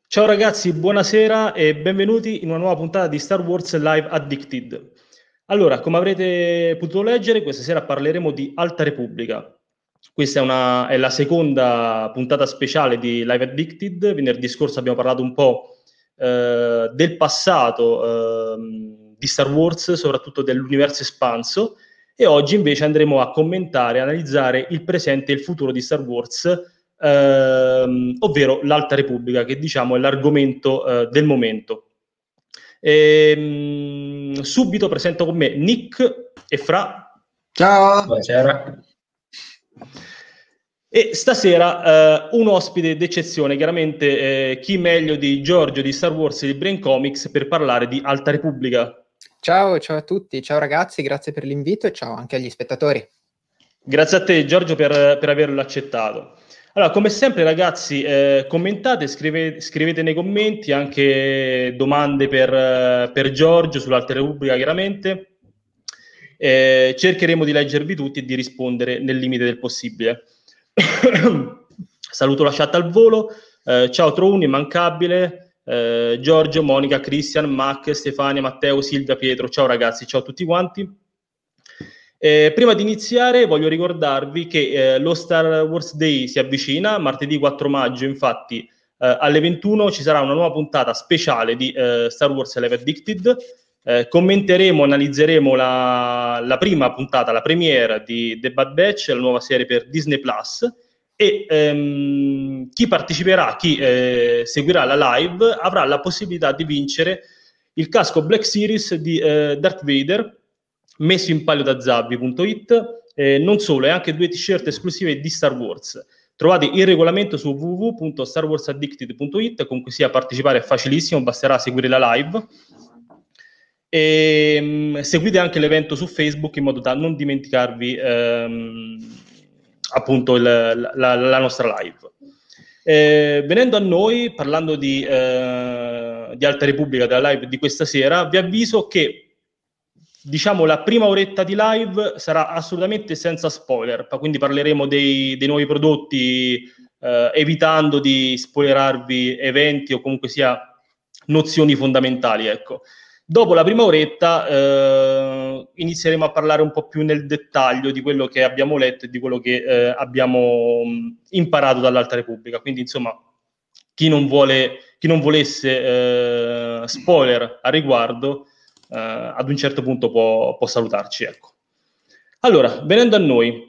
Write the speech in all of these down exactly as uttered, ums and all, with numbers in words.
Ciao ragazzi, buonasera e benvenuti in una nuova puntata di Star Wars Live Addicted. Allora, come avrete potuto leggere, questa sera parleremo di Alta Repubblica. Questa è, una, è la seconda puntata speciale di Live Addicted. Venerdì scorso abbiamo parlato un po' eh, del passato eh, di Star Wars, soprattutto dell'universo espanso, e oggi invece andremo a commentare, analizzare il presente e il futuro di Star Wars, ehm, ovvero l'Alta Repubblica, che diciamo è l'argomento eh, del momento. E, mh, subito presento con me Nick e Fra. Ciao! Buonasera. E stasera eh, un ospite d'eccezione, chiaramente eh, chi meglio di Giorgio di Star Wars e di Brain Comics per parlare di Alta Repubblica. Ciao, ciao a tutti, ciao ragazzi, grazie per l'invito e ciao anche agli spettatori. Grazie a te Giorgio per, per averlo accettato. Allora, come sempre ragazzi, eh, commentate, scrive, scrivete nei commenti anche domande per, per Giorgio sull'Alta Repubblica, chiaramente. Eh, cercheremo di leggervi tutti e di rispondere nel limite del possibile. Saluto la chat al volo. Eh, ciao Trouni, Immancabile, eh, Giorgio, Monica, Christian, Mac, Stefania, Matteo, Silvia, Pietro. Ciao ragazzi, ciao a tutti quanti. Eh, prima di iniziare voglio ricordarvi che eh, lo Star Wars Day si avvicina, martedì quattro maggio, infatti eh, alle ventuno ci sarà una nuova puntata speciale di eh, Star Wars Live Addicted. Eh, commenteremo, analizzeremo la, la prima puntata, la premiere di The Bad Batch, la nuova serie per Disney Plus, e ehm, chi parteciperà, chi eh, seguirà la live avrà la possibilità di vincere il casco Black Series di eh, Darth Vader, messo in palio da Zabbi punto it. Eh, non solo, e anche due t-shirt esclusive di Star Wars. Trovate il regolamento su w w w punto star wars addicted punto it. Comunque sia, partecipare è facilissimo, basterà seguire la live. E mh, seguite anche l'evento su Facebook in modo da non dimenticarvi ehm, appunto il, la, la nostra live. Eh, venendo a noi, parlando di, eh, di Alta Repubblica, della live di questa sera, vi avviso che diciamo la prima oretta di live sarà assolutamente senza spoiler, quindi parleremo dei, dei nuovi prodotti, eh, evitando di spoilerarvi eventi o comunque sia nozioni fondamentali, ecco. Dopo la prima oretta eh, inizieremo a parlare un po' più nel dettaglio di quello che abbiamo letto e di quello che eh, abbiamo mh, imparato dall'Alta Repubblica. Quindi, insomma, chi non vuole, chi non volesse eh, spoiler a riguardo, eh, ad un certo punto può, può salutarci, ecco. Allora, venendo a noi,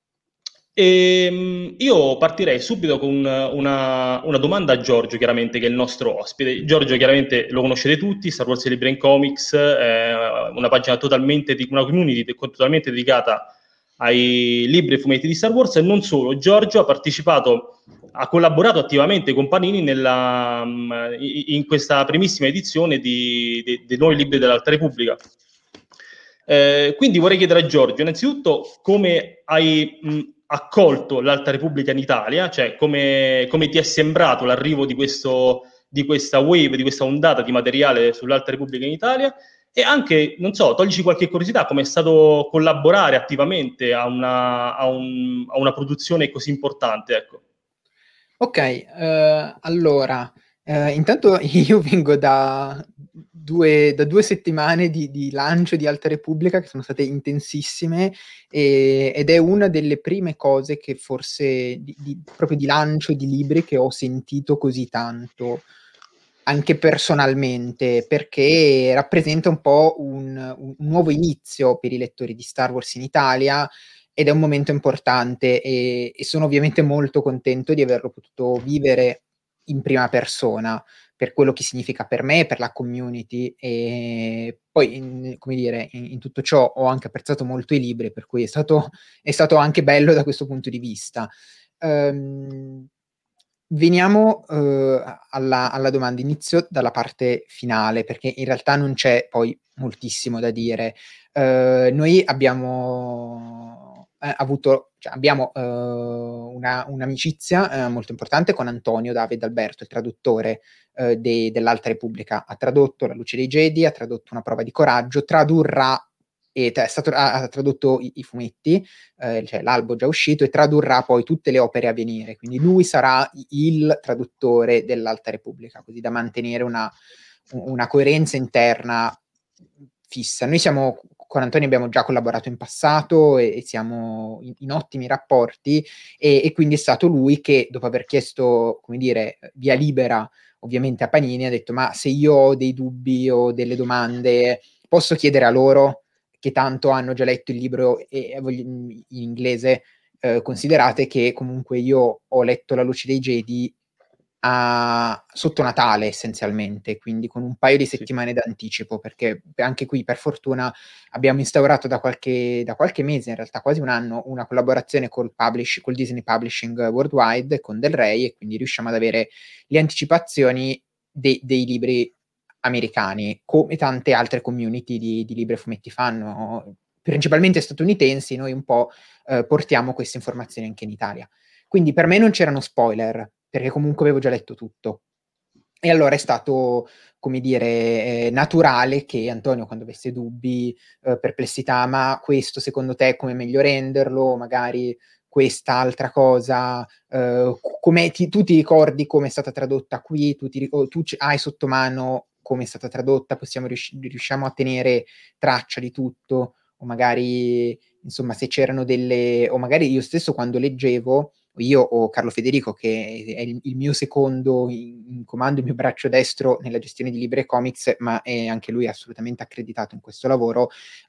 ehm, io partirei subito con una, una domanda a Giorgio, chiaramente, che è il nostro ospite. Giorgio, chiaramente, lo conoscete tutti, Star Wars e Brain Comics, eh, una pagina totalmente, di, una community totalmente dedicata ai libri e fumetti di Star Wars, e non solo. Giorgio ha partecipato, ha collaborato attivamente con Panini nella, in questa primissima edizione di, di, dei nuovi libri dell'Alta Repubblica. Eh, quindi vorrei chiedere a Giorgio, innanzitutto, come hai mh, accolto l'Alta Repubblica in Italia, cioè come, come ti è sembrato l'arrivo di, questo, di questa wave, di questa ondata di materiale sull'Alta Repubblica in Italia, e anche, non so, toglici qualche curiosità, come è stato collaborare attivamente a una, a un, a una produzione così importante, ecco. Ok, eh, allora, eh, intanto io vengo da due, da due settimane di, di lancio di Alta Repubblica che sono state intensissime, e, ed è una delle prime cose che forse, di, di, proprio di lancio di libri, che ho sentito così tanto, anche personalmente, perché rappresenta un po' un, un nuovo inizio per i lettori di Star Wars in Italia, ed è un momento importante, e, e sono ovviamente molto contento di averlo potuto vivere in prima persona, per quello che significa per me, per la community. E poi, in, come dire, in, in tutto ciò ho anche apprezzato molto i libri, per cui è stato, è stato anche bello da questo punto di vista. Um, Veniamo uh, alla, alla domanda. Inizio dalla parte finale, perché in realtà non c'è poi moltissimo da dire. Uh, noi abbiamo eh, avuto, cioè abbiamo uh, una, un'amicizia uh, molto importante con Antonio David Alberto, il traduttore uh, de, dell'Alta Repubblica. Ha tradotto La luce dei Jedi, ha tradotto Una prova di coraggio, tradurrà e è stato, ha, ha tradotto i, i fumetti, eh, cioè l'albo già uscito, e tradurrà poi tutte le opere a venire, quindi lui sarà il traduttore dell'Alta Repubblica, così da mantenere una, una coerenza interna fissa. Noi siamo, con Antonio abbiamo già collaborato in passato e, e siamo in, in ottimi rapporti, e, e quindi è stato lui che, dopo aver chiesto, come dire, via libera ovviamente a Panini, ha detto: ma se io ho dei dubbi o delle domande, posso chiedere a loro, che tanto hanno già letto il libro e, in inglese. Eh, considerate che comunque io ho letto La luce dei Jedi a, sotto Natale essenzialmente, quindi con un paio di settimane sì. d'anticipo, perché anche qui per fortuna abbiamo instaurato da qualche, da qualche mese, in realtà quasi un anno, una collaborazione col, publish, col Disney Publishing Worldwide, con Del Rey, e quindi riusciamo ad avere le anticipazioni de, dei libri americani, come tante altre community di, di libri e fumetti fanno, principalmente statunitensi. Noi un po' eh, portiamo queste informazioni anche in Italia. Quindi per me non c'erano spoiler, perché comunque avevo già letto tutto. E allora è stato, come dire, eh, naturale che Antonio, quando avesse dubbi, eh, perplessità, ma questo secondo te come meglio renderlo, magari quest'altra cosa, eh, come ti, tu ti ricordi come è stata tradotta qui, tu, ti, tu hai sotto mano come è stata tradotta, possiamo riusci- riusciamo a tenere traccia di tutto, o magari, insomma, se c'erano delle, o magari io stesso quando leggevo, io o Carlo Federico, che è il, il mio secondo in, in comando, il mio braccio destro nella gestione di libri e comics, ma è anche lui assolutamente accreditato in questo lavoro,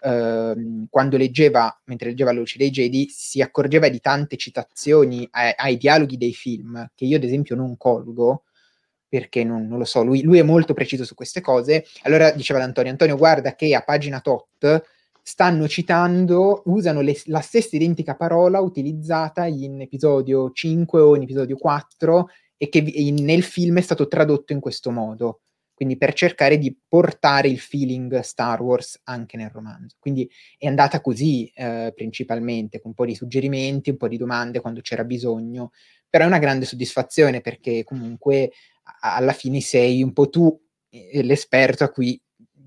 ehm, quando leggeva, mentre leggeva La luce dei Jedi, si accorgeva di tante citazioni ai, ai dialoghi dei film, che io ad esempio non colgo, perché non, non lo so, lui, lui è molto preciso su queste cose. Allora diceva ad Antonio: Antonio, guarda che a pagina tot stanno citando, usano le, la stessa identica parola utilizzata in episodio cinque o in episodio quattro, e che in, nel film è stato tradotto in questo modo, quindi per cercare di portare il feeling Star Wars anche nel romanzo. Quindi è andata così, eh, principalmente, con un po' di suggerimenti, un po' di domande quando c'era bisogno, però è una grande soddisfazione, perché comunque a, alla fine sei un po' tu eh, l'esperto a cui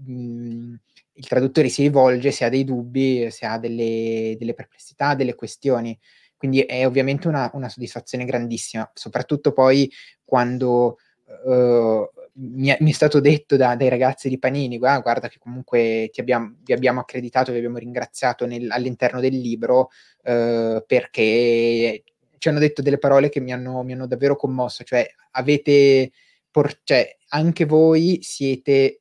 mh, il traduttore si rivolge se ha dei dubbi, se ha delle, delle perplessità, delle questioni. Quindi è ovviamente una, una soddisfazione grandissima, soprattutto poi quando uh, mi, è, mi, è stato detto da, dai ragazzi di Panini: ah, guarda che comunque ti abbiamo, vi abbiamo accreditato, vi abbiamo ringraziato nel, all'interno del libro, uh, perché ci hanno detto delle parole che mi hanno, mi hanno davvero commosso, cioè avete... Por- cioè, anche voi siete,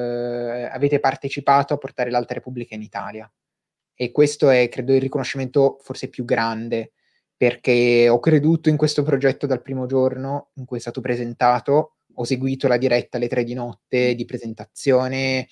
eh, avete partecipato a portare l'Alta Repubblica in Italia, e questo è, credo, il riconoscimento forse più grande, perché ho creduto in questo progetto dal primo giorno in cui è stato presentato. Ho seguito la diretta alle tre di notte di presentazione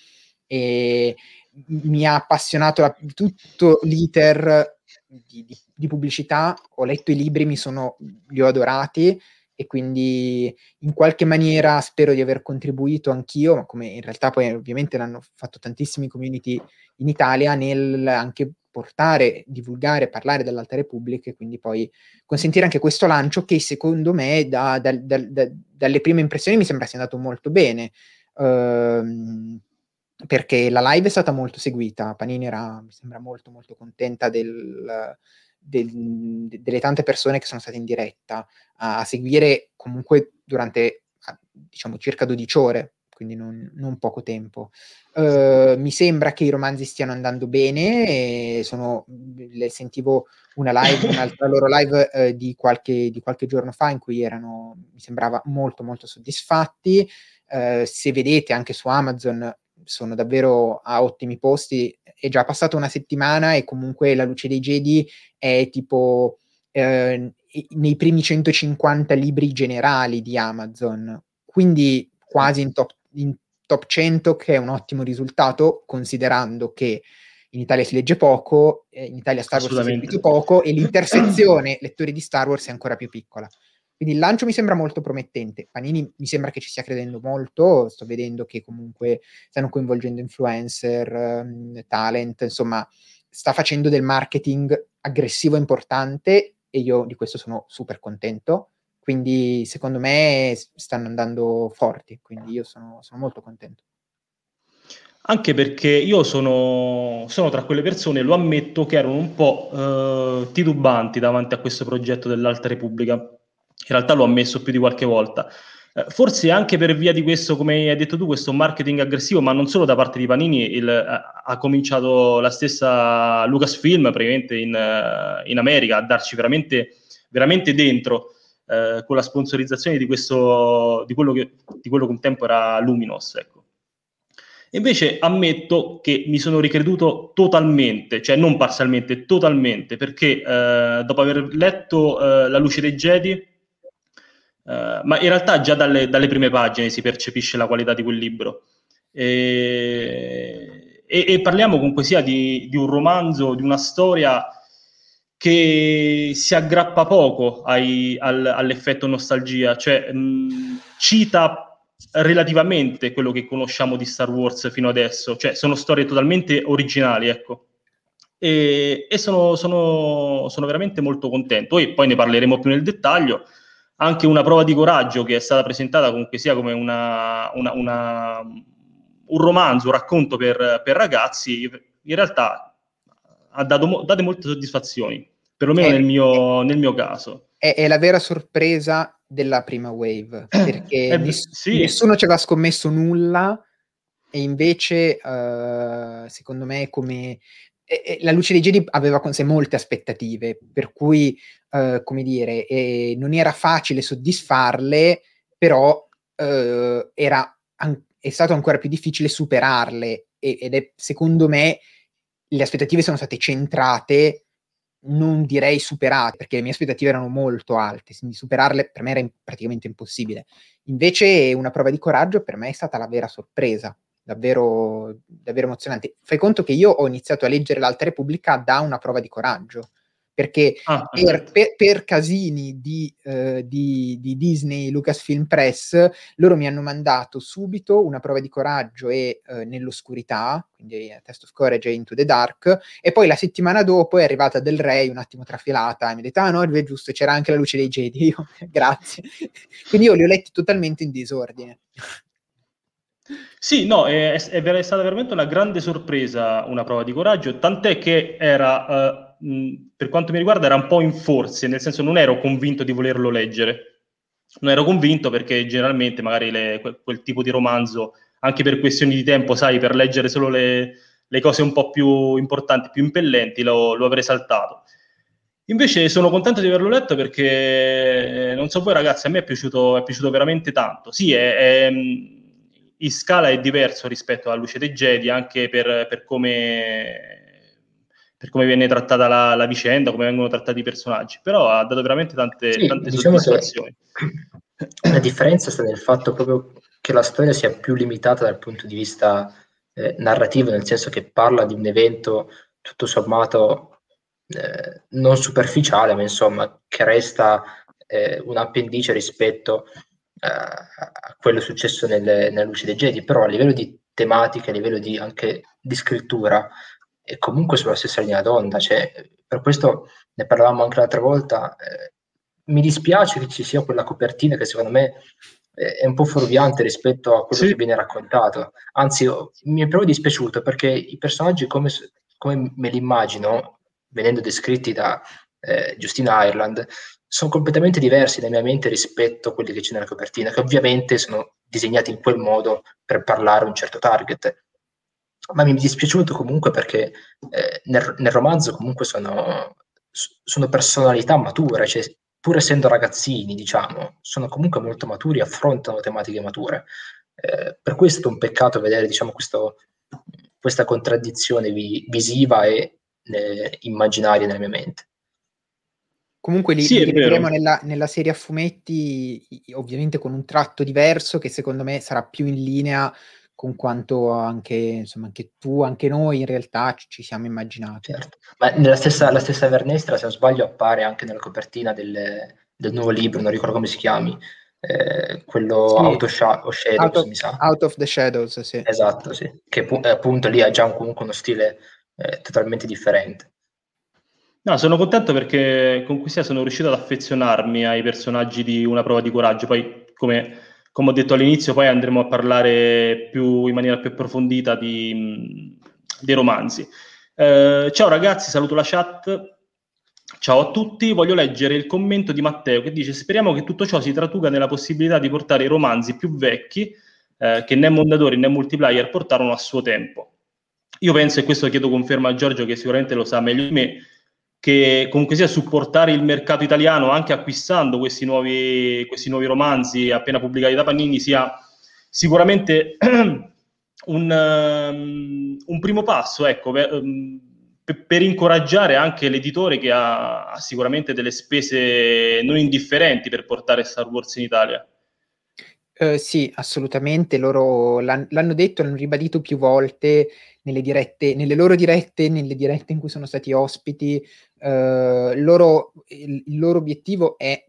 e mi ha appassionato la, tutto l'iter di, di, di pubblicità. Ho letto i libri, mi sono, li ho adorati, e quindi in qualche maniera spero di aver contribuito anch'io, ma come in realtà poi ovviamente l'hanno fatto tantissimi community in Italia, nel anche portare, divulgare, parlare dell'Alta Repubblica, e quindi poi consentire anche questo lancio che secondo me da, da, da, da, dalle prime impressioni mi sembra sia andato molto bene, ehm, perché la live è stata molto seguita. Panini era, mi sembra, molto molto contenta del, del, delle tante persone che sono state in diretta a seguire comunque durante, diciamo, circa dodici ore, quindi non, non poco tempo. Uh, mi sembra che i romanzi stiano andando bene, e sono, le sentivo una live, un'altra loro live uh, di, qualche, di qualche giorno fa, in cui erano, mi sembrava, molto molto soddisfatti. Uh, se vedete anche su Amazon sono davvero a ottimi posti. È già passata una settimana e comunque La luce dei Jedi è tipo eh, nei primi centocinquanta libri generali di Amazon, quindi quasi in top, in top cento, che è un ottimo risultato, considerando che in Italia si legge poco, eh, in Italia Star Wars si è seguito poco, e l'intersezione lettori di Star Wars è ancora più piccola. Quindi il lancio mi sembra molto promettente. Panini mi sembra che ci stia credendo molto, sto vedendo che comunque stanno coinvolgendo influencer, um, talent, insomma sta facendo del marketing aggressivo importante, e io di questo sono super contento. Quindi secondo me stanno andando forti, quindi io sono, sono molto contento. Anche perché io sono, sono tra quelle persone, lo ammetto, che erano un po' eh, titubanti davanti a questo progetto dell'Alta Repubblica. In realtà l'ho ammesso più di qualche volta. Eh, forse anche per via di questo, come hai detto tu, questo marketing aggressivo, ma non solo da parte di Panini, il, ha, ha cominciato la stessa Lucasfilm, praticamente in, in America, a darci veramente, veramente dentro, eh, con la sponsorizzazione di, questo, di, quello che, di quello che un tempo era Luminos, ecco. Invece ammetto che mi sono ricreduto totalmente, cioè non parzialmente, totalmente, perché eh, dopo aver letto eh, La luce dei Jedi, eh, ma in realtà già dalle, dalle prime pagine si percepisce la qualità di quel libro. E, e, e parliamo comunque sia di, di un romanzo, di una storia che si aggrappa poco ai, al, all'effetto nostalgia, cioè mh, cita relativamente quello che conosciamo di Star Wars fino adesso, cioè sono storie totalmente originali, ecco. E, e sono, sono, sono veramente molto contento. E poi ne parleremo più nel dettaglio. Anche una prova di coraggio che è stata presentata comunque sia come una, una, una, un romanzo, un racconto per, per ragazzi, in realtà ha dato, dato molte soddisfazioni, perlomeno È, nel mio, nel mio caso. è, è la vera sorpresa della prima wave, perché Eh, ness- sì. nessuno ci aveva scommesso nulla, e invece uh, secondo me come e, e la luce dei Jedi aveva con sé molte aspettative, per cui uh, come dire eh, non era facile soddisfarle, però uh, era an- è stato ancora più difficile superarle, e, ed è secondo me le aspettative sono state centrate, non direi superate, perché le mie aspettative erano molto alte, quindi superarle per me era in- praticamente impossibile. Invece una prova di coraggio per me è stata la vera sorpresa, davvero, davvero emozionante. Fai conto che io ho iniziato a leggere l'Alta Repubblica da una prova di coraggio, perché Ah, per, perfetto. per, per casini di, eh, di, di Disney Lucasfilm Press, loro mi hanno mandato subito una prova di coraggio e eh, Nell'oscurità, quindi Test of Courage e Into the Dark, e poi la settimana dopo è arrivata Del Rey un attimo trafilata e mi ha detto ah no, è giusto, c'era anche La luce dei Jedi. Io, grazie. Quindi io li ho letti totalmente in disordine. Sì, no, è, è, è stata veramente una grande sorpresa, una prova di coraggio, tant'è che era, uh, mh, per quanto mi riguarda, era un po' in forze, nel senso non ero convinto di volerlo leggere. Non ero convinto perché generalmente magari le, quel, quel tipo di romanzo, anche per questioni di tempo, sai, per leggere solo le, le cose un po' più importanti, più impellenti, lo, lo avrei saltato. Invece sono contento di averlo letto perché, non so voi ragazzi, a me è piaciuto, è piaciuto veramente tanto. Sì, è, è, in scala è diverso rispetto a Luce dei Jedi, anche per, per, come, per come viene trattata la, la vicenda, come vengono trattati i personaggi, però ha dato veramente tante, Sì, tante diciamo che soddisfazioni. la differenza sta nel fatto proprio che la storia sia più limitata dal punto di vista eh, narrativo, nel senso che parla di un evento tutto sommato eh, non superficiale, ma insomma che resta eh, un appendice rispetto eh, a quello successo nelle, nella Luce dei Jedi, però a livello di tematica, a livello di, anche di scrittura, è comunque sulla stessa linea d'onda, cioè, per questo ne parlavamo anche l'altra volta, eh, mi dispiace che ci sia quella copertina che secondo me eh, è un po' fuorviante rispetto a quello Sì. che viene raccontato, anzi oh, mi è proprio dispiaciuto perché i personaggi come, come me li immagino, venendo descritti da eh, Justina Ireland, sono completamente diversi nella mia mente rispetto a quelli che c'è nella copertina, che ovviamente sono disegnati in quel modo per parlare a un certo target. Ma mi è dispiaciuto comunque perché eh, nel, nel romanzo comunque sono, sono personalità mature, cioè pur essendo ragazzini, diciamo, sono comunque molto maturi, affrontano tematiche mature. Eh, per cui è stato un peccato vedere, diciamo, questo, questa contraddizione vi, visiva e eh, immaginaria nella mia mente. Comunque li, Sì, li è vero. rivedremo nella, nella serie a fumetti, ovviamente con un tratto diverso, che secondo me sarà più in linea con quanto anche, insomma, anche tu, anche noi in realtà ci, ci siamo immaginati. Certo. Ma nella stessa, la stessa Vernestra, se non sbaglio, appare anche nella copertina del, del nuovo libro, non ricordo come si chiami, eh, quello Out Sì, of, Sha- of Out Shadows, of, mi sa. Out of the Shadows, sì. Esatto, sì. Che pu- eh, appunto lì ha già un- comunque uno stile eh, totalmente differente. No, sono contento perché con questa sono riuscito ad affezionarmi ai personaggi di Una prova di coraggio. Poi, come come ho detto all'inizio, poi andremo a parlare più in maniera più approfondita di, dei romanzi. Eh, ciao ragazzi, saluto la chat. Ciao a tutti, voglio leggere il commento di Matteo che dice: speriamo che tutto ciò si traduca nella possibilità di portare i romanzi più vecchi eh, che né Mondadori né Multiplayer portarono a suo tempo. Io penso, e questo chiedo conferma a Giorgio che sicuramente lo sa meglio di me, che comunque sia supportare il mercato italiano anche acquistando questi nuovi, questi nuovi romanzi appena pubblicati da Panini sia sicuramente un, um, un primo passo, ecco, per, um, per, per incoraggiare anche l'editore che ha, ha sicuramente delle spese non indifferenti per portare Star Wars in Italia. Uh, sì, assolutamente, loro l'han, l'hanno detto, l'hanno ribadito più volte nelle dirette, nelle loro dirette, nelle dirette in cui sono stati ospiti. Uh, loro, il, il loro obiettivo è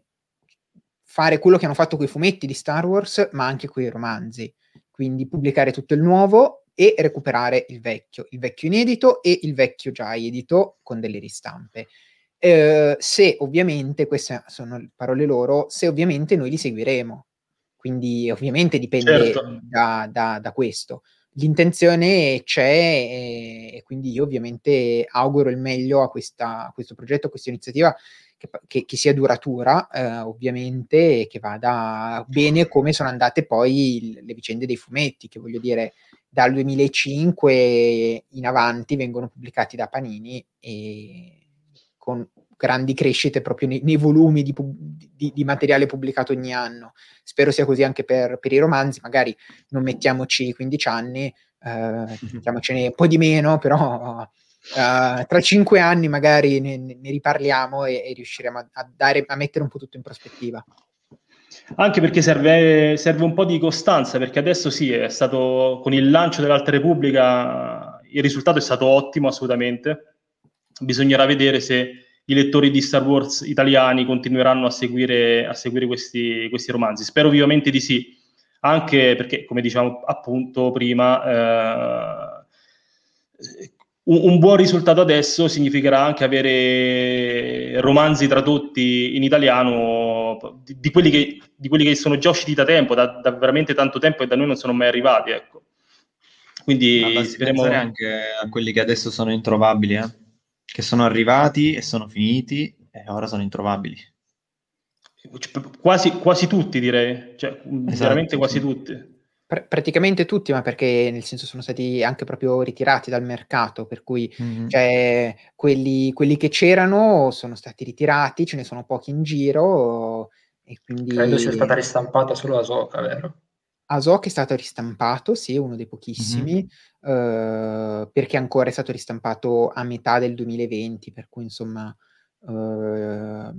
fare quello che hanno fatto con i fumetti di Star Wars, ma anche con i romanzi, quindi pubblicare tutto il nuovo e recuperare il vecchio, il vecchio inedito e il vecchio già edito con delle ristampe. Uh, se ovviamente, queste sono parole loro, se ovviamente noi li seguiremo. Quindi ovviamente dipende certo. da, da, da questo. L'intenzione c'è e, e quindi io ovviamente auguro il meglio a, questa, a questo progetto, a questa iniziativa, che, che, che sia duratura eh, ovviamente, e che vada bene come sono andate poi le vicende dei fumetti, che voglio dire dal duemilacinque in avanti vengono pubblicati da Panini e con grandi crescite proprio nei, nei volumi di, di, di materiale pubblicato ogni anno. Spero sia così anche per, per i romanzi, magari non mettiamoci quindici anni, eh, mettiamocene un po' di meno, però uh, tra cinque anni magari ne, ne riparliamo e, e riusciremo a, a, dare, a mettere un po' tutto in prospettiva. Anche perché serve, serve un po' di costanza, perché adesso sì, è stato con il lancio dell'Alta Repubblica il risultato è stato ottimo assolutamente. Bisognerà vedere se i lettori di Star Wars italiani continueranno a seguire, a seguire questi, questi romanzi. Spero vivamente di sì, anche perché, come diciamo appunto prima, eh, un, un buon risultato adesso significherà anche avere romanzi tradotti in italiano di, di, quelli, che, di quelli che sono già usciti da tempo, da, da veramente tanto tempo, e da noi non sono mai arrivati, ecco. Quindi basti speriamo... pensare anche a quelli che adesso sono introvabili, eh? Che sono arrivati e sono finiti e ora sono introvabili. Quasi, quasi tutti, direi, cioè, esatto, veramente quasi sì. tutti. Pr- praticamente tutti, ma perché nel senso sono stati anche proprio ritirati dal mercato, per cui mm-hmm. cioè, quelli, quelli che c'erano sono stati ritirati, ce ne sono pochi in giro e quindi... Credo sia stata ristampata solo Ahsoka, vero? Ahsoka è stato ristampato, sì, uno dei pochissimi, mm-hmm. uh, perché ancora è stato ristampato a metà del duemilaventi, per cui insomma uh,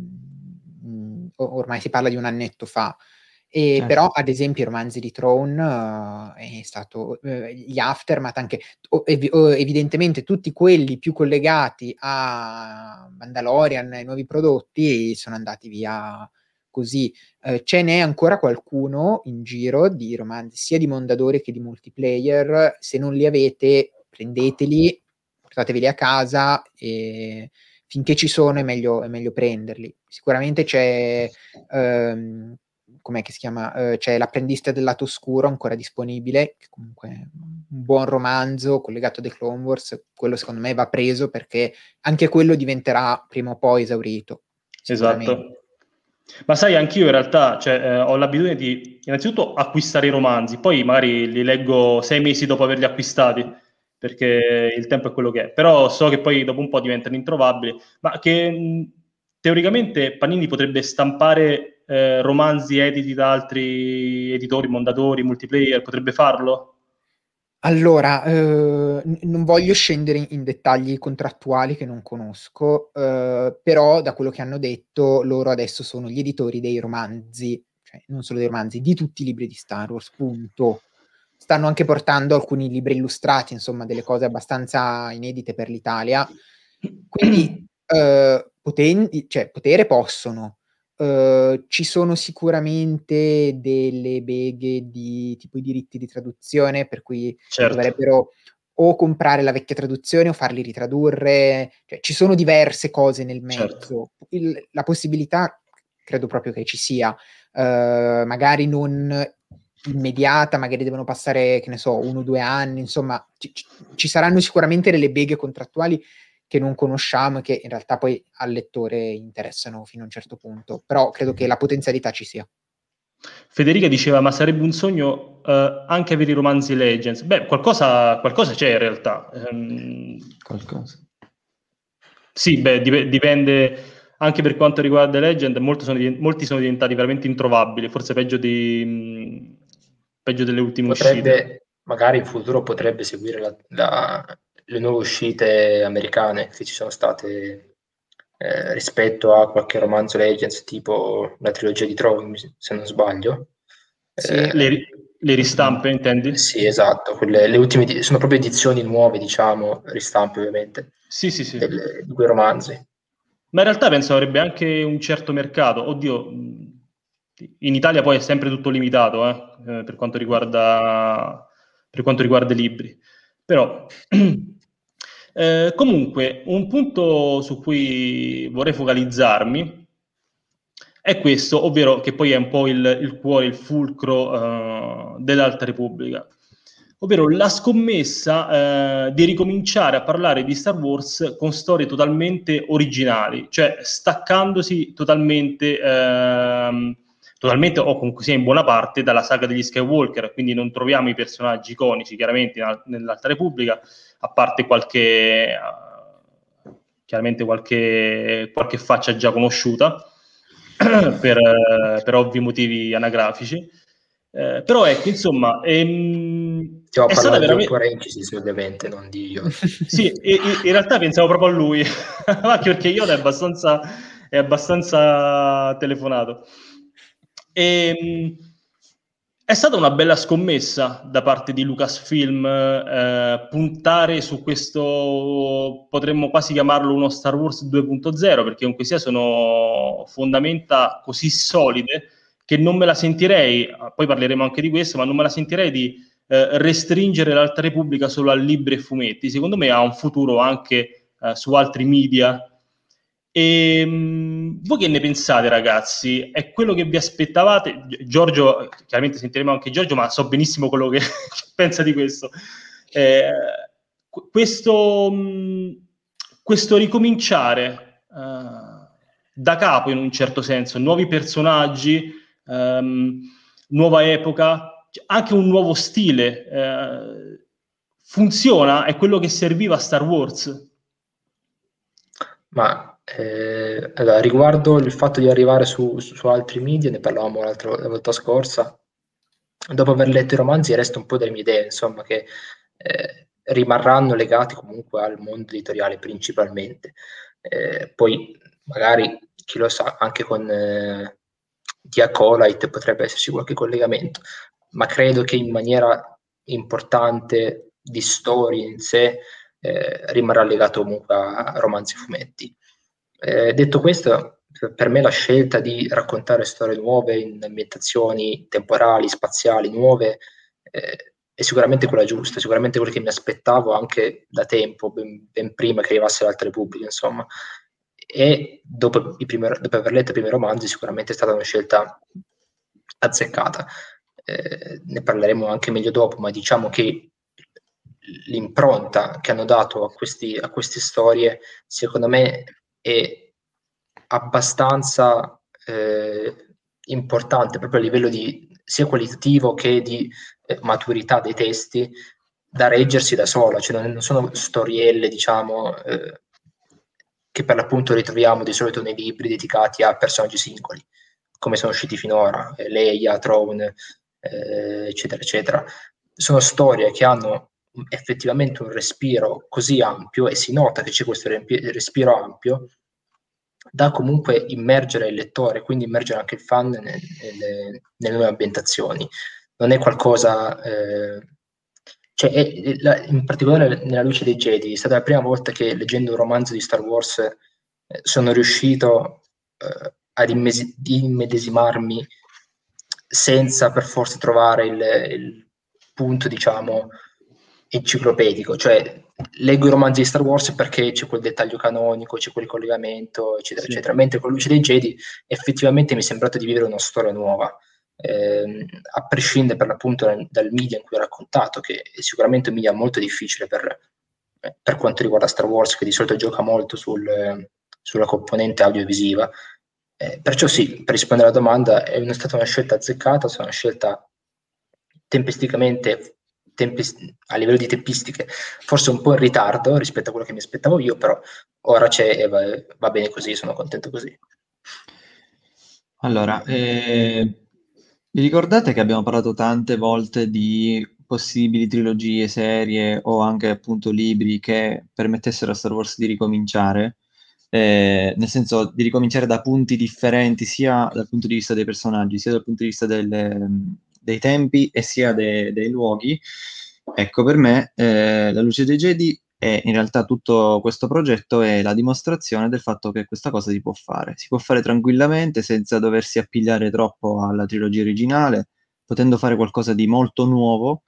ormai si parla di un annetto fa. E certo. Però ad esempio i romanzi di Thrawn uh, è stato uh, gli Aftermath anche oh, ev- oh, evidentemente tutti quelli più collegati a Mandalorian, ai nuovi prodotti, sono andati via così. Uh, ce n'è ancora qualcuno in giro di romanzi sia di Mondadori che di Multiplayer. Se non li avete, prendeteli, portateveli a casa e finché ci sono è meglio, è meglio prenderli. Sicuramente c'è um, com'è che si chiama? Uh, c'è L'apprendista del lato oscuro ancora disponibile, che comunque è un buon romanzo collegato a The Clone Wars. Quello secondo me va preso perché anche quello diventerà prima o poi esaurito. Esatto. Ma sai, anch'io in realtà cioè, eh, ho l'abitudine di innanzitutto acquistare i romanzi, poi magari li leggo sei mesi dopo averli acquistati, perché il tempo è quello che è. Però so che poi dopo un po' diventano introvabili, ma che mh, teoricamente Panini potrebbe stampare eh, romanzi editi da altri editori, Mondadori, Multiplayer, potrebbe farlo? Allora, eh, n- non voglio scendere in, in dettagli contrattuali che non conosco, eh, però da quello che hanno detto loro adesso sono gli editori dei romanzi, cioè non solo dei romanzi, di tutti i libri di Star Wars, punto. Stanno anche portando alcuni libri illustrati, insomma, delle cose abbastanza inedite per l'Italia. Quindi eh, poten- cioè, potere possono. Uh, ci sono sicuramente delle beghe di tipo i diritti di traduzione, per cui certo. dovrebbero o comprare la vecchia traduzione o farli ritradurre, cioè, ci sono diverse cose nel mezzo. Certo. Il, la possibilità credo proprio che ci sia, uh, magari non immediata, magari devono passare, che ne so, uno o due anni, insomma, ci, ci saranno sicuramente delle beghe contrattuali che non conosciamo e che in realtà poi al lettore interessano fino a un certo punto, però credo che la potenzialità ci sia. Federica diceva, ma sarebbe un sogno uh, anche avere i romanzi Legends? Beh, qualcosa, qualcosa c'è in realtà. Um, qualcosa. Sì, beh, dip- dipende, anche per quanto riguarda Legend, molti sono, molti sono diventati veramente introvabili, forse peggio, di, mh, peggio delle ultime potrebbe, uscite. Magari in futuro potrebbe seguire la, la, le nuove uscite americane che ci sono state eh, rispetto a qualche romanzo Legends, tipo la trilogia di Tron, se non sbaglio. Sì. Eh, le, le ristampe, intendi? Sì, esatto, quelle, le ultime sono proprio edizioni nuove, diciamo, ristampe ovviamente, Sì, sì, sì. delle, di quei romanzi. Ma in realtà penso avrebbe anche un certo mercato. Oddio, in Italia poi è sempre tutto limitato eh, per quanto riguarda per quanto riguarda i libri. Però eh, comunque un punto su cui vorrei focalizzarmi è questo, ovvero che poi è un po' il, il cuore, il fulcro uh, dell'Alta Repubblica, ovvero la scommessa uh, di ricominciare a parlare di Star Wars con storie totalmente originali, cioè staccandosi totalmente, uh, totalmente o comunque sia in buona parte dalla saga degli Skywalker, quindi non troviamo i personaggi iconici chiaramente in, nell'Alta Repubblica, a parte qualche, uh, chiaramente qualche, qualche faccia già conosciuta, Per, per ovvi motivi anagrafici, eh, però ecco, insomma, ehm, Stiamo è stata parlando di veramente... Operenchis, ovviamente, non di Yoda. Sì, e, e, in realtà pensavo proprio a lui, anche perché Yoda è abbastanza, è abbastanza telefonato. E, è stata una bella scommessa da parte di Lucasfilm eh, puntare su questo, potremmo quasi chiamarlo uno Star Wars due punto zero, perché comunque sia sono fondamenta così solide che non me la sentirei, poi parleremo anche di questo, ma non me la sentirei di eh, restringere l'Alta Repubblica solo a libri e fumetti. Secondo me ha un futuro anche eh, su altri media. E, mh, voi che ne pensate, ragazzi? È quello che vi aspettavate? Giorgio, chiaramente sentiremo anche Giorgio, ma so benissimo quello che, che pensa di questo. Eh, questo, mh, questo ricominciare uh, da capo, in un certo senso, nuovi personaggi, um, nuova epoca, anche un nuovo stile, uh, funziona? È quello che serviva a Star Wars? Ma eh, allora, riguardo il fatto di arrivare su, su, su altri media, ne parlavamo l'altra, la volta scorsa, dopo aver letto i romanzi resta un po' delle mie idee, insomma, che eh, rimarranno legati comunque al mondo editoriale principalmente. Eh, poi magari, chi lo sa, anche con eh, The Acolyte potrebbe esserci qualche collegamento, ma credo che in maniera importante di storia in sé eh, rimarrà legato comunque a romanzi e fumetti. Eh, detto questo, per me la scelta di raccontare storie nuove in ambientazioni temporali, spaziali nuove eh, è sicuramente quella giusta, sicuramente quella che mi aspettavo anche da tempo, ben, ben prima che arrivasse l'Alta Repubblica, insomma. E dopo, i primi, dopo aver letto i primi romanzi sicuramente è stata una scelta azzeccata. Eh, ne parleremo anche meglio dopo, ma diciamo che l'impronta che hanno dato a, questi, a queste storie, secondo me, è abbastanza eh, importante proprio a livello di, sia qualitativo che di eh, maturità dei testi, da reggersi da sola, cioè non, non sono storielle, diciamo, eh, che per l'appunto ritroviamo di solito nei libri dedicati a personaggi singoli, come sono usciti finora, eh, Leia, Thrawn, eh, eccetera, eccetera. Sono storie che hanno effettivamente un respiro così ampio e si nota che c'è questo respiro ampio da comunque immergere il lettore, quindi immergere anche il fan nelle, nelle, nelle nuove ambientazioni. Non è qualcosa... Eh, cioè, è, la, in particolare nella luce dei Jedi, è stata la prima volta che leggendo un romanzo di Star Wars eh, sono riuscito eh, ad immesi- immedesimarmi senza per forza trovare il, il punto, diciamo, enciclopedico, cioè leggo i romanzi di Star Wars perché c'è quel dettaglio canonico, c'è quel collegamento, eccetera, Sì. eccetera. Mentre con Luce dei Jedi effettivamente mi è sembrato di vivere una storia nuova, eh, a prescindere per l'appunto dal, dal media in cui è raccontato, che è sicuramente un media molto difficile per, per quanto riguarda Star Wars, che di solito gioca molto sul, sulla componente audiovisiva. Eh, perciò sì, per rispondere alla domanda, è una, stata una scelta azzeccata, è stata una scelta tempesticamente, tempest- a livello di tempistiche, forse un po' in ritardo rispetto a quello che mi aspettavo io, però ora c'è e va, va bene così, sono contento così. Allora, eh, vi ricordate che abbiamo parlato tante volte di possibili trilogie, serie o anche appunto libri che permettessero a Star Wars di ricominciare? Eh, nel senso di ricominciare da punti differenti, sia dal punto di vista dei personaggi, sia dal punto di vista delle- dei tempi e sia de- dei luoghi. Ecco, per me, eh, La luce dei Jedi e in realtà tutto questo progetto è la dimostrazione del fatto che questa cosa si può fare. Si può fare tranquillamente senza doversi appigliare troppo alla trilogia originale, potendo fare qualcosa di molto nuovo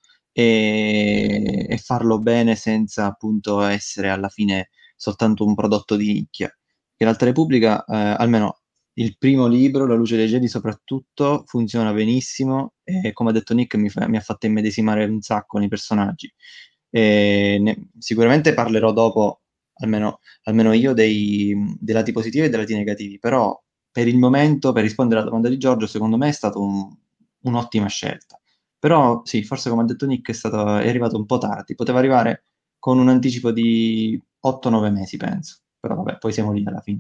e, e farlo bene senza appunto essere alla fine soltanto un prodotto di nicchia. Che l'Alta Repubblica, eh, almeno il primo libro, La luce dei Jedi soprattutto, funziona benissimo e come ha detto Nick mi, fa- mi ha fatto immedesimare un sacco nei personaggi. E ne- sicuramente parlerò dopo, almeno, almeno io, dei, dei lati positivi e dei lati negativi, però per il momento, per rispondere alla domanda di Giorgio, secondo me è stata un- un'ottima scelta. Però sì, forse come ha detto Nick è stato, è arrivato un po' tardi, poteva arrivare con un anticipo di otto nove mesi, penso. Però vabbè, poi siamo lì alla fine.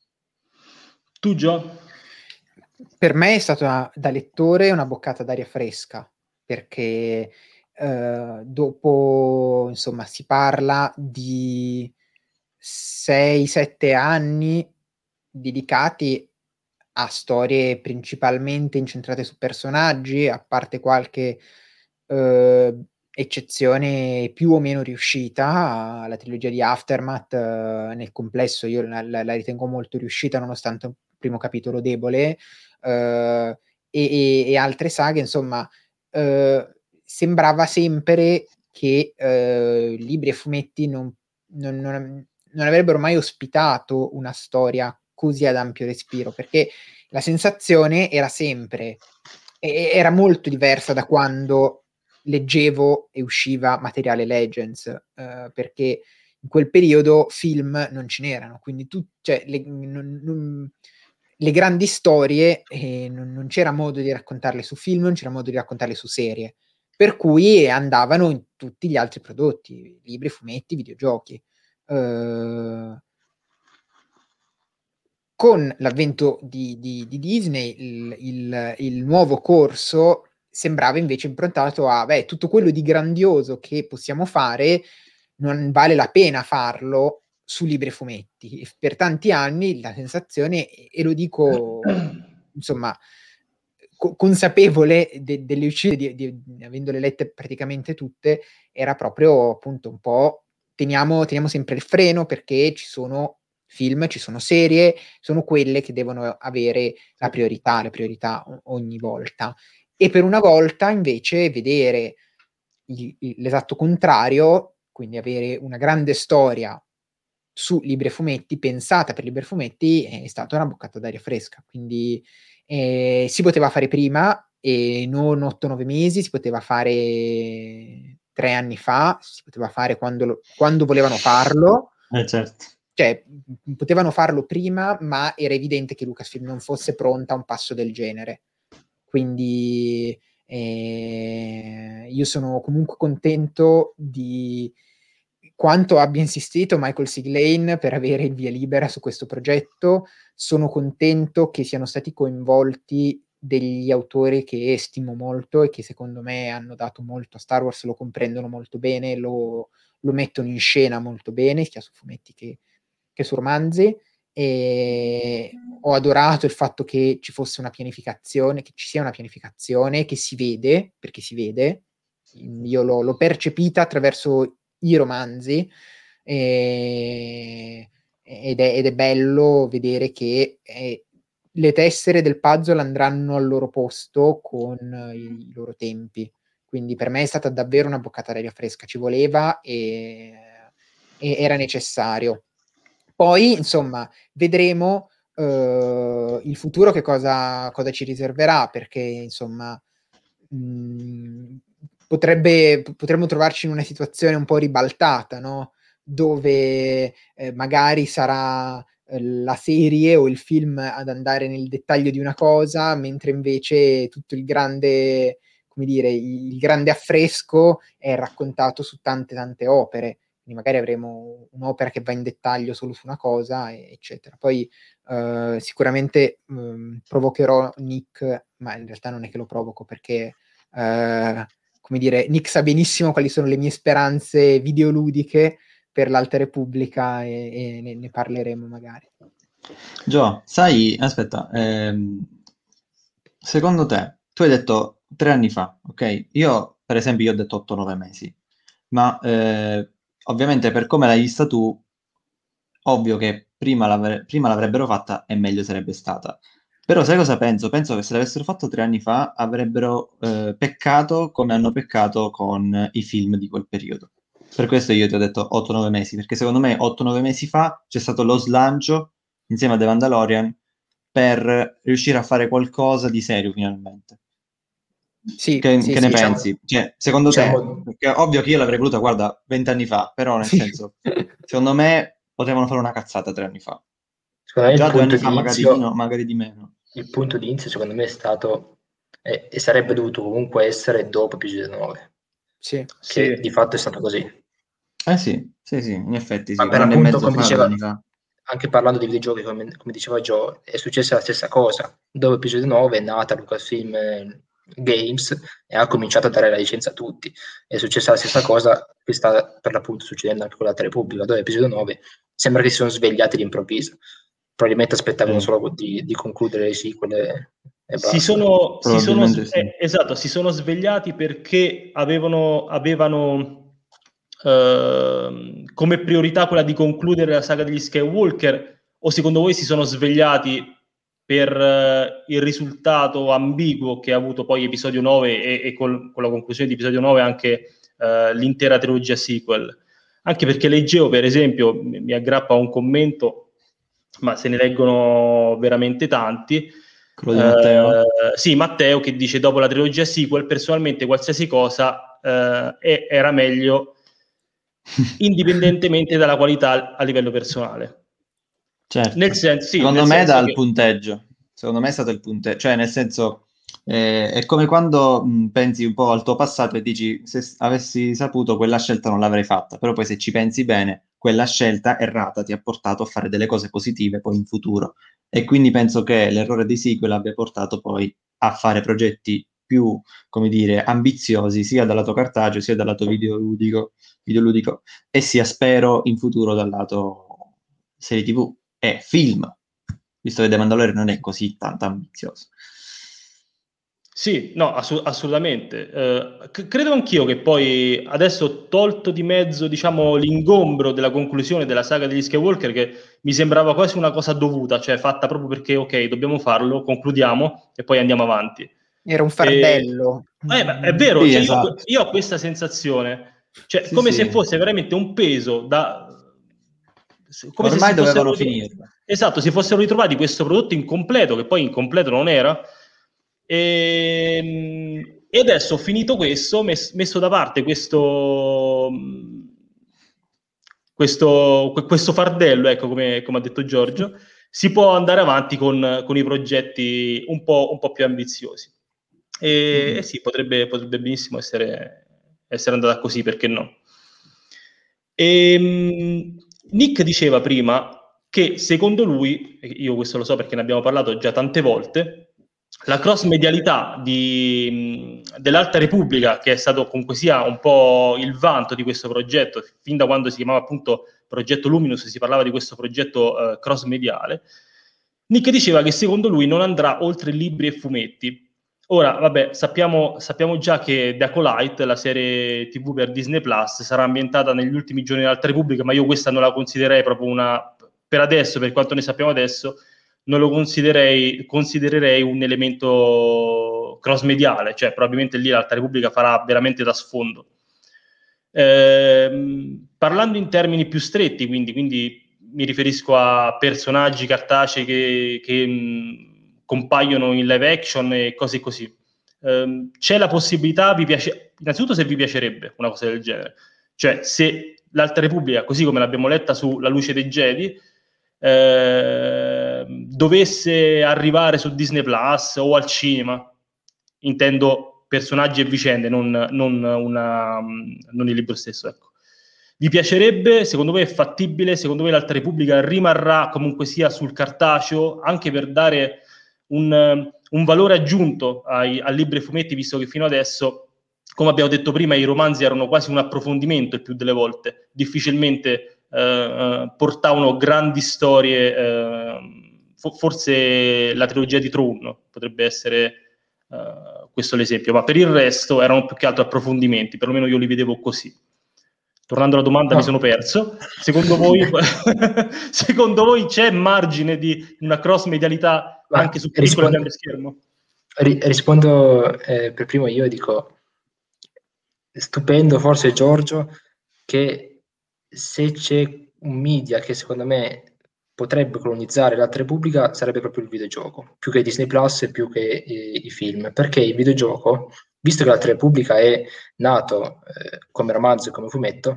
Tu, Gio? Per me è stata da lettore una boccata d'aria fresca, perché eh, dopo, insomma, si parla di sei sette anni dedicati a storie principalmente incentrate su personaggi, a parte qualche eh, eccezione più o meno riuscita. La trilogia di Aftermath, eh, nel complesso, io la, la- la ritengo molto riuscita, nonostante un primo capitolo debole, eh, e, e- e altre saghe, insomma, eh, sembrava sempre che eh, libri e fumetti non, non- non- non avrebbero mai ospitato una storia così ad ampio respiro, perché la sensazione era sempre, e- era molto diversa da quando leggevo e usciva materiale Legends, eh, perché in quel periodo film non ce n'erano, quindi tu, cioè, le, non- non- le grandi storie eh, non, non c'era modo di raccontarle su film, non c'era modo di raccontarle su serie, per cui andavano in tutti gli altri prodotti, libri, fumetti, videogiochi. Eh, con l'avvento di, di- di Disney, il, il- il nuovo corso sembrava invece improntato a, beh, tutto quello di grandioso che possiamo fare, non vale la pena farlo su libri e fumetti. E per tanti anni la sensazione, e lo dico, insomma, co- consapevole de- delle uscite, di, di- avendole lette praticamente tutte, era proprio appunto un po' teniamo, teniamo sempre il freno, perché ci sono film, ci sono serie, sono quelle che devono avere la priorità, le priorità o- ogni volta. E per una volta invece vedere il- il- l'esatto contrario, quindi avere una grande storia su libri e fumetti, pensata per libri e fumetti, è stata una boccata d'aria fresca. Quindi eh, si poteva fare prima e non otto nove mesi, si poteva fare tre anni fa, si poteva fare quando, lo- quando volevano farlo. Eh certo. Cioè, m- potevano farlo prima, ma era evidente che Lucasfilm non fosse pronta a un passo del genere. Quindi eh, io sono comunque contento di quanto abbia insistito Michael Siglain per avere il via libera su questo progetto. Sono contento che siano stati coinvolti degli autori che stimo molto e che secondo me hanno dato molto a Star Wars, lo comprendono molto bene, lo, lo mettono in scena molto bene, sia su fumetti che, che su romanzi. E ho adorato il fatto che ci fosse una pianificazione, che ci sia una pianificazione che si vede, perché si vede. Io l'ho, l'ho percepita attraverso i romanzi, e, ed, è, ed è bello vedere che eh, le tessere del puzzle andranno al loro posto con i, i loro tempi. Quindi per me è stata davvero una boccata d'aria fresca, ci voleva e, e era necessario. Poi, insomma, vedremo uh, il futuro che cosa, cosa ci riserverà, perché insomma mh, potrebbe, potremmo trovarci in una situazione un po' ribaltata, no? Dove eh, magari sarà eh, la serie o il film ad andare nel dettaglio di una cosa, mentre invece tutto il grande, come dire, il grande affresco è raccontato su tante tante opere. Quindi magari avremo un'opera che va in dettaglio solo su una cosa, eccetera. Poi uh, sicuramente um, provocherò Nick, ma in realtà non è che lo provoco perché, uh, come dire, Nick sa benissimo quali sono le mie speranze videoludiche per l'Alta Repubblica e, e ne, ne parleremo magari. Gio, sai, aspetta, ehm, secondo te, tu hai detto tre anni fa, ok? Io, per esempio, io ho detto otto nove mesi, ma eh, ovviamente per come l'hai vista tu, ovvio che prima, l'avre- prima l'avrebbero fatta e meglio sarebbe stata. Però sai cosa penso? Penso che se l'avessero fatto tre anni fa avrebbero eh, peccato come hanno peccato con i film di quel periodo. Per questo io ti ho detto otto nove mesi, perché secondo me otto nove mesi fa c'è stato lo slancio insieme a The Mandalorian per riuscire a fare qualcosa di serio finalmente. Sì, Che, sì, che sì, ne diciamo, pensi? Cioè, secondo te? diciamo, Perché è ovvio che io l'avrei voluta, guarda, vent'anni fa, però nel sì. senso, secondo me potevano fare una cazzata tre anni fa. secondo me il Già due punto anni di fa magari di no, inizio, magari di meno. il punto di inizio secondo me è stato e, e sarebbe dovuto comunque essere dopo episodio nove, Sì. che Sì. di fatto è stato così. Eh sì, sì, sì, in effetti sì, Ma un per anno e appunto, mezzo come fa, due diceva, anni fa. anche parlando di videogiochi, come, come diceva Joe, è successa la stessa cosa. Dopo episodio nove è nata Lucasfilm eh, Games e ha cominciato a dare la licenza a tutti. È successa la stessa cosa che sta per l'appunto succedendo anche con l'Alta Repubblica, dove episodio nove sembra che si sono svegliati all'improvviso. Probabilmente aspettavano Sì, solo di, di concludere le sequel e, e Si basta. sono, si sono, probabilmente s- sì. eh, esatto, si sono svegliati perché avevano, avevano ehm, come priorità quella di concludere la saga degli Skywalker, o secondo voi si sono svegliati per eh, il risultato ambiguo che ha avuto poi episodio nove e, e col- con la conclusione di episodio nove anche eh, l'intera trilogia sequel? Anche perché leggevo, per esempio, mi, mi aggrappa a un commento, ma se ne leggono veramente tanti. Quello di Matteo. Eh, sì, Matteo che dice dopo la trilogia sequel personalmente qualsiasi cosa eh, è- era meglio indipendentemente dalla qualità a livello personale. Nel Certo, senso, sì, secondo nel me senso dal che punteggio, secondo me è stato il punteggio, cioè nel senso eh, è come quando mh, pensi un po' al tuo passato e dici se s- avessi saputo quella scelta non l'avrei fatta, però poi se ci pensi bene, quella scelta errata ti ha portato a fare delle cose positive poi in futuro e quindi penso che l'errore dei sequel abbia portato poi a fare progetti più, come dire, ambiziosi sia dal lato cartaceo sia dal lato videoludico, videoludico e sia spero in futuro dal lato serie T V e film, visto che The Mandalorian non è così tanto ambizioso. sì, no, assu- assolutamente. Eh, c- credo anch'io che poi adesso tolto di mezzo, diciamo, l'ingombro della conclusione della saga degli Skywalker, che mi sembrava quasi una cosa dovuta, cioè fatta proprio perché, ok, dobbiamo farlo, concludiamo e poi andiamo avanti. Era un E, fardello. eh, ma è vero, Sì, cioè io, esatto. io ho questa sensazione, cioè Sì, come se sì. fosse veramente un peso da... come se Ormai si fossero dovevano ritro- finirla. esatto, si fossero ritrovati questo prodotto incompleto, che poi incompleto non era, e, e adesso ho finito questo, mes- messo da parte questo, questo, questo fardello, ecco come, come ha detto Giorgio, si può andare avanti con, con i progetti un po', un po' più ambiziosi. E, Mm-mm. e sì, potrebbe, potrebbe benissimo essere, essere andata così, perché no? E, Nick diceva prima che secondo lui, io questo lo so perché ne abbiamo parlato già tante volte, la cross-medialità di, dell'Alta Repubblica, che è stato comunque sia un po' il vanto di questo progetto, fin da quando si chiamava appunto Progetto Luminous, si parlava di questo progetto eh, cross-mediale, Nick diceva che secondo lui non andrà oltre libri e fumetti. Ora, vabbè, sappiamo, sappiamo già che The Acolyte, la serie tivù per Disney Plus, sarà ambientata negli ultimi giorni dell'Alta Repubblica, ma io questa non la considererei proprio una... Per adesso, per quanto ne sappiamo adesso, non lo considererei, considererei un elemento cross-mediale, cioè probabilmente lì l'Alta Repubblica farà veramente da sfondo. Eh, parlando in termini più stretti, quindi, quindi mi riferisco a personaggi cartacei che, che mh, compaiono in live action e cose così. Um, c'è la possibilità, vi piace, innanzitutto se vi piacerebbe una cosa del genere, cioè se l'Alta Repubblica, così come l'abbiamo letta su La luce dei Jedi, eh, dovesse arrivare su Disney Plus o al cinema, intendo personaggi e vicende, non, non, una, non il libro stesso, ecco. Vi piacerebbe? Secondo voi è fattibile? Secondo voi l'Alta Repubblica rimarrà comunque sia sul cartaceo, anche per dare un, un valore aggiunto ai, ai libri e fumetti, visto che fino adesso, come abbiamo detto prima, i romanzi erano quasi un approfondimento il più delle volte, difficilmente eh, portavano grandi storie, eh, forse la trilogia di Throne potrebbe essere eh, questo l'esempio, ma per il resto erano più che altro approfondimenti, perlomeno io li vedevo così. Tornando alla domanda, no. Mi sono perso. Secondo voi, secondo voi c'è margine di una cross-medialità Ma anche su piccolo e grande schermo? Ri- rispondo eh, per primo io, dico, stupendo forse Giorgio, che se c'è un media che secondo me potrebbe colonizzare l'Alta Repubblica sarebbe proprio il videogioco, più che Disney Plus e più che eh, i film, perché il videogioco, visto che l'Alta Repubblica è nato eh, come romanzo e come fumetto,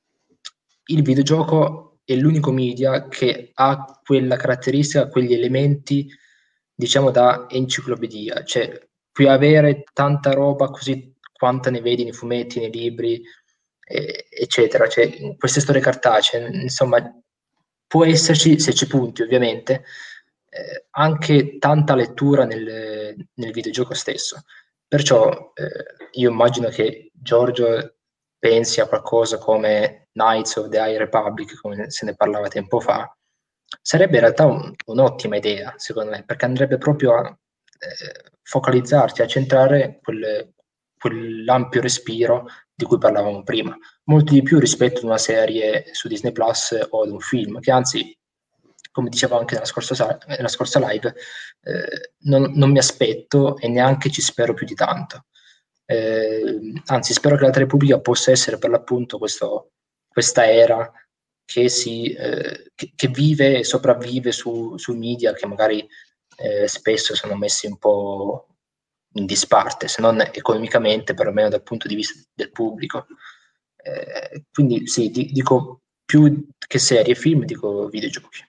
il videogioco è l'unico media che ha quella caratteristica, quegli elementi, diciamo, da enciclopedia, cioè puoi avere tanta roba così quanta ne vedi nei fumetti, nei libri, eh, eccetera, cioè queste storie cartacee, insomma, può esserci, se ci punti ovviamente, eh, anche tanta lettura nel, nel videogioco stesso. Perciò eh, io immagino che Giorgio pensi a qualcosa come Knights of the High Republic, come se ne parlava tempo fa. Sarebbe in realtà un, un'ottima idea, secondo me, perché andrebbe proprio a eh, focalizzarsi, a centrare quel, quell'ampio respiro di cui parlavamo prima, molto di più rispetto ad una serie su Disney Plus o ad un film, che anzi, come dicevo anche nella scorsa, nella scorsa live, eh, non, non mi aspetto e neanche ci spero più di tanto. Eh, anzi, spero che l'Alta Repubblica possa essere per l'appunto questo, questa era che, si, eh, che, che vive e sopravvive su, sui media che magari eh, spesso sono messi un po' in disparte, se non economicamente, perlomeno dal punto di vista del pubblico. Eh, quindi sì, di, dico più che serie film, dico videogiochi.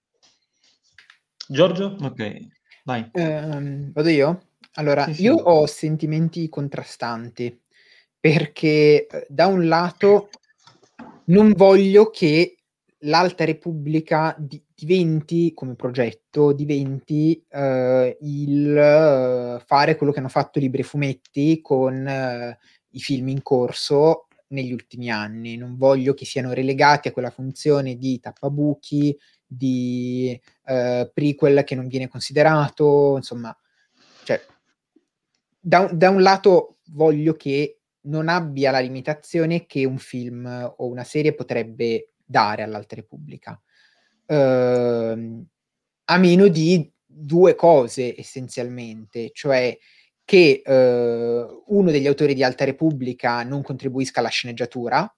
Giorgio? Ok, vai. Eh, vado io? Allora, Sì, sì. io ho sentimenti contrastanti, perché eh, da un lato non voglio che l'Alta Repubblica di- diventi, come progetto, diventi eh, il eh, fare quello che hanno fatto i libri e fumetti con eh, i film in corso negli ultimi anni. Non voglio che siano relegati a quella funzione di tappabuchi, di eh, prequel che non viene considerato, insomma, cioè, da, da un lato voglio che non abbia la limitazione che un film o una serie potrebbe dare all'Alta Repubblica, ehm, a meno di due cose essenzialmente, cioè che eh, uno degli autori di Alta Repubblica non contribuisca alla sceneggiatura,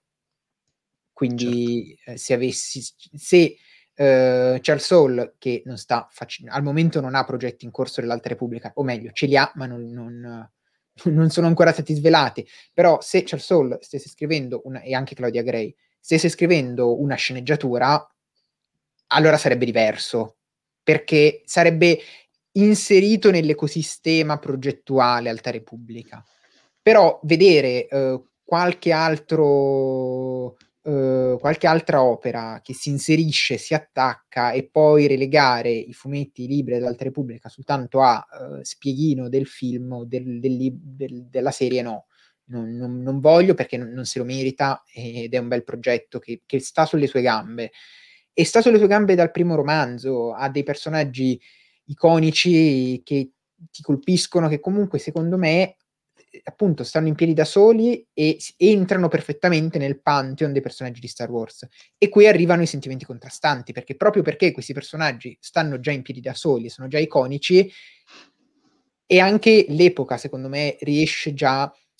quindi certo. eh, se avessi se Uh, Charles Soule, che non sta fac- al momento non ha progetti in corso dell'Alta Repubblica, o meglio, ce li ha, ma non, non, non sono ancora stati svelati. Però se Charles Soule stesse scrivendo, una, e anche Claudia Gray, stesse scrivendo una sceneggiatura, allora sarebbe diverso, perché sarebbe inserito nell'ecosistema progettuale Alta Repubblica. Però vedere uh, qualche altro... Uh, qualche altra opera che si inserisce, si attacca e poi relegare i fumetti, i libri dell'Alta Repubblica soltanto a uh, spieghino del film o del, del, del, della serie, no, non, non, non voglio, perché non, non se lo merita ed è un bel progetto che, che sta sulle sue gambe e sta sulle sue gambe dal primo romanzo, ha dei personaggi iconici che ti colpiscono, che comunque secondo me appunto stanno in piedi da soli e entrano perfettamente nel pantheon dei personaggi di Star Wars. E qui arrivano i sentimenti contrastanti, perché proprio perché questi personaggi stanno già in piedi da soli, sono già iconici, e anche l'epoca secondo me riesce già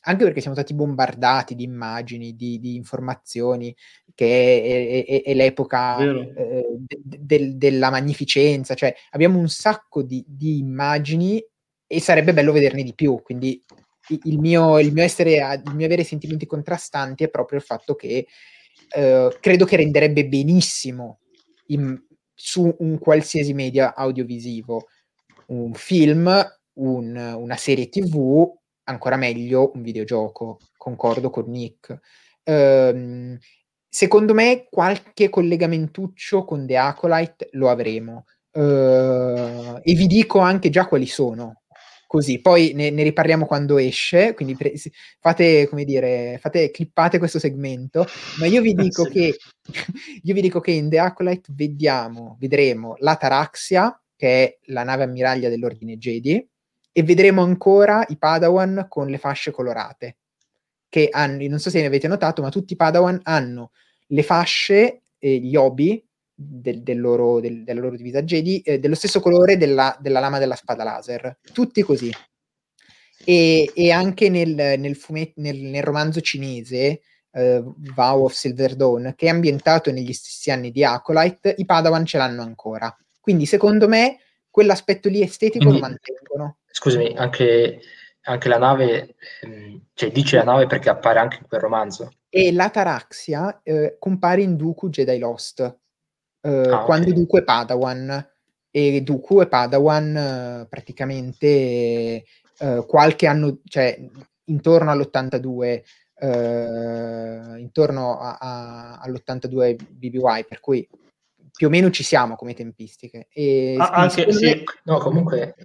anche perché siamo stati bombardati di immagini, di, di informazioni, che è, è, è l'epoca eh, de, de, della magnificenza, cioè abbiamo un sacco di, di immagini e sarebbe bello vederne di più, quindi il mio, il mio essere, il mio avere sentimenti contrastanti è proprio il fatto che eh, credo che renderebbe benissimo in, su un qualsiasi media audiovisivo un film, un, una serie tivù, ancora meglio un videogioco, concordo con Nick. Ehm, secondo me qualche collegamentuccio con The Acolyte lo avremo. Uh, e vi dico anche già quali sono, così poi ne, ne riparliamo quando esce, quindi pre- fate, come dire, fate, clippate questo segmento, ma io vi dico Sì. che io vi dico che in The Acolyte vediamo, vedremo la Taraxia, che è la nave ammiraglia dell'Ordine Jedi, e vedremo ancora i Padawan con le fasce colorate, che hanno, non so se ne avete notato, ma tutti i Padawan hanno le fasce, eh, gli obi del, del loro, del, della loro divisa Jedi, eh, dello stesso colore della, della lama della spada laser, tutti così. E, e anche nel, nel, fumetto, nel, nel romanzo cinese uh, Vow of Silver Dawn, che è ambientato negli stessi anni di Acolyte, i Padawan ce l'hanno ancora. Quindi secondo me quell'aspetto lì estetico Quindi, lo mantengono. Scusami, anche, anche la nave, ehm, cioè dice la nave perché appare anche in quel romanzo? E la Taraxia eh, compare in Dooku Jedi Lost, eh, Ah, quando ok. Dooku è Padawan, e Dooku è Padawan eh, praticamente eh, qualche anno, cioè intorno all'ottantadue, eh, intorno a, a, all'ottantadue B B Y, per cui più o meno ci siamo come tempistiche. E Ah, quindi anche, secondo sì. me, No, comunque...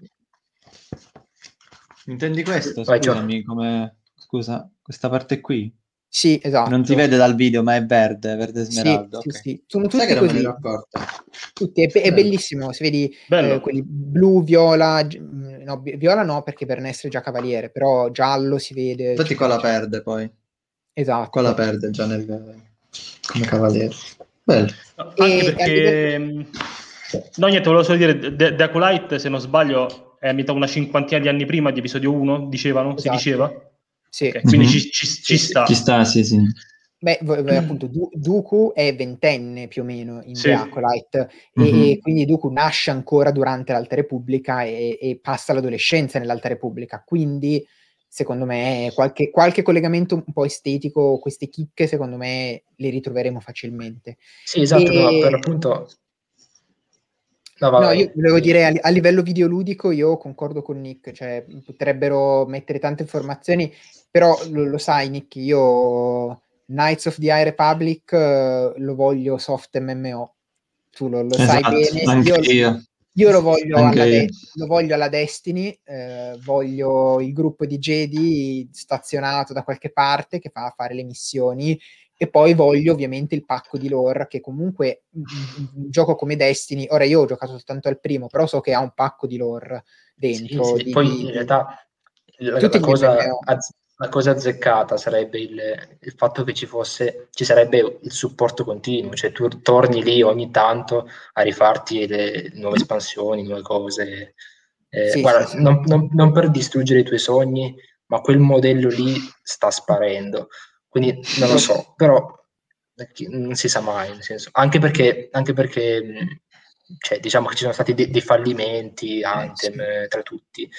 Intendi questo? Vai, Gio. Scusami, come... Scusa, questa parte qui? sì, Che non si esatto. vede dal video, ma è verde, verde Sì, smeraldo. sì, Ok. sì. Sono Sai tutti che non me ne così. ero accorto? Tutti, è, be- è Bello. bellissimo, se vedi eh, Bello. quelli blu, viola, gi- mh, no, vi- viola no perché Bernestri è già cavaliere, però giallo si vede. Infatti qua eccetera, la eccetera. perde poi. Esatto. Qua la perde già nel... come cavaliere. Bello. No, E anche a livello- perché mh, no, niente, volevo solo dire, The, The Acolyte, se non sbaglio, è ambientato una cinquantina di anni prima di episodio uno, dicevano, si Esatto. diceva. Sì. Ok, quindi Mhm. ci, ci- Sì, ci sì. sta. Ci sta, sì, sì. Beh, v- v- appunto, Du- Dooku è ventenne più o meno in Sì. The Acolyte, e, Mhm. e quindi Dooku nasce ancora durante l'Alta Repubblica e, e passa l'adolescenza nell'Alta Repubblica, quindi secondo me qualche, qualche collegamento un po' estetico, queste chicche secondo me le ritroveremo facilmente. Sì, esatto, no, E, per l'appunto... No, no, io vai, volevo dire a, a livello videoludico io concordo con Nick, cioè potrebbero mettere tante informazioni, però lo, lo sai Nick, io Knights of the High Republic eh, lo voglio soft M M O, tu lo, lo sai Esatto, bene, anche io, io. io lo, voglio Anche alla io. De- lo voglio alla Destiny, eh, voglio il gruppo di Jedi stazionato da qualche parte che fa a fare le missioni. E poi voglio ovviamente il pacco di lore, che comunque un, un, un gioco come Destiny, ora io ho giocato soltanto al primo, però so che ha un pacco di lore Sì, dentro. sì. Di, Poi di, in di... realtà la, Tutti la gli cosa, M M O. azz- la cosa azzeccata sarebbe il, il fatto che ci fosse, ci sarebbe il supporto continuo, cioè tu torni lì ogni tanto a rifarti le nuove espansioni, nuove cose. Eh, Sì, sì, guarda, sì. non, non- non per distruggere i tuoi sogni, ma quel modello lì sta sparendo. Quindi non lo so, però non si sa mai, nel senso, anche perché, anche perché mh, cioè, diciamo che ci sono stati de- dei fallimenti, Anthem, Sì. eh, tra tutti,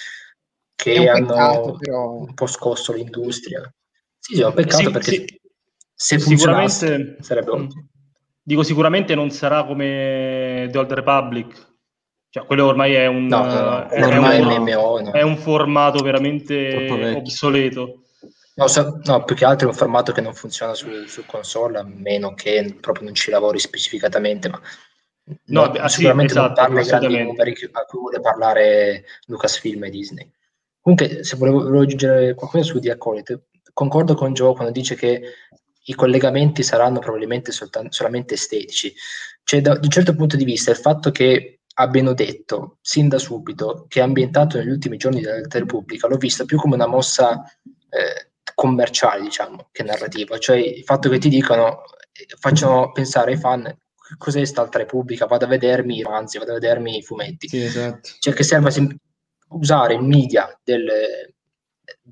È che un peccato, hanno però. un po' scosso l'industria. Sì, sì, è un peccato Sì, perché sì. se funzionasse Sicuramente, sarebbe mm, ottimo. dico sicuramente non sarà come The Old Republic, cioè quello ormai è un, No, no, no, eh, è, quello è un, Ormai proprio for- no, M M O, no. è un formato troppo veramente vecchio. obsoleto. No, so- no, più che altro è un formato che non funziona su, su console, a meno che proprio non ci lavori specificatamente, ma No, no- ah, sì, sicuramente non esatto, parla ai grandi assolutamente. numeri che- a cui vuole parlare Lucasfilm e Disney. Comunque, se volevo, volevo aggiungere qualcosa su The Acolyte, concordo con Joe quando dice che i collegamenti saranno probabilmente soltan- solamente estetici. Cioè, da, da un certo punto di vista, il fatto che abbiano detto sin da subito che è ambientato negli ultimi giorni della Repubblica, l'ho visto più come una mossa eh, commerciale, diciamo, che narrativa. Cioè, il fatto che ti dicano, eh, facciano pensare ai fan cos'è sta Alta Repubblica, vado a vedermi i romanzi, vado a vedermi i fumetti. Sì, esatto. Cioè che serve a sem- usare il media del,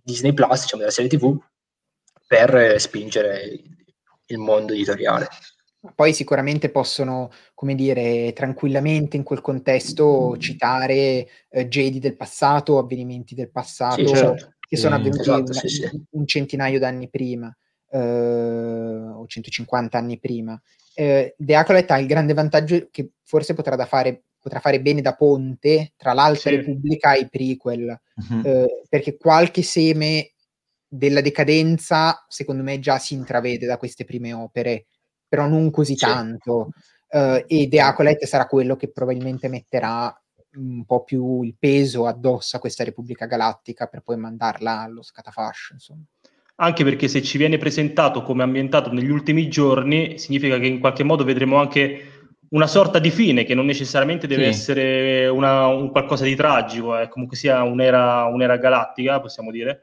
Disney Plus, diciamo della serie tivù, per eh, spingere il mondo editoriale. Poi sicuramente possono, come dire, tranquillamente in quel contesto citare eh, Jedi del passato, avvenimenti del passato Sì, certo. che sono Sì, avvenuti esatto, una- sì, sì. un centinaio d'anni prima, eh, o centocinquanta anni prima. Eh, The Acolyte ha il grande vantaggio che forse potrà, da fare, potrà fare bene da ponte tra l'Alta Sì. Repubblica e i prequel, Mhm. eh, perché qualche seme della decadenza, secondo me, già si intravede da queste prime opere, però non così Sì. tanto. Uh, e The Acolyte sarà quello che probabilmente metterà un po' più il peso addosso a questa Repubblica Galattica per poi mandarla allo scatafascio, insomma. Anche perché se ci viene presentato come ambientato negli ultimi giorni, significa che in qualche modo vedremo anche una sorta di fine, che non necessariamente deve Sì. essere una, un qualcosa di tragico, eh. Comunque sia un'era, un'era galattica, possiamo dire.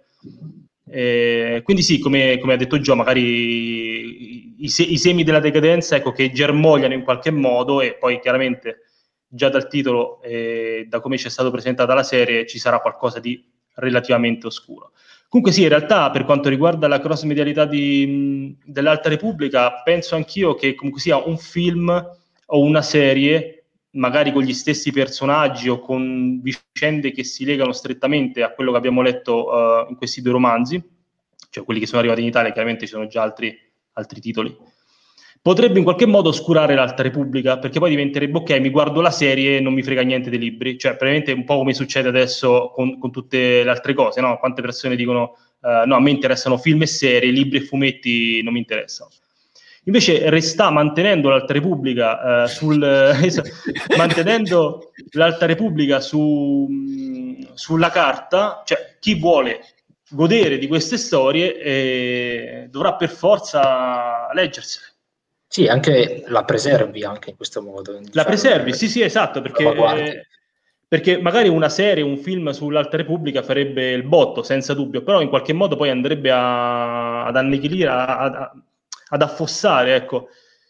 Eh, quindi sì, come, come ha detto Gio, magari i, i semi della decadenza, ecco, che germogliano in qualche modo, e poi chiaramente già dal titolo e da come ci è stata presentata la serie ci sarà qualcosa di relativamente oscuro. Comunque sì, in realtà per quanto riguarda la cross medialità di, dell'Alta Repubblica, penso anch'io che comunque sia un film o una serie, magari con gli stessi personaggi o con vicende che si legano strettamente a quello che abbiamo letto uh, in questi due romanzi, cioè quelli che sono arrivati in Italia, chiaramente ci sono già altri, altri titoli, potrebbe in qualche modo oscurare l'Alta Repubblica, perché poi diventerebbe ok, mi guardo la serie e non mi frega niente dei libri, cioè praticamente un po' come succede adesso con, con tutte le altre cose, no? Quante persone dicono uh, no, a me interessano film e serie, libri e fumetti non mi interessano. Invece resta mantenendo l'Alta Repubblica uh, sul eh, mantenendo l'Alta Repubblica su, mh, sulla carta, cioè chi vuole godere di queste storie eh, dovrà per forza leggersele. Sì, anche la preservi anche in questo modo. La diciamo, preservi, sì, sì, esatto, perché, eh, perché magari una serie, un film sull'Alta Repubblica farebbe il botto, senza dubbio, però in qualche modo poi andrebbe a, ad annichilire, a, a, ad affossare, ecco,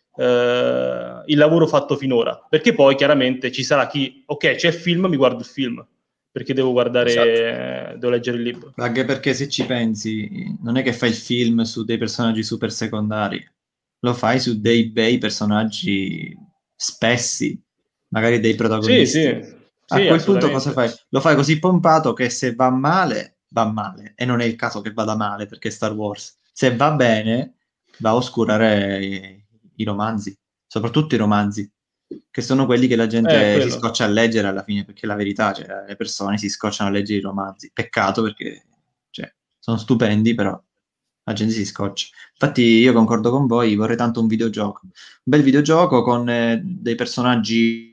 eh, il lavoro fatto finora, perché poi chiaramente ci sarà chi, ok, c'è il film, mi guardo il film, perché devo guardare, Esatto. devo leggere il libro. Anche perché se ci pensi, non è che fai il film su dei personaggi super secondari, lo fai su dei bei personaggi spessi, magari dei Sì, protagonisti. sì, A sì, quel punto cosa assolutamente. fai? Lo fai così pompato che se va male, va male. E non è il caso che vada male, perché è Star Wars. Se va bene, va a oscurare i, i romanzi, soprattutto i romanzi, che sono quelli che la Eh, gente si quello. scoccia a leggere alla fine, perché la verità, cioè, le persone si scocciano a leggere i romanzi. Peccato, perché cioè, sono stupendi, però la gente si scoccia. Infatti io concordo con voi, vorrei tanto un videogioco. Un bel videogioco con eh, dei personaggi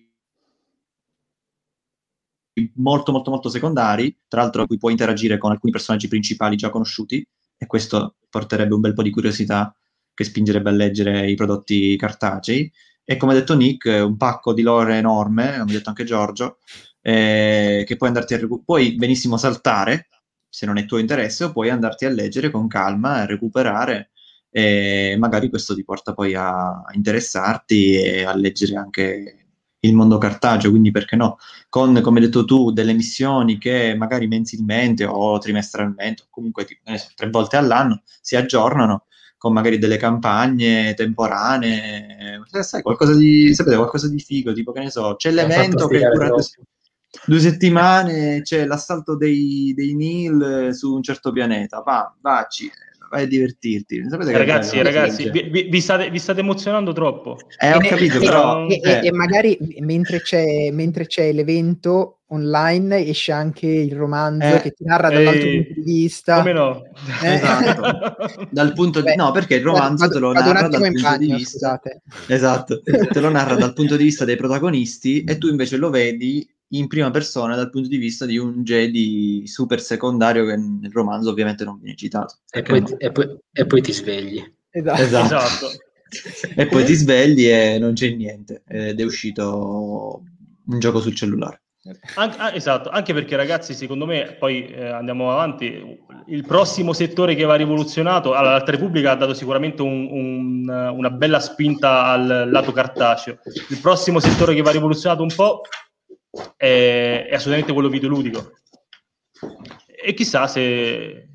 molto molto molto secondari, tra l'altro qui puoi interagire con alcuni personaggi principali già conosciuti, e questo porterebbe un bel po' di curiosità che spingerebbe a leggere i prodotti cartacei. E come ha detto Nick, un pacco di lore enorme, come ha detto anche Giorgio, eh, che puoi andarti a recu- puoi benissimo saltare se non è tuo interesse, o puoi andarti a leggere con calma e recuperare, e magari questo ti porta poi a interessarti e a leggere anche il mondo cartaceo, quindi perché no? Con, come hai detto tu, delle missioni che magari mensilmente o trimestralmente, o comunque tipo, eh, tre volte all'anno, si aggiornano con magari delle campagne temporanee, eh, sai, qualcosa di, sapete, qualcosa di figo, tipo che ne so, c'è Mi ha fatto l'evento che stirare dura due, troppo. due settimane, c'è l'assalto dei, dei Nil su un certo pianeta, va, vacci, vai a divertirti, sapete Eh, che ragazzi, bello? ragazzi, Legge. vi, vi- vi state, vi state emozionando troppo. Eh, E, ho ne- capito, e- però... e- e- eh, e magari mentre c'è, mentre c'è l'evento online esce anche il romanzo eh, che ti narra dall'altro punto di Ehi, come vista. no? Eh? Esatto. Dal punto di... Vabbè, No, perché il vado, romanzo te vado- lo vado un narra attimo dal in punto di bagno, vista... scusate. Esatto, te lo narra dal punto di vista dei protagonisti, e tu invece lo vedi in prima persona dal punto di vista di un Jedi super secondario che nel romanzo ovviamente non viene citato. E Perché poi, no? e poi- e poi ti svegli. Esatto. Esatto. Esatto. E poi ti Comun- svegli e non c'è niente, ed è uscito un gioco sul cellulare. An- ah, esatto, anche perché ragazzi, secondo me, poi eh, andiamo avanti, il prossimo settore che va rivoluzionato, allora, l'Alta Repubblica ha dato sicuramente un- un- una bella spinta al lato cartaceo. Il prossimo settore che va rivoluzionato un po' è, è assolutamente quello videoludico. E chissà se,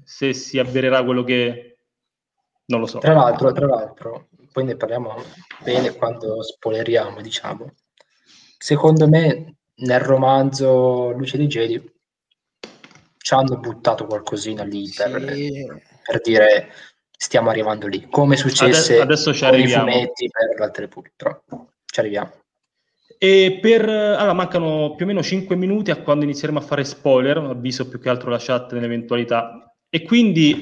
se si avvererà quello che... non lo so. Tra l'altro, tra l'altro, poi ne parliamo bene quando spoileriamo, diciamo. Secondo me, nel romanzo Luce dei Jedi ci hanno buttato qualcosina lì per, Sì. per dire stiamo arrivando lì, come successe Ade- adesso ci con i arriviamo. fumetti per l'altra Repubblica, però ci arriviamo. E per allora mancano più o meno cinque minuti a quando inizieremo a fare spoiler, avviso più che altro la chat nell'eventualità. E quindi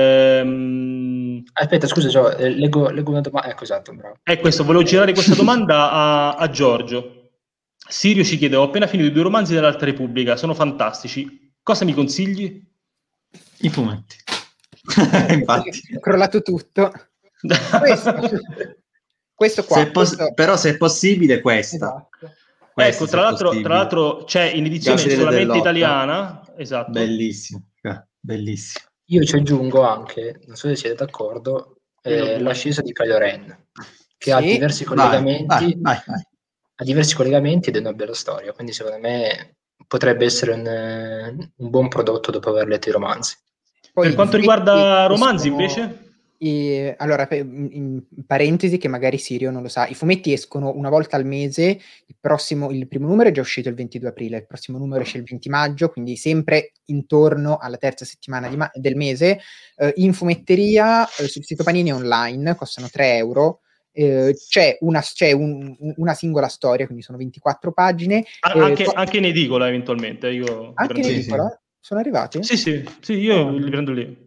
ehm... aspetta, scusa, Gio, eh, leggo, leggo una domanda. Ecco, esatto, bravo. È questo, volevo girare questa domanda a, a Giorgio. Sirio ci chiede: ho appena finito i due romanzi dell'Alta Repubblica, sono fantastici. Cosa mi consigli? I fumetti. Infatti. Ho crollato tutto. Questo, questo qua. Se poss- questo... Però se è possibile questa. Esatto. Ecco, tra l'altro, tra l'altro c'è in edizione Gabriele solamente Dell'Otta. italiana. Esatto. Bellissimo, bellissimo. Io ci aggiungo anche, non so se siete d'accordo, eh, l'ascesa di Kylo Ren, che Sì. ha diversi collegamenti, vai, vai, vai. ha diversi collegamenti ed è una bella storia, quindi secondo me potrebbe essere un, un buon prodotto dopo aver letto i romanzi. Poi per quanto riguarda romanzi, escono... invece? E, allora, in parentesi, che magari Sirio non lo sa, i fumetti escono una volta al mese. Il prossimo, il primo numero è già uscito il ventidue aprile, il prossimo numero esce il venti maggio, quindi sempre intorno alla terza settimana di ma- del mese. Eh, in fumetteria, eh, sul sito Panini online, costano tre euro. Eh, c'è, una, c'è un, una singola storia, quindi sono ventiquattro pagine. Ah, eh, anche, co- anche in edicola, eventualmente. Io anche in Sì, edicola? sì. Sono arrivati? Sì, sì, sì, io Ah. li prendo lì.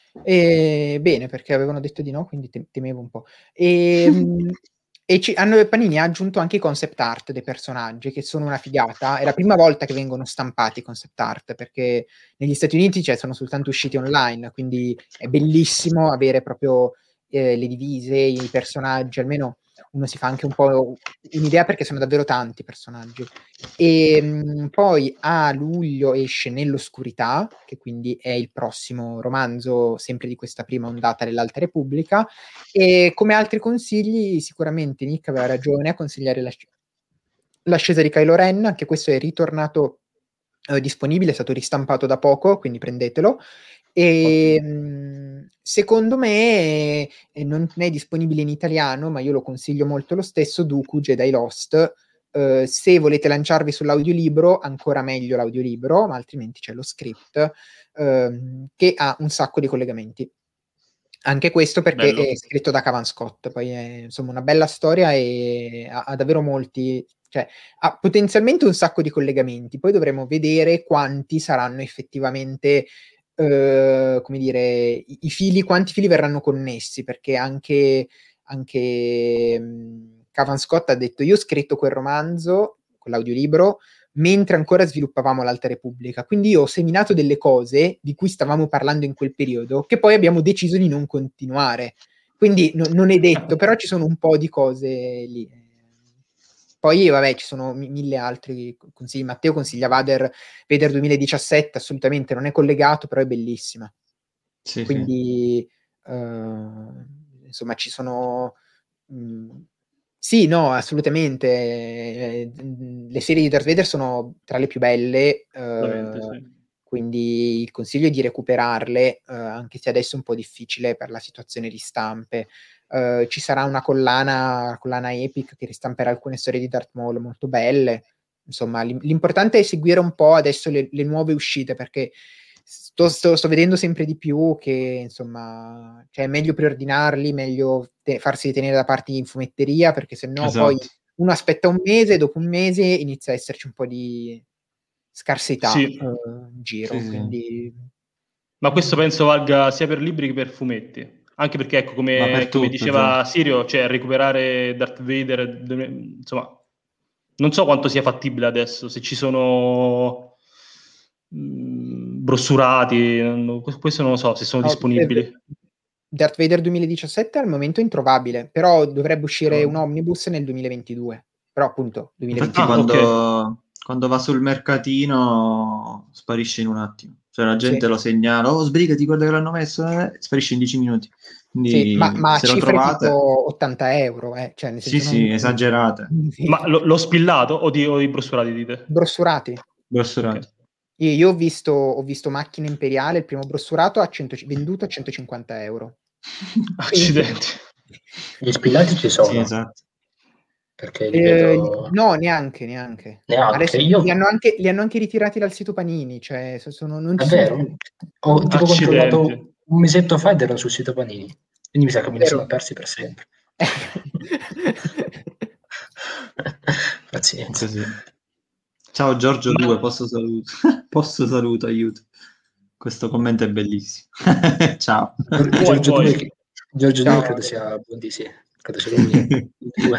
E, bene, perché avevano detto di no, quindi te- temevo un po'. E, e ci, hanno, Panini ha aggiunto anche i concept art dei personaggi, che sono una figata. È la prima volta che vengono stampati i concept art, perché negli Stati Uniti cioè, sono soltanto usciti online, quindi è bellissimo avere proprio eh, le divise, i personaggi, almeno uno si fa anche un po' un'idea, perché sono davvero tanti personaggi. E mh, poi a luglio esce Nell'oscurità, che quindi è il prossimo romanzo sempre di questa prima ondata dell'Alta Repubblica. E come altri consigli, sicuramente Nick aveva ragione a consigliare l'asc- l'ascesa di Kylo Ren, anche questo è ritornato eh, disponibile, è stato ristampato da poco, quindi prendetelo. E mh, secondo me eh, non è disponibile in italiano, ma io lo consiglio molto lo stesso, Dooku Jedi Lost. Uh, se volete lanciarvi sull'audiolibro, ancora meglio l'audiolibro, ma altrimenti c'è lo script uh, che ha un sacco di collegamenti. Anche questo perché Bello. è scritto da Cavan Scott, poi è insomma una bella storia e ha, ha davvero molti, cioè ha potenzialmente un sacco di collegamenti, poi dovremo vedere quanti saranno effettivamente, uh, come dire, i, i fili, quanti fili verranno connessi, perché anche, anche mh, Cavan Scott ha detto: io ho scritto quel romanzo, quell'audiolibro, mentre ancora sviluppavamo l'Alta Repubblica, quindi io ho seminato delle cose di cui stavamo parlando in quel periodo, che poi abbiamo deciso di non continuare, quindi no, non è detto, però ci sono un po' di cose lì. Poi vabbè, ci sono mille altri consigli. Matteo consiglia Vader, Vader duemiladiciassette, assolutamente non è collegato, però è bellissima. Sì, quindi sì. Uh, insomma ci sono mh, sì, no, assolutamente eh, le serie di Darth Vader sono tra le più belle, uh, Sì. quindi il consiglio è di recuperarle, uh, anche se adesso è un po' difficile per la situazione di stampe. Uh, ci sarà una collana, una collana Epic che ristamperà alcune storie di Darth Maul molto belle. Insomma, l'importante è seguire un po' adesso le, le nuove uscite, perché sto, sto, sto vedendo sempre di più che insomma, cioè è meglio preordinarli, meglio te- farsi tenere da parte in fumetteria, perché sennò esatto. poi uno aspetta un mese, dopo un mese inizia a esserci un po' di scarsità Sì. uh, in giro. Sì, quindi... Ma questo penso valga sia per libri che per fumetti. Anche perché, ecco, come, tutto, come diceva cioè. Sirio, cioè recuperare Darth Vader, insomma, non so quanto sia fattibile adesso, se ci sono mh, brossurati, non, questo non lo so, se sono no, disponibili. Darth Vader duemiladiciassette al momento è introvabile, però dovrebbe uscire Oh. un omnibus nel duemilaventidue. Però appunto duemilaventidue. Infatti Ah, quando, okay. quando va sul mercatino sparisce in un attimo. Cioè la gente sì. lo segnala, oh sbrigati, guarda che l'hanno messo, eh, sparisce in dieci minuti. Quindi sì, ma, ma se lo cifre trovate... tipo ottanta euro, eh? Cioè, nel Sì, senso sì, non... esagerate. Sì. Ma lo, l'ho spillato o, di, o i brossurati dite? Brossurati. Brossurati. Okay. Io, io ho visto ho visto Macchina Imperiale, il primo brossurato a cento, venduto a centocinquanta euro. Accidenti. Gli spillati ci sono. Sì, esatto. Perché li Eh, vedo... no, neanche, neanche. Neanche, Adesso io... li hanno anche, li hanno anche ritirati dal sito Panini, cioè so- sono, non È ci sono vero, più. ho tipo Accidenti. controllato un mesetto fa ed erano sul sito Panini, quindi mi sa che me li Vero. sono persi per sempre. Pazienza. Così. Ciao Giorgio Ma- due, posso saluto? Posso saluto, aiuto. Questo commento è bellissimo. Ciao. Gior- Vuoi, Giorgio vuoi. due, Giorgio Ciao. due credo sia Bondi, sì, credo sia lui. due.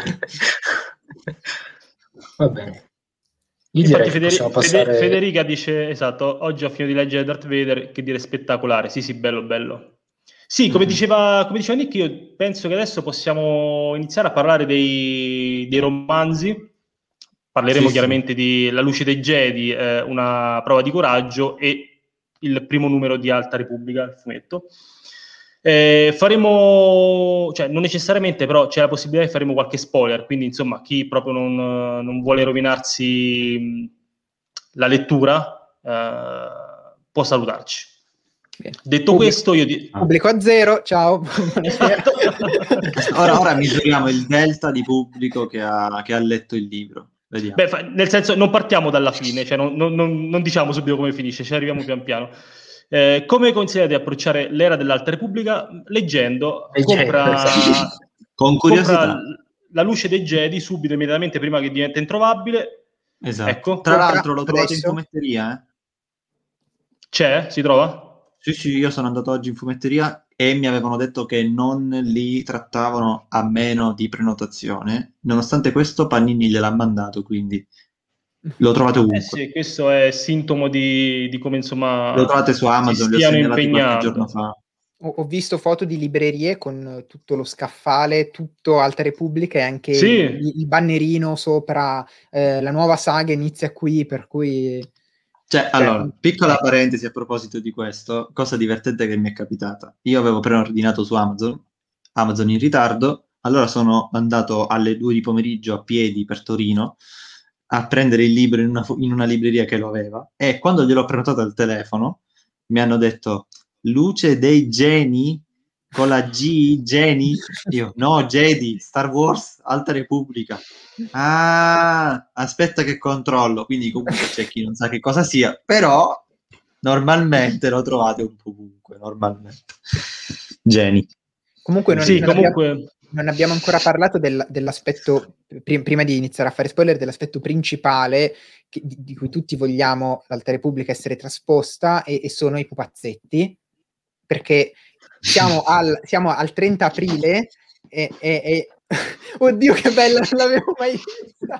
Va bene. Io Infatti direi che Federi- possiamo Fede- passare... Federica dice, esatto, oggi ho finito di leggere Darth Vader, che dire spettacolare. Sì, sì, bello, bello. Sì, come Mhm. diceva, come diceva Nick, io penso che adesso possiamo iniziare a parlare dei, dei romanzi. Parleremo Sì, sì. chiaramente di La luce dei Jedi, eh, una prova di coraggio, e il primo numero di Alta Repubblica, il fumetto. Eh, faremo, cioè non necessariamente, però c'è la possibilità che faremo qualche spoiler, quindi insomma chi proprio non, non vuole rovinarsi mh, la lettura eh, può salutarci. Bene. Detto Pubblico, questo, io di... pubblico a zero, ciao, buonasera. Ora, ora misuriamo il delta di pubblico che ha, che ha letto il libro. Vediamo. Beh, fa- nel senso, non partiamo dalla fine, cioè non, non- non- non diciamo subito come finisce, ci arriviamo pian piano. Eh, come consigliate di approcciare l'era dell'Alta Repubblica? Leggendo, Leggendo, compra, esatto. Con compra curiosità. l- La luce dei Jedi subito, immediatamente prima che diventa introvabile. Esatto. Ecco, Tra Compra l'altro lo trovate in adesso? fumetteria, eh? c'è? Si trova? Sì, sì, io sono andato oggi in fumetteria e mi avevano detto che non li trattavano a meno di prenotazione. Nonostante questo, Panini gliel'ha mandato, quindi lo trovate Eh ovunque. sì, questo è sintomo di, di come Lo insomma trovate su si Amazon, li ho stiano segnalati qualche giorno impegnando. fa. Ho, ho visto foto di librerie con tutto lo scaffale, tutto Alta Repubblica e anche Sì. il, il bannerino sopra eh, la nuova saga inizia qui, per cui... Cioè, Cioè, allora, piccola eh, parentesi a proposito di questo, cosa divertente che mi è capitata. Io avevo preordinato su Amazon, Amazon in ritardo, allora sono andato alle due di pomeriggio a piedi per Torino a prendere il libro in una, fu- in una libreria che lo aveva, e quando gliel'ho prenotato al telefono mi hanno detto Luce dei Geni con la G, Geni? Io, no, Jedi, Star Wars, Alta Repubblica. Ah, aspetta che controllo. Quindi comunque c'è chi non sa che cosa sia, però normalmente lo trovate un po' ovunque, normalmente. Geni. Comunque non, Sì, non abbiamo, comunque... non abbiamo ancora parlato del- dell'aspetto, pri- prima di iniziare a fare spoiler, dell'aspetto principale che- di, di cui tutti vogliamo l'Alta Repubblica essere trasposta, e, e sono i pupazzetti, perché siamo al, siamo al trenta aprile e, e- e- oddio che bella, non l'avevo mai vista.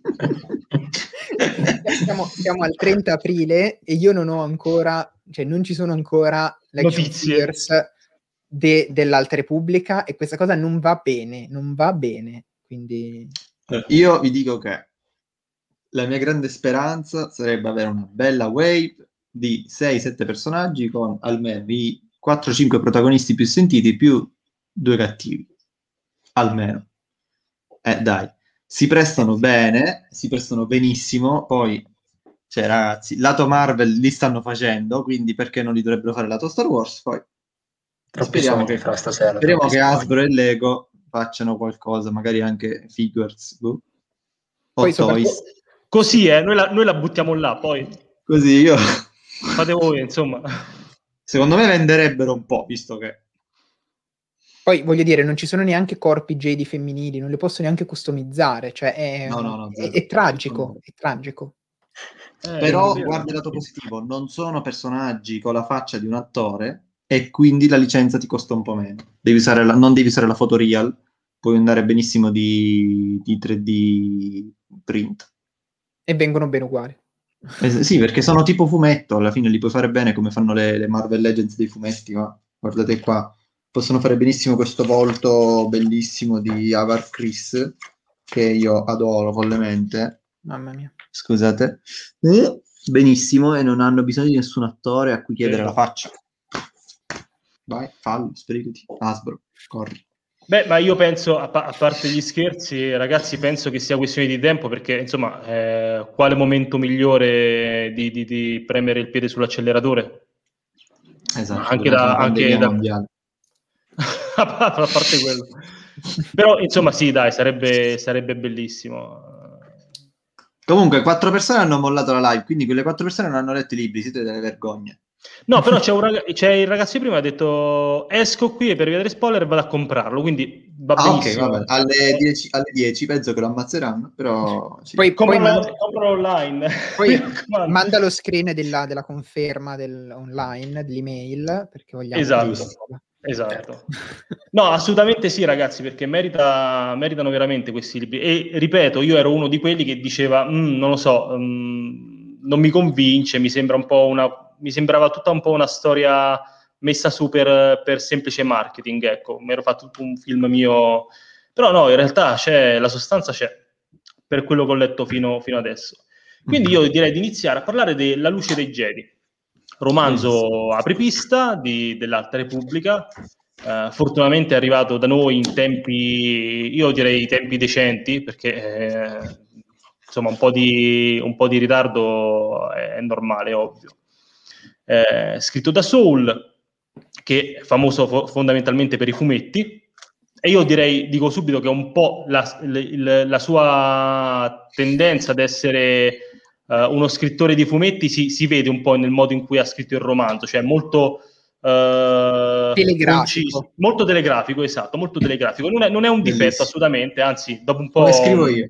Siamo, siamo al trenta aprile e io non ho ancora, cioè non ci sono ancora l'action Notizie. figures de- dell'Alta Repubblica, e questa cosa non va bene, non va bene, quindi... Io vi dico che la mia grande speranza sarebbe avere una bella wave di sei sette personaggi con almeno i quattro cinque protagonisti più sentiti più due cattivi. Almeno. Eh, dai, si prestano bene, si prestano benissimo, poi, cioè ragazzi, lato Marvel li stanno facendo, quindi perché non li dovrebbero fare lato Star Wars? Poi Troppi speriamo sogni che, fra stasera. speriamo troppi che sogni. Hasbro e Lego facciano qualcosa, magari anche figures, boh, Poi o soprattutto... toys. Così, eh, noi la, noi la buttiamo là, poi Così io... fate voi, insomma. Secondo me venderebbero un po', visto che... Poi voglio dire, non ci sono neanche corpi Jedi femminili, non li posso neanche customizzare, cioè è, No, no, no, è- zero. è tragico, è tragico. Eh, Però vero. guardi il lato positivo, non sono personaggi con la faccia di un attore e quindi la licenza ti costa un po' meno. Devi usare la- non devi usare la foto real, puoi andare benissimo di, di tre D print. E vengono bene uguali. Eh, sì, perché sono tipo fumetto, alla fine li puoi fare bene come fanno le, le Marvel Legends dei fumetti, ma guardate qua, possono fare benissimo questo volto bellissimo di Avar Chris, che io adoro follemente. Mamma mia. Scusate, Eh, benissimo, e non hanno bisogno di nessun attore a cui chiedere Vero. la faccia. Vai, fallo, sbrigati, Hasbro, corri. Beh, ma io penso, a, pa- a parte gli scherzi, ragazzi, penso che sia questione di tempo, perché insomma, eh, quale momento migliore di, di- di premere il piede sull'acceleratore? Esatto, Anche durante una da, anche pandemia da... mondiale. a parte quello. Però, insomma, sì, dai, sarebbe, sarebbe bellissimo. Comunque, quattro persone hanno mollato la live, quindi quelle quattro persone non hanno letto i libri, siete delle vergogne. No, però c'è, un raga- c'è il ragazzo di prima che ha detto esco qui e per via delle spoiler vado a comprarlo, quindi va Ah, ok, benissimo. vabbè, alle dieci, alle dieci penso che lo ammazzeranno, però... Sì. Poi, poi, Compralo, man- compralo online. poi Mi raccomando. manda lo screen della, della conferma del, online, dell'email, perché vogliamo Esatto, questa roba. esatto. No, assolutamente sì, ragazzi, perché merita, meritano veramente questi libri. E ripeto, io ero uno di quelli che diceva, "Mm, non lo so, mm, non mi convince, mi sembra un po' una, mi sembrava tutta un po' una storia messa su per, per semplice marketing, ecco, mi ero fatto tutto un film mio, però no, in realtà c'è, la sostanza c'è, per quello che ho letto fino, fino adesso. Quindi io direi di iniziare a parlare della Luce dei Jedi, romanzo apripista di, dell'Alta Repubblica. Uh, fortunatamente è arrivato da noi in tempi, io direi tempi decenti, perché eh, insomma un po' di, un po' di ritardo è, è normale, è ovvio. Eh, scritto da Soul, che è famoso fo- fondamentalmente per i fumetti, e io direi, dico subito che è un po' la, la, la sua tendenza ad essere uh, uno scrittore di fumetti si, si vede un po' nel modo in cui ha scritto il romanzo, cioè molto uh, Telegrafico. conciso, molto telegrafico, esatto, molto telegrafico. Non è, non è un difetto Bellissimo. assolutamente, anzi, dopo un po'... Come scrivo io.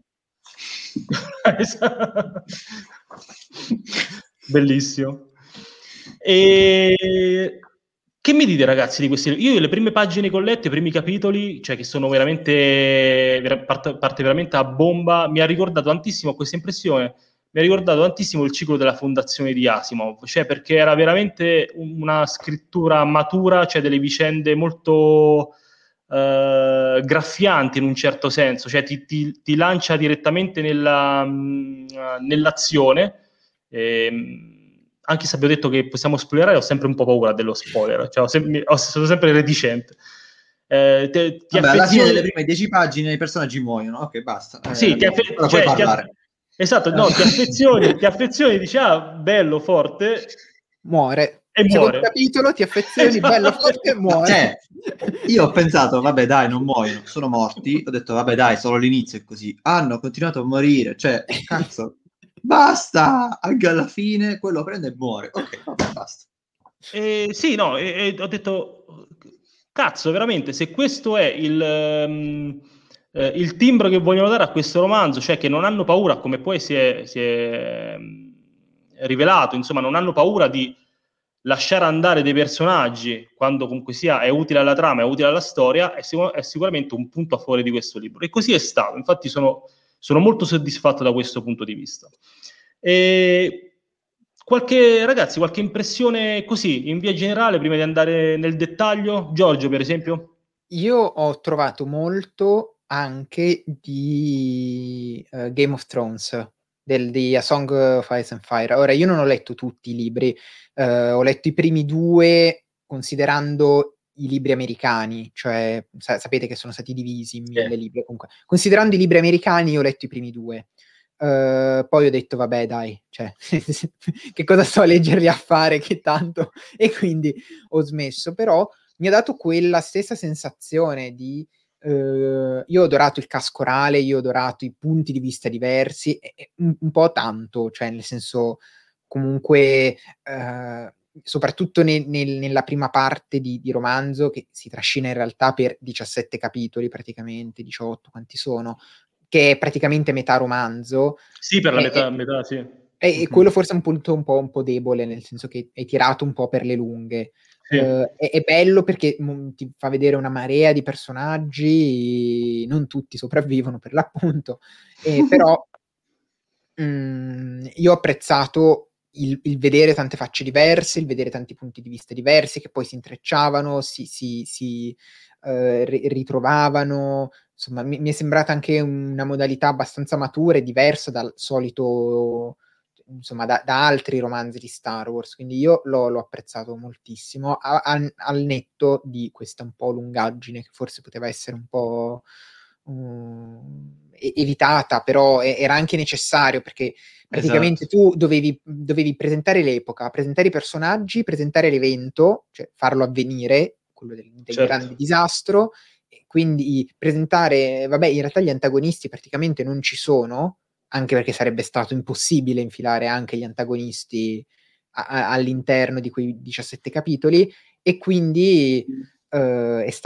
Bellissimo. E che mi dite, ragazzi, di questi? Io le prime pagine che ho letto, i primi capitoli, cioè che sono veramente vera- parte, parte veramente a bomba, mi ha ricordato tantissimo questa impressione, mi ha ricordato tantissimo il ciclo della fondazione di Asimov, cioè perché era veramente una scrittura matura, cioè delle vicende molto eh, graffianti in un certo senso, cioè ti, ti, ti lancia direttamente nella, mh, nell'azione. Ehm, anche se abbiamo detto che possiamo spoilerare, ho sempre un po' paura dello spoiler, cioè ho sem- ho- sono sempre reticente. Eh, te, ti Vabbè, alla fine affezioni... delle prime dieci pagine i personaggi muoiono. Ok, basta. Eh, Sì, ti allora, affe- allora puoi cioè, ti aff- parlare. esatto, no, ti affezioni, ti affezioni, dici, ah, bello, forte, Muore. e Secondo muore. capitolo, ti affezioni, bello Esatto. forte, muore. Cioè, io ho pensato, vabbè dai, non muoiono, sono morti. Ho detto, vabbè dai, solo l'inizio è così. Hanno continuato a morire. Cioè, cazzo, basta! Anche alla fine quello prende e muore. Ok, vabbè, basta. Eh, sì, no, e, e ho detto, cazzo, veramente, se questo è il, ehm, eh, il timbro che vogliono dare a questo romanzo, cioè che non hanno paura, come poi si è, si è ehm, rivelato, insomma, non hanno paura di lasciare andare dei personaggi quando comunque sia è utile alla trama, è utile alla storia, è, sicur- è sicuramente un punto a favore di questo libro. E così è stato, infatti sono, sono molto soddisfatto da questo punto di vista. E qualche, ragazzi, qualche impressione così, in via generale, prima di andare nel dettaglio? Giorgio, per esempio? Io ho trovato molto anche di uh, Game of Thrones, del, di A Song of Ice and Fire. Ora, io non ho letto tutti i libri, uh, ho letto i primi due considerando i libri americani, cioè sa- sapete che sono stati divisi in mille Sì. libri comunque. Considerando i libri americani, io ho letto i primi due. Uh, poi ho detto, vabbè, dai, cioè, che cosa sto a leggerli a fare, che tanto... E quindi ho smesso, però mi ha dato quella stessa sensazione di eh, io ho adorato il casco orale, io ho adorato i punti di vista diversi, e, e un, un po' tanto, cioè nel senso comunque eh, soprattutto ne, nel, nella prima parte di, di romanzo che si trascina in realtà per diciassette capitoli praticamente, diciotto quanti sono, che è praticamente metà romanzo. Sì, per la è, metà, è, metà sì. e Mhm. quello forse è un punto un po', un po' debole, nel senso che è tirato un po' per le lunghe. Sì. Uh, è, è bello perché mh, ti fa vedere una marea di personaggi, non tutti sopravvivono per l'appunto, eh, però mh, io ho apprezzato il, il vedere tante facce diverse, il vedere tanti punti di vista diversi che poi si intrecciavano, si, si, si uh, ri- ritrovavano. Insomma, mi, mi è sembrata anche una modalità abbastanza matura e diversa dal solito insomma da, da altri romanzi di Star Wars, quindi io l'ho, l'ho apprezzato moltissimo, a, a, al netto di questa un po' lungaggine che forse poteva essere un po' um, evitata, però era anche necessario, perché praticamente esatto. tu dovevi, dovevi presentare l'epoca, presentare i personaggi, presentare l'evento, cioè farlo avvenire, quello del, del Certo. grande disastro, e quindi presentare, vabbè, in realtà gli antagonisti praticamente non ci sono, anche perché sarebbe stato impossibile infilare anche gli antagonisti a, a, all'interno di quei diciassette capitoli, e quindi eh, è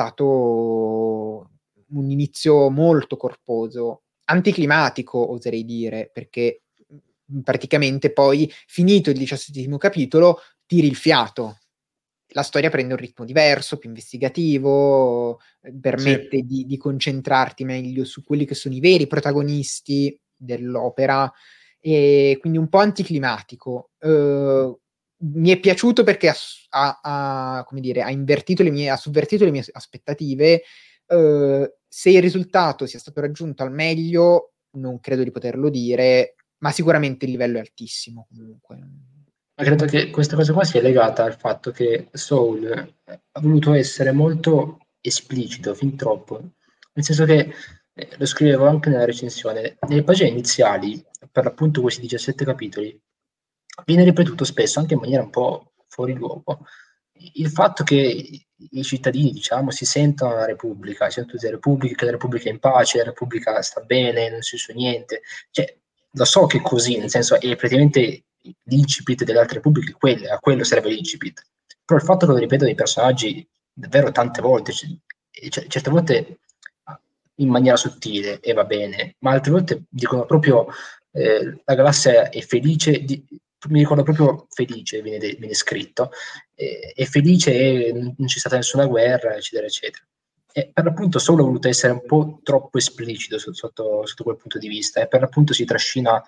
stato un inizio molto corposo, anticlimatico oserei dire, perché praticamente poi, finito il diciassettesimo capitolo, tiri il fiato. La storia prende un ritmo diverso, più investigativo, permette Sì. di, di concentrarti meglio su quelli che sono i veri protagonisti dell'opera, e quindi un po' anticlimatico. Uh, mi è piaciuto perché ha, ha, ha, come dire, ha invertito le mie, ha sovvertito le mie aspettative. Uh, se il risultato sia stato raggiunto al meglio, non credo di poterlo dire, ma sicuramente il livello è altissimo comunque. Ma credo che questa cosa qua sia legata al fatto che Soul ha voluto essere molto esplicito, fin troppo, nel senso che, eh, lo scrivevo anche nella recensione, nelle pagine iniziali, per appunto questi diciassette capitoli, viene ripetuto spesso, anche in maniera un po' fuori luogo, il fatto che i cittadini, diciamo, si sentono la Repubblica, si sentono la Repubblica, che la Repubblica è in pace, la Repubblica sta bene, non succede niente. Cioè, lo so che è così, nel senso è praticamente l'incipit delle altre repubbliche, quelle, a quello serve l'incipit. Però il fatto che lo ripetono i personaggi davvero tante volte, cioè, certe volte in maniera sottile e va bene, ma altre volte dicono proprio eh, la galassia è felice, di, mi ricordo proprio felice, viene, de, viene scritto, eh, è felice e non c'è stata nessuna guerra, eccetera, eccetera. E per l'appunto Solo ha voluto essere un po' troppo esplicito sotto, sotto, sotto quel punto di vista, e per l'appunto si trascina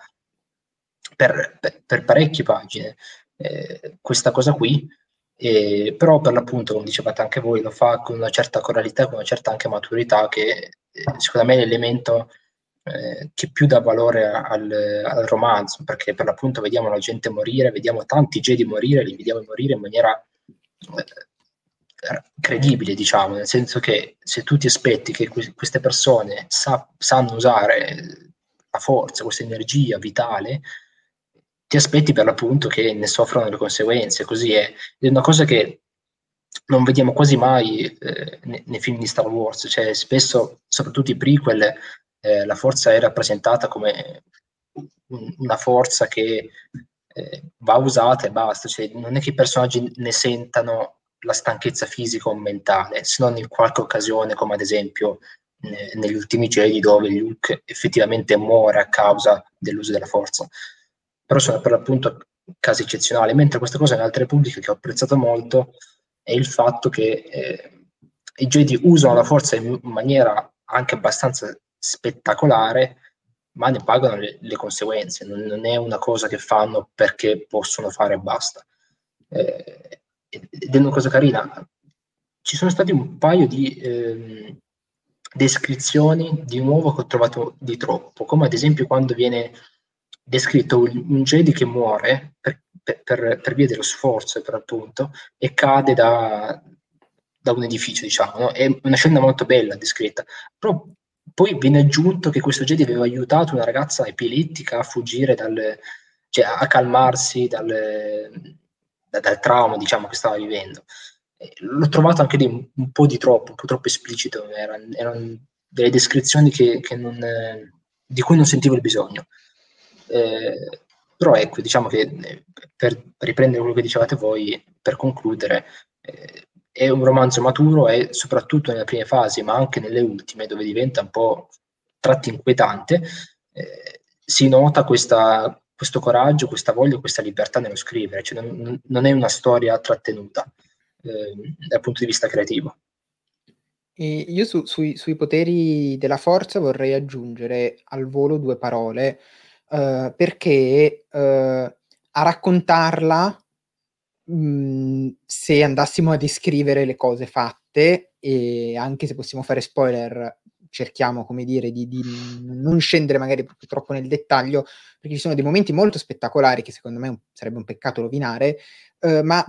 per, per, per parecchie pagine eh, questa cosa qui, eh, però per l'appunto, come dicevate anche voi, lo fa con una certa coralità, con una certa anche maturità, che eh, secondo me è l'elemento eh, che più dà valore al, al romanzo, perché per l'appunto vediamo la gente morire, vediamo tanti Jedi morire, li vediamo morire in maniera eh, credibile, diciamo, nel senso che se tu ti aspetti che que- queste persone sa- sanno usare la forza, questa energia vitale, ti aspetti per l'appunto che ne soffrano le conseguenze, così è. È una cosa che non vediamo quasi mai eh, nei, nei film di Star Wars, cioè spesso, soprattutto i prequel, eh, la forza è rappresentata come un, una forza che eh, va usata e basta, cioè, non è che i personaggi ne sentano la stanchezza fisica o mentale, se non in qualche occasione, come ad esempio eh, negli ultimi Jedi, dove Luke effettivamente muore a causa dell'uso della forza. Però sono per l'appunto casi eccezionali, mentre questa cosa in altre repubbliche che ho apprezzato molto è il fatto che eh, i Jedi usano la forza in maniera anche abbastanza spettacolare, ma ne pagano le, le conseguenze, non, non è una cosa che fanno perché possono fare e basta. Eh, ed è una cosa carina. Ci sono stati un paio di ehm, descrizioni di nuovo che ho trovato di troppo, come ad esempio quando viene descritto un, un Jedi che muore per, per, per, per via dello sforzo, per appunto, e cade da, da un edificio, diciamo, no? È una scena molto bella descritta, però poi viene aggiunto che questo Jedi aveva aiutato una ragazza epilettica a fuggire dal, cioè a calmarsi dal, da, dal trauma, diciamo, che stava vivendo. Eh, L'ho trovato anche lì un, un po' di troppo, un po' troppo esplicito, erano, erano delle descrizioni che, che non, eh, di cui non sentivo il bisogno. Eh, però ecco, diciamo che eh, per riprendere quello che dicevate voi, per concludere, eh, è un romanzo maturo e soprattutto nelle prime fasi, ma anche nelle ultime, dove diventa un po' tratti inquietante, eh, si nota questa, questo coraggio, questa voglia, questa libertà nello scrivere, cioè non, non è una storia trattenuta eh, dal punto di vista creativo. E io su- sui, sui poteri della forza vorrei aggiungere al volo due parole, eh, perché eh, a raccontarla, mh, se andassimo a descrivere le cose fatte, e anche se possiamo fare spoiler, cerchiamo, come dire, di, di non scendere magari troppo nel dettaglio, perché ci sono dei momenti molto spettacolari che secondo me un, sarebbe un peccato rovinare, eh, ma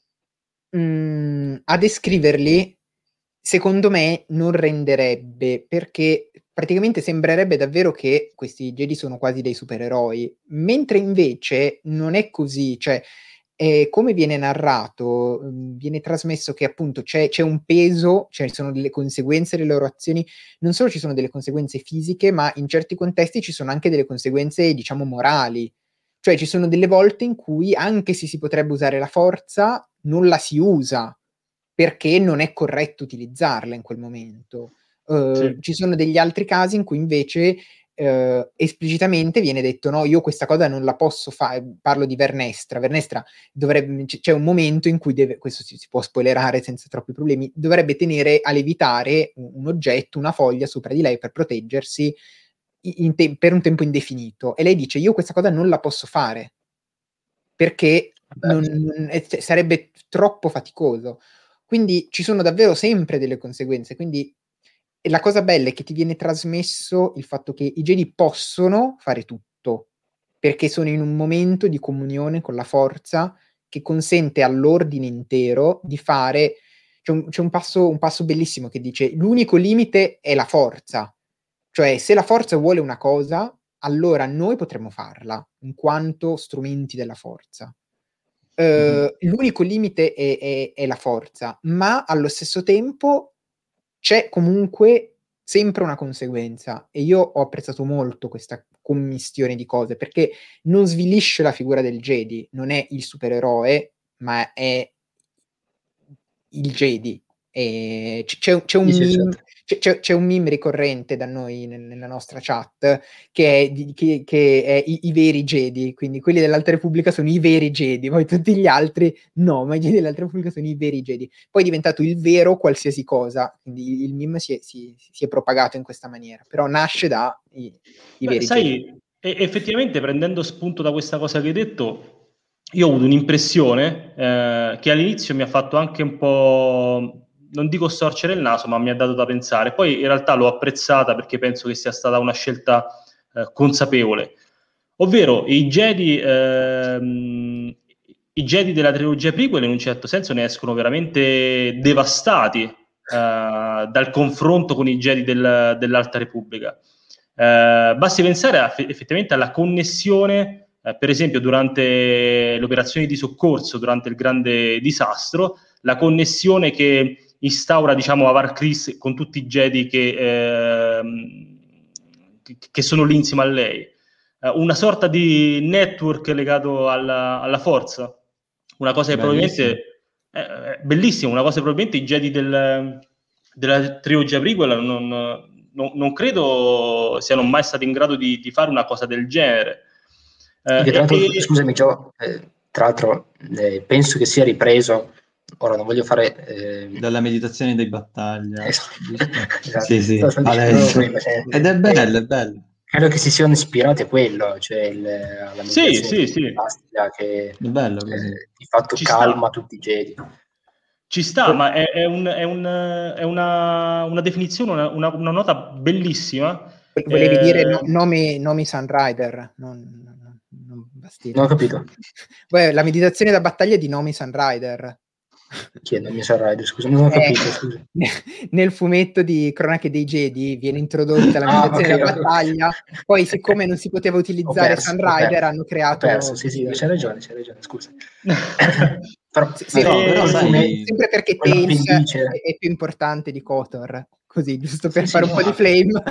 mh, a descriverli secondo me non renderebbe, perché praticamente sembrerebbe davvero che questi Jedi sono quasi dei supereroi, mentre invece non è così, cioè eh, come viene narrato, mh, viene trasmesso che appunto c'è, c'è un peso, cioè ci sono delle conseguenze delle loro azioni, non solo ci sono delle conseguenze fisiche, ma in certi contesti ci sono anche delle conseguenze, diciamo, morali. Cioè ci sono delle volte in cui anche se si potrebbe usare la forza, non la si usa, perché non è corretto utilizzarla in quel momento. Uh, Sì. ci sono degli altri casi in cui invece uh, esplicitamente viene detto no, io questa cosa non la posso fare, parlo di Vernestra, Vernestra dovrebbe, c- c'è un momento in cui deve, questo si, si può spoilerare senza troppi problemi, dovrebbe tenere a levitare un, un oggetto, una foglia sopra di lei per proteggersi in te- per un tempo indefinito, e lei dice io questa cosa non la posso fare perché non, non, è, sarebbe troppo faticoso. Quindi ci sono davvero sempre delle conseguenze. Quindi la cosa bella è che ti viene trasmesso il fatto che i Jedi possono fare tutto, perché sono in un momento di comunione con la forza che consente all'ordine intero di fare. C'è un, c'è un passo, un passo bellissimo che dice: l'unico limite è la forza. Cioè, se la forza vuole una cosa, allora noi potremo farla, in quanto strumenti della forza. Uh, mm-hmm. L'unico limite è, è, è la forza, ma allo stesso tempo c'è comunque sempre una conseguenza, e io ho apprezzato molto questa commistione di cose, perché non svilisce la figura del Jedi, non è il supereroe, ma è il Jedi. E c'è, c'è, un sì, sì, meme, certo. c'è, c'è un meme ricorrente da noi nel, nella nostra chat che è, di, che, che è i, i veri Jedi, quindi quelli dell'Alta Repubblica sono i veri Jedi, poi tutti gli altri no, ma i Jedi dell'Alta Repubblica sono i veri Jedi. Poi è diventato il vero qualsiasi cosa, quindi il meme si è, si, si è propagato in questa maniera, però nasce da i, i Beh, veri sai, Jedi. E- effettivamente prendendo spunto da questa cosa che hai detto, io ho avuto un'impressione eh, che all'inizio mi ha fatto anche un po', non dico storcere il naso, ma mi ha dato da pensare. Poi in realtà l'ho apprezzata perché penso che sia stata una scelta eh, consapevole. Ovvero i Jedi, ehm, i Jedi della trilogia prequel in un certo senso ne escono veramente devastati eh, dal confronto con i Jedi del, dell'Alta Repubblica. Eh, basti pensare a, effettivamente alla connessione, eh, per esempio durante le operazioni di soccorso, durante il grande disastro, la connessione che instaura, diciamo, Avar Kriss con tutti i Jedi che, ehm, che sono lì insieme a lei. Eh, una sorta di network legato alla, alla forza. Una cosa che Bellissimo. probabilmente è bellissima, una cosa che probabilmente i Jedi del, della trilogia prequel non, non, non credo siano mai stati in grado di, di fare una cosa del genere. Eh, tra l'altro, e, scusami Gio, eh, tra l'altro eh, penso che sia ripreso, ora non voglio fare... Eh... Dalla meditazione di battaglia. esatto. Sì, sì, adesso. Quello, cioè, ed è bello, eh, è bello. Credo che si siano ispirati a quello, cioè il, alla meditazione sì, sì, sì. che è bello così. Eh, di fatto Ci calma sta. tutti i Jedi. Ci sta, ma è, è, un, è, un, è una, una definizione, una, una, una nota bellissima. Volevi eh... dire no, nomi, nomi Sunrider, non, non, non Bastille. Non ho capito. Beh, la meditazione da battaglia di Nomi Sunrider. Chi è Nomi Sunrider? Scusa, non ho capito. Eh, scusa. Nel fumetto di Cronache dei Jedi viene introdotta la meditazione ah, okay, da battaglia, okay. poi siccome non si poteva utilizzare perso, Sunrider hanno creato... Ho perso, sì, sì, c'hai ragione, c'hai ragione, scusa. Però, sì, però, sì, però sai... sempre perché Tails è, è più importante di Kotor, così, giusto per sì, fare sì, un no, po' di flame.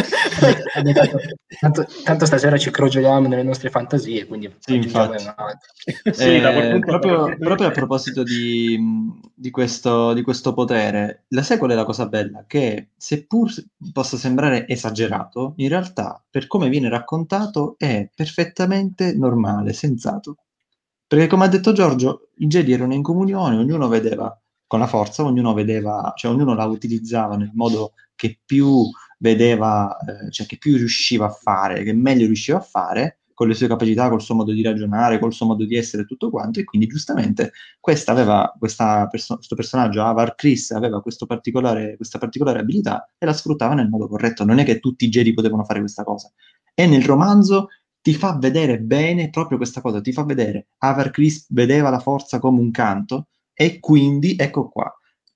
tanto, tanto, tanto stasera ci crogioliamo nelle nostre fantasie, quindi sì, aggiungiamo infatti. un altro. sì, da quel Eh, punto proprio, proprio a proposito di, di, questo, di questo potere, la sai qual è la cosa bella? Che seppur possa sembrare esagerato, in realtà per come viene raccontato è perfettamente normale, sensato. Perché come ha detto Giorgio, i Jedi erano in comunione, ognuno vedeva con la forza, ognuno vedeva, cioè ognuno la utilizzava nel modo che più vedeva, eh, cioè che più riusciva a fare, che meglio riusciva a fare, con le sue capacità, col suo modo di ragionare, col suo modo di essere e tutto quanto, e quindi giustamente questa aveva, questa perso- questo personaggio, Avar Kriss, aveva questo particolare, questa particolare abilità e la sfruttava nel modo corretto. Non è che tutti i Jedi potevano fare questa cosa. E nel romanzo ti fa vedere bene proprio questa cosa, ti fa vedere Avar Kriss vedeva la forza come un canto, e quindi, ecco qua,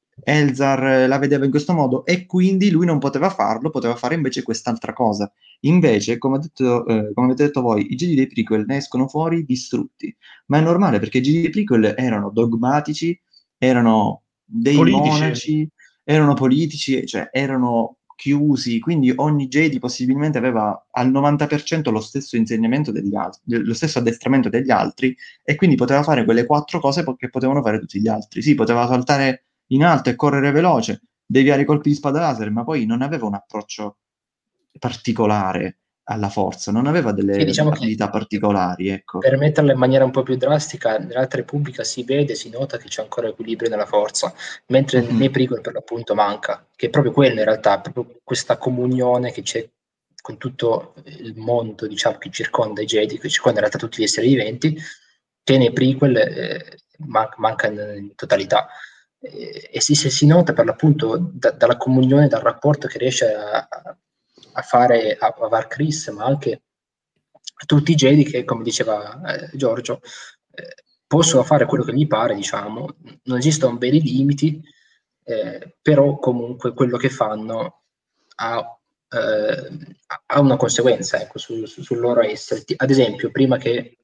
Elzar la vedeva in questo modo, e quindi lui non poteva farlo, poteva fare invece quest'altra cosa. Invece, come, ho detto, eh, come avete detto voi, i Jedi dei prequel ne escono fuori distrutti, ma è normale perché i Jedi dei prequel erano dogmatici, erano dei Politici. monaci, erano politici, cioè erano chiusi, quindi ogni Jedi possibilmente aveva al novanta per cento lo stesso insegnamento degli altri, lo stesso addestramento degli altri, e quindi poteva fare quelle quattro cose che potevano fare tutti gli altri. Sì, poteva saltare in alto e correre veloce, deviare colpi di spada laser, ma poi non aveva un approccio particolare alla forza, non aveva Sì, delle diciamo che, abilità particolari, ecco. per metterla in maniera un po' più drastica, nell'Alta Repubblica si vede, si nota che c'è ancora equilibrio nella forza, mentre Mhm. nei prequel per l'appunto manca, che è proprio quello in realtà, proprio questa comunione che c'è con tutto il mondo, diciamo, che circonda i Jedi, che circonda in realtà tutti gli esseri viventi, che nei prequel eh, man- manca in, in totalità. E, e si, si, si nota per l'appunto da- dalla comunione, dal rapporto che riesce a, a fare a, a Var Kriss, ma anche a tutti i Jedi che, come diceva eh, Giorgio, eh, possono fare quello che gli pare, diciamo, non esistono veri limiti, eh, però comunque quello che fanno ha, eh, ha una conseguenza, ecco, su, su, sul loro essere. Ad esempio, prima che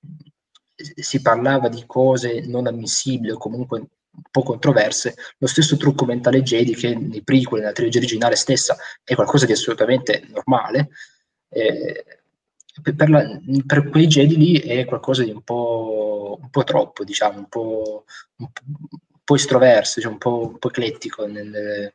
si parlava di cose non ammissibili o comunque un po' controverse, lo stesso trucco mentale Jedi, che nei prequel, nella trilogia originale stessa, è qualcosa di assolutamente normale, eh, per, la, per quei Jedi lì è qualcosa di un po', un po' troppo, diciamo, un po', un po', un po' estroverso, cioè un po', un po' eclettico nel,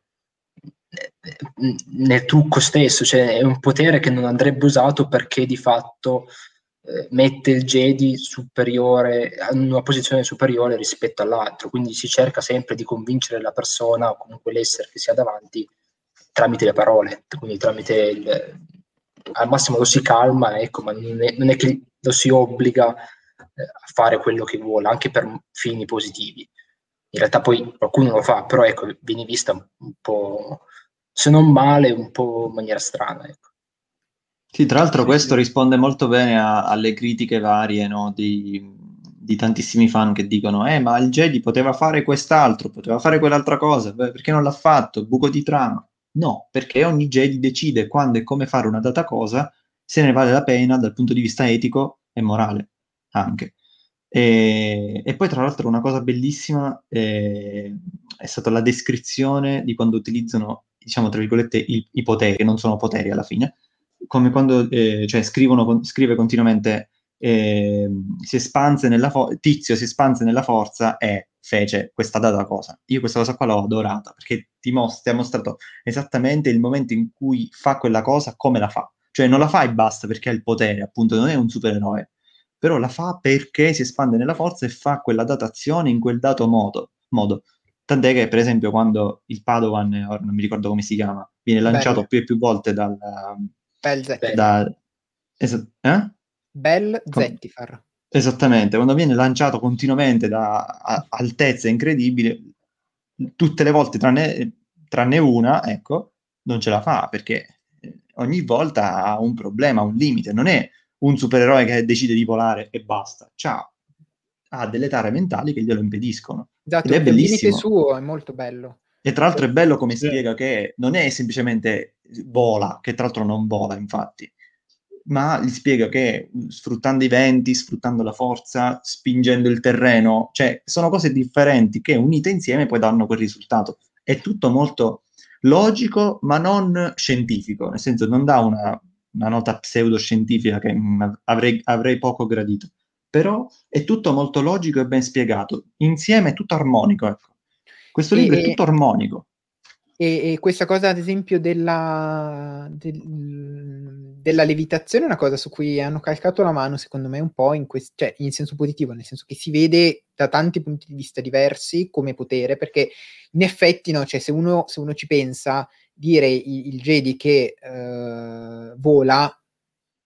nel trucco stesso, cioè è un potere che non andrebbe usato perché di fatto eh, mette il Jedi superiore, in una posizione superiore rispetto all'altro, quindi si cerca sempre di convincere la persona o comunque l'essere che si ha davanti tramite le parole, quindi tramite il, al massimo lo si calma, ecco, ma non è, non è che lo si obbliga eh, a fare quello che vuole, anche per fini positivi. In realtà poi qualcuno lo fa, però ecco, viene vista un po', se non male, un po' in maniera strana. Ecco. Sì, tra l'altro Sì, questo sì. risponde molto bene a- alle critiche varie, no, di, di tantissimi fan che dicono eh, ma il Jedi poteva fare quest'altro, poteva fare quell'altra cosa, beh, perché non l'ha fatto? Buco di trama. No, perché ogni Jedi decide quando e come fare una data cosa, se ne vale la pena dal punto di vista etico e morale anche. E, e poi tra l'altro una cosa bellissima eh, è stata la descrizione di quando utilizzano, diciamo, tra virgolette, i, i poteri, che non sono poteri alla fine, come quando eh, cioè, scrivono, con- scrive continuamente eh, si espanse nella fo- Tizio si espanse nella forza e fece questa data cosa. Io questa cosa qua l'ho adorata perché ti, mos- ti ha mostrato esattamente il momento in cui fa quella cosa, come la fa. Cioè non la fa e basta perché ha il potere, appunto, non è un supereroe, però la fa perché si espande nella forza e fa quella data azione in quel dato modo. modo. Tant'è che, per esempio, quando il Padawan, ora non mi ricordo come si chiama, viene lanciato Bell, più e più volte dal, Bell Beh, Zettifar. da, esa- eh? Bell Com- Zettifar. Esattamente, quando viene lanciato continuamente da a- altezze incredibili, tutte le volte tranne, tranne una, ecco, non ce la fa perché eh, ogni volta ha un problema, un limite. Non è un supereroe che decide di volare e basta. C'ha, ha delle tare mentali che glielo impediscono. Ed Esatto, è è un limite bellissimo. suo, è molto bello. E tra l'altro è bello come Sì. spiega che non è semplicemente vola, che tra l'altro non vola, infatti, ma gli spiega che mh, sfruttando i venti, sfruttando la forza, spingendo il terreno, cioè sono cose differenti che unite insieme poi danno quel risultato. È tutto molto logico, ma non scientifico, nel senso non dà una, una nota pseudoscientifica che mh, avrei, avrei poco gradito, però è tutto molto logico e ben spiegato, insieme è tutto armonico, ecco. Questo E, libro è e- tutto armonico. e- e questa cosa, ad esempio, della, del- della levitazione è una cosa su cui hanno calcato la mano, secondo me, un po' in, quest- cioè, in senso positivo, nel senso che si vede da tanti punti di vista diversi come potere, perché in effetti, no, cioè, se uno, se uno ci pensa, dire il, il Jedi che eh, vola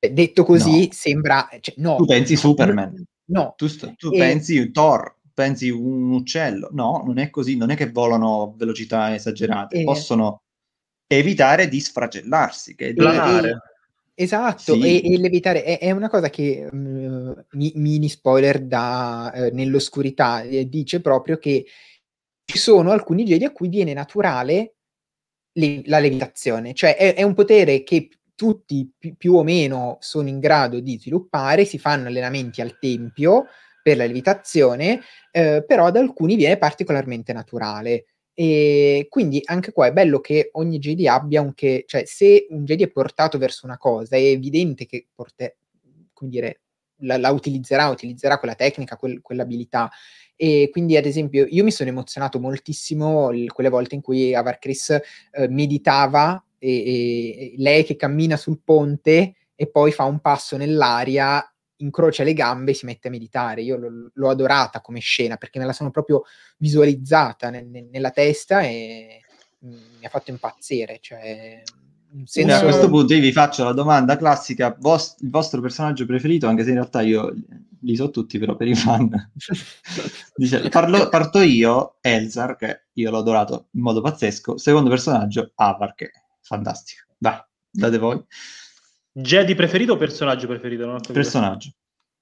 Detto così, No. sembra... Cioè, no, tu pensi no, Superman, no. tu, st- tu E- pensi Thor, pensi un uccello. No, non è così, non è che volano a velocità esagerate, e- possono evitare di sfracellarsi, che è e- Planare. diverso. e- esatto, Sì. e, e l'evitare è, è una cosa che mh, mi- mini spoiler da eh, nell'oscurità eh, dice proprio che ci sono alcuni Jedi a cui viene naturale le- la levitazione, cioè è, è un potere che tutti pi- più o meno sono in grado di sviluppare, si fanno allenamenti al tempio per la levitazione, eh, però ad alcuni viene particolarmente naturale. E quindi anche qua è bello che ogni Jedi abbia un che, cioè se un Jedi è portato verso una cosa, è evidente che porte, come dire, la, la utilizzerà, utilizzerà quella tecnica, quel- quell'abilità. E quindi, ad esempio, io mi sono emozionato moltissimo il- quelle volte in cui Avar Kriss eh, meditava e, e- e lei che cammina sul ponte e poi fa un passo nell'aria, incrocia le gambe e si mette a meditare. Io l'ho, l'ho adorata come scena perché me la sono proprio visualizzata nel- nel- nella testa e mm, mi ha fatto impazzire. Cioè, un E a senso... questo punto io vi faccio la domanda classica, vos- il vostro personaggio preferito, anche se in realtà io li so tutti, però per i fan. Dice, parlo- parto io, Elzar, che io l'ho adorato in modo pazzesco. Secondo personaggio, Avar, che è fantastico. Vai, date voi. Jedi preferito o personaggio preferito? Non ho capito. Personaggio.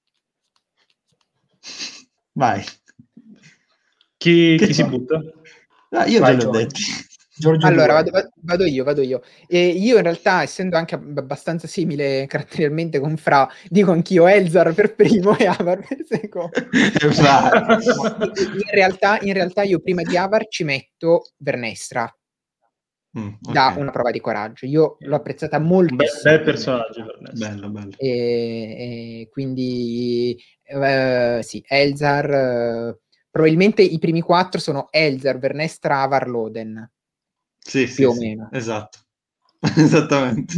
Vai. Chi, Che chi si fa? butta? Ah, io Vai, già li ho Giorgio. detti. Giorgio Allora, due. vado, vado io, vado io. E io in realtà, essendo anche ab- abbastanza simile caratterialmente con Fra, dico anch'io Elzar per primo e Avar per secondo. Vai. In realtà, in realtà io prima di Avar ci metto Vernestra, Mm, da ok. una prova di coraggio. Io l'ho apprezzata Un bel, moltissimo. bel personaggio per me. Bello, bello. E, e quindi eh, sì, Elzar, eh, probabilmente i primi quattro sono Elzar, Vernestra, Avar, Loden, Sì, più sì, o sì, meno. esatto. Esattamente.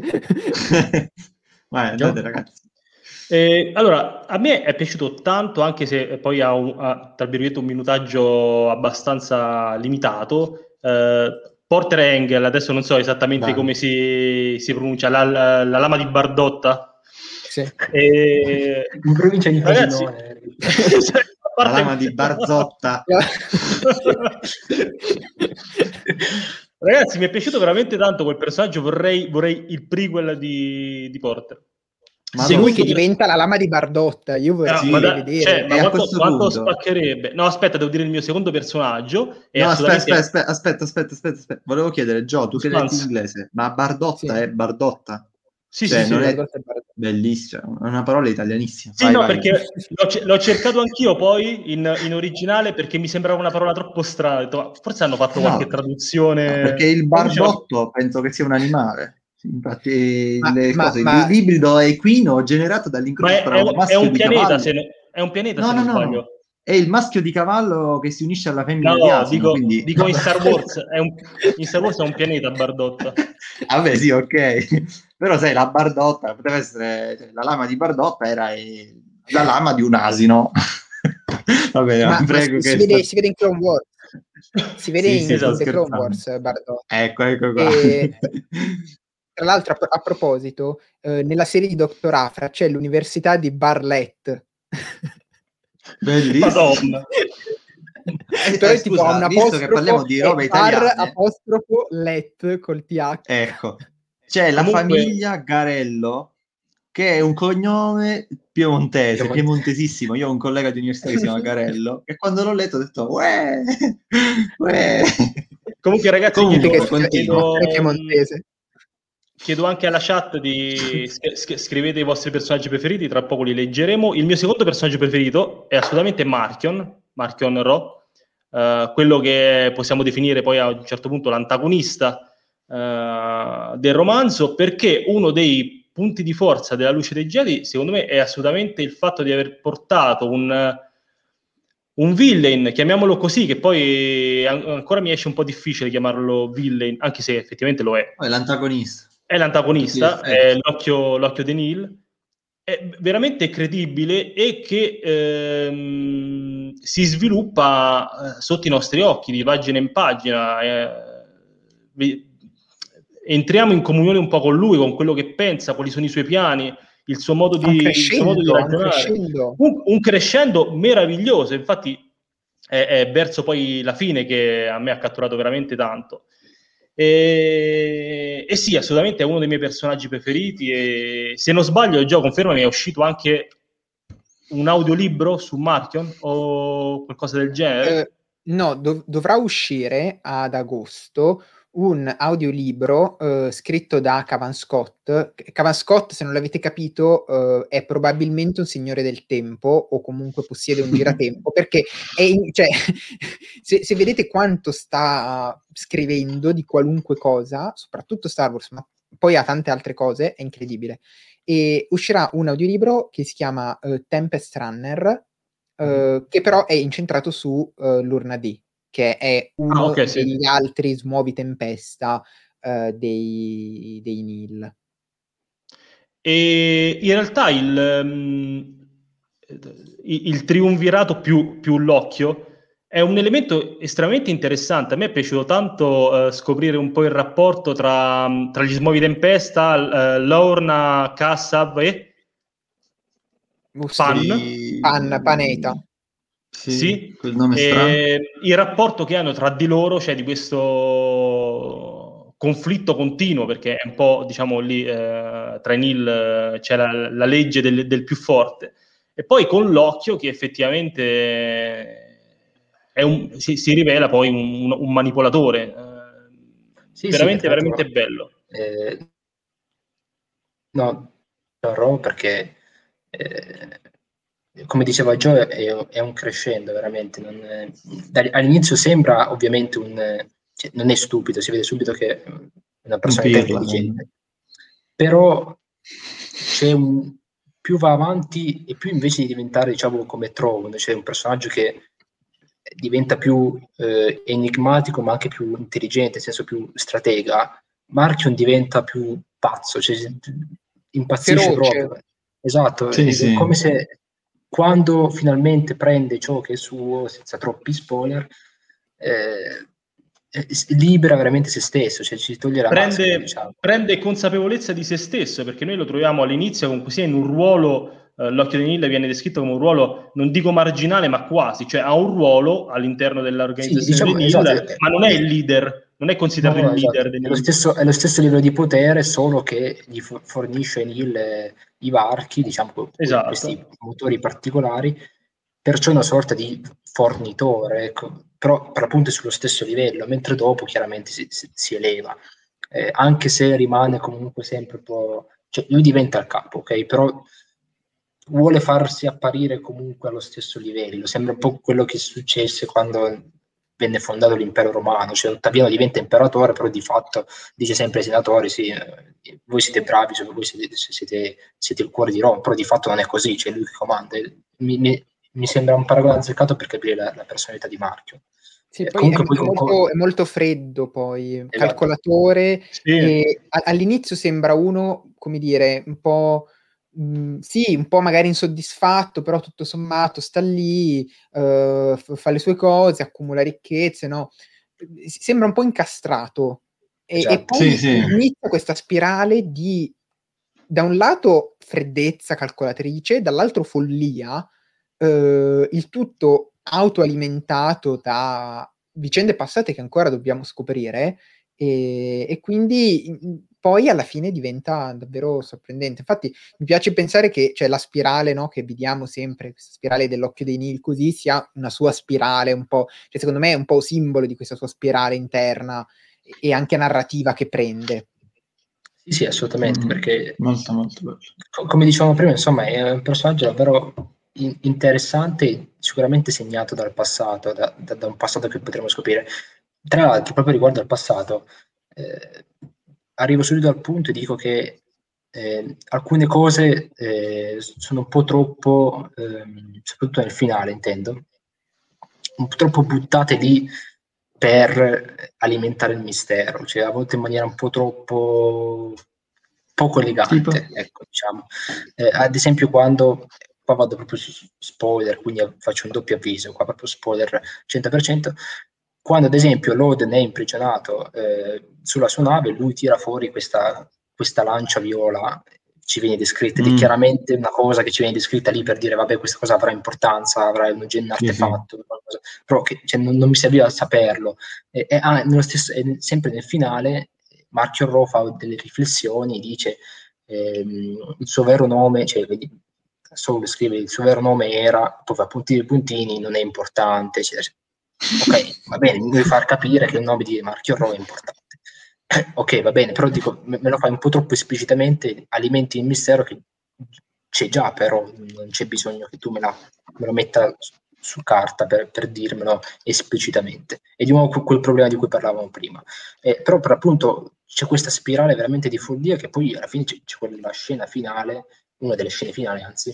Vai, andate ragazzi. Eh, allora, a me è piaciuto tanto, anche se poi ha, un, ha, tra virgolette, un minutaggio abbastanza limitato. Eh, Porter Engel, adesso non so esattamente Bello. come si, si pronuncia, la, la, la lama di Bardotta. Sì. E, In provincia di ragazzi, Frosinone. a parte- La lama di Barzotta. Ragazzi, mi è piaciuto veramente tanto quel personaggio. Vorrei, vorrei il prequel di, di Porter. Ma Sì, lui che Secondo me- diventa la lama di Bardotta, io vorrei, Eh, Sì, ma, vorrei da- vedere. cioè, E ma a quanto, questo quanto punto- spaccherebbe? No, aspetta, devo dire il mio secondo personaggio. È No, aspetta, assolutamente... aspetta, aspetta, aspetta, aspetta, aspetta. Volevo chiedere, Gio, tu che leggi Suspense. inglese, ma Bardotta Sì. è Bardotta? Sì, Cioè, sì, sì. non è Bardotta e Bardotta. bellissima, è una parola italianissima. Sì, Vai, no, vai. perché l'ho, ce- l'ho cercato anch'io poi in, in originale perché mi sembrava una parola troppo strana. Ho detto, ma forse hanno fatto No, qualche traduzione. no, perché il Poi diceva- bardotto penso che sia un animale. Infatti, Ma- le ma- cose, ma- l'ibrido equino generato Ma dall'incrocio è, tra è- un è maschio un di pianeta, cavallo. se ne- è un pianeta No, se no, non no, sbaglio. no. È il maschio di cavallo che si unisce alla femmina di No, asino, dico, quindi... dico in Star Wars, è un, in Star Wars è un pianeta Bardotta. Vabbè, sì, ok. Però sai, la bardotta poteva essere... cioè, la lama di Bardotta era eh, la lama di un asino. Vabbè, ma- no, ma prego si, che si vede, sta- si vede in Clone Wars. Si vede Sì, in, sì, sto in The Clone scherzando. Wars, Bardotta. Ecco, ecco qua. E, tra l'altro, a, a proposito, eh, nella serie di Doctor Afra c'è l'università di Barlett. Bellissimo. Madonna. Eh, Però eh, è tipo ha scusa, un visto che parliamo apostrofo, di è robe bar italiane, apostrofo let col th. ecco, c'è la Comunque- famiglia Garello, che è un cognome piemontese, Piemonte- piemontesissimo. Io ho un collega di università che si chiama Garello, e quando l'ho letto ho detto, uè, uè. Comunque, ragazzi, Comunque, chiedo, continua. chiedo, È piemontese. chiedo anche alla chat di sc- sc- scrivete i vostri personaggi preferiti, tra poco li leggeremo. Il mio secondo personaggio preferito è assolutamente Marchion, Marchion Ro, eh, quello che possiamo definire poi a un certo punto l'antagonista eh, del romanzo, perché uno dei punti di forza della Luce dei Jedi, secondo me, è assolutamente il fatto di aver portato un... un villain, chiamiamolo così, che poi an- ancora mi esce un po' difficile chiamarlo villain, anche se effettivamente lo è. Poi l'antagonista. È l'antagonista, Tutti gli effetti. è l'occhio, l'occhio di Neil, è veramente credibile e che ehm, si sviluppa eh, sotto i nostri occhi, di pagina in pagina. eh, vi- entriamo in comunione un po' con lui, con quello che pensa, quali sono i suoi piani, il suo modo di, il suo modo di ragionare. Un, un, un crescendo meraviglioso, infatti è, è verso poi la fine che a me ha catturato veramente tanto. E, e sì, assolutamente è uno dei miei personaggi preferiti, e se non sbaglio, Gio, confermami, è uscito anche un audiolibro su Marchion o qualcosa del genere? Eh, no, dov- dovrà uscire ad agosto un audiolibro eh, scritto da Cavan Scott. Cavan Scott, se non l'avete capito, eh, è probabilmente un signore del tempo, o comunque possiede un giratempo, perché è in- cioè, se, se vedete quanto sta scrivendo di qualunque cosa, soprattutto Star Wars, ma poi ha tante altre cose, è incredibile. E uscirà un audiolibro che si chiama eh, Tempest Runner, eh, che però è incentrato su eh, l'Urna D, che è uno Ah, okay, sì. degli altri smuovi tempesta eh, dei, dei Nil. E in realtà il, um, il triumvirato più, più l'occhio è un elemento estremamente interessante. A me è piaciuto tanto uh, scoprire un po' il rapporto tra, tra gli smuovi tempesta, uh, Lorna, Kassav e Pan. Sì. Pan, Paneta. Sì, sì. quel nome E strano. il rapporto che hanno tra di loro, cioè di questo conflitto continuo, perché è un po', diciamo, lì eh, tra i Nil eh, c'è la, la legge del, del più forte, e poi con l'occhio che effettivamente è un, si, si rivela poi un, un manipolatore. Eh, Sì, sì, che veramente, tra l'altro, veramente bello. Eh, no, però perché, eh, come diceva Joe, è, è un crescendo veramente. Non è- da- all'inizio sembra ovviamente un... cioè, non è stupido, si vede subito che è una personalità pirla, intelligente. Però c'è un... più va avanti e più invece di diventare, diciamo, come Tron, cioè un personaggio che diventa più eh, enigmatico ma anche più intelligente, nel senso più stratega, Marchion diventa più pazzo, cioè impazzisce Feroce. proprio. Esatto, Sì, è sì. come se quando finalmente prende ciò che è suo, senza troppi spoiler, eh, eh, libera veramente se stesso, cioè ci toglie la maschera, Prende, diciamo. prende consapevolezza di se stesso, perché noi lo troviamo all'inizio comunque sia in un ruolo, eh, l'Occhio di Nil viene descritto come un ruolo, non dico marginale, ma quasi, cioè ha un ruolo all'interno Sì, dell'organizzazione diciamo, dei Nil, esatto, è, ma non è il leader, non è no, considerato no, il leader esatto. dei È lo Nil. stesso, è lo stesso livello di potere, solo che gli fo- fornisce Neil eh, i varchi, diciamo, que- que- questi Esatto. motori particolari, perciò è una sorta di fornitore, ecco, però per appunto è sullo stesso livello, mentre dopo chiaramente si, si- si eleva, eh, anche se rimane comunque sempre un po'... cioè lui diventa il capo, ok? Però vuole farsi apparire comunque allo stesso livello, sembra un po' quello che successe quando venne fondato l'impero romano, cioè Ottaviano diventa imperatore, però di fatto dice sempre ai senatori, sì, eh, voi siete bravi, cioè, voi siete, siete, siete il cuore di Roma, però di fatto non è così, c'è lui che comanda. Mi, mi, mi sembra un paragone azzeccato per capire la, la personalità di Marchio. Sì, Eh, poi è, comunque è poi con, molto, è molto freddo, poi esatto. calcolatore, Sì. e a- all'inizio sembra uno, come dire, un po', mh, sì, un po' magari insoddisfatto, però tutto sommato sta lì, eh, f- fa le sue cose, accumula ricchezze, no? S- Sembra un po' incastrato. E, e Esatto. Sì, poi sì. inizia questa spirale di, da un lato, freddezza calcolatrice, dall'altro follia, eh, il tutto autoalimentato da vicende passate che ancora dobbiamo scoprire, e, e quindi in- poi alla fine diventa davvero sorprendente. Infatti mi piace pensare che cioè, la spirale, no, che vediamo sempre, questa spirale dell'occhio dei Nil, così sia una sua spirale un po', cioè, secondo me è un po' simbolo di questa sua spirale interna e, e anche narrativa che prende. Sì, sì, assolutamente, Mm, perché molto, molto bello. co- come dicevamo prima, insomma, è un personaggio davvero in- interessante, sicuramente segnato dal passato, da, da- da un passato che potremo scoprire. Tra l'altro, proprio riguardo al passato, eh, arrivo subito al punto e dico che eh, alcune cose eh, sono un po' troppo, ehm, soprattutto nel finale, intendo, un po' troppo buttate lì per alimentare il mistero, cioè a volte in maniera un po' troppo poco Tipo? elegante, ecco, diciamo. Eh, ad esempio quando, qua vado proprio su spoiler, quindi faccio un doppio avviso, qua proprio spoiler cento per cento, quando ad esempio Loden è imprigionato eh, sulla sua nave, lui tira fuori questa, questa lancia viola, ci viene descritta, ed è Mm. chiaramente una cosa che ci viene descritta lì per dire vabbè, questa cosa avrà importanza, avrà un, un artefatto, qualcosa. Però che, cioè, non, non mi serviva a saperlo. E, e, ah, nello stesso, e sempre nel finale Marchio Ro fa delle riflessioni, dice ehm, il suo vero nome, cioè vedi, solo scrive il suo vero nome era, poi fa puntini puntini, non è importante, eccetera. Ok, va bene, mi devi far capire che il nome di Marchio Ro è importante. Ok, va bene, però dico, me, me lo fai un po' troppo esplicitamente, alimenti il mistero che c'è già, però non c'è bisogno che tu me, la, me lo metta su, su carta per, per dirmelo esplicitamente. E di nuovo quel problema di cui parlavamo prima. Eh, però per appunto c'è questa spirale veramente di follia che poi alla fine c'è, c'è quella scena finale, una delle scene finali anzi,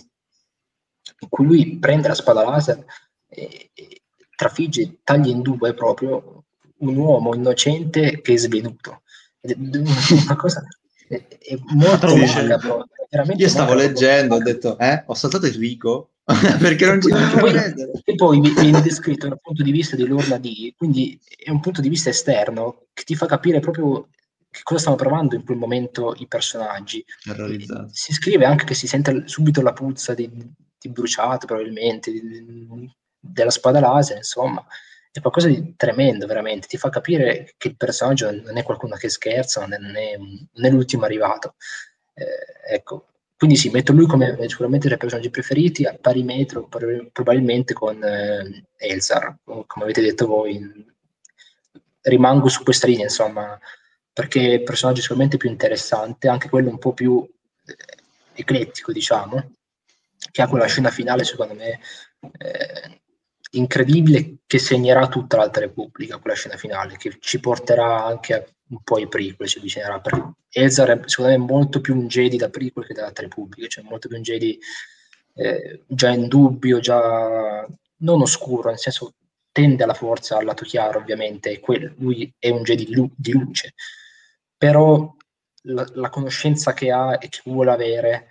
in cui lui prende la spada laser e, e trafigge, taglia in due proprio un uomo innocente che è svenuto. Ed è una cosa è, è molto Sì, macabro. Veramente Io stavo macabro. leggendo, ho detto, eh, ho saltato Enrico perché non ci non ci poi, credere. e poi viene descritto dal punto di vista dell'Orna D, quindi è un punto di vista esterno che ti fa capire proprio che cosa stanno provando in quel momento i personaggi. Terrorizzato. Si scrive anche che si sente subito la puzza di, di bruciato, probabilmente, di, della spada laser, insomma. È qualcosa di tremendo, veramente. Ti fa capire che il personaggio non è qualcuno che scherza, non è, non è l'ultimo arrivato. Eh, ecco. Quindi sì, metto lui come sicuramente tra i personaggi preferiti, a pari metro probabilmente con eh, Elzar, come avete detto voi. Rimango su questa linea, insomma, perché è il personaggio sicuramente più interessante, anche quello un po' più eh, eclettico, diciamo, che ha quella scena finale, secondo me, eh, incredibile, che segnerà tutta l'Alta Repubblica, quella scena finale, che ci porterà anche a un po' ai prequel, ci avvicinerà, perché Ezra è secondo me molto più un Jedi da prequel che dall'Alta Repubblica, cioè molto più un Jedi eh, già in dubbio, già non oscuro, nel senso tende alla forza, al lato chiaro ovviamente, e quel, lui è un Jedi di, lu- di luce, però la, la conoscenza che ha e che vuole avere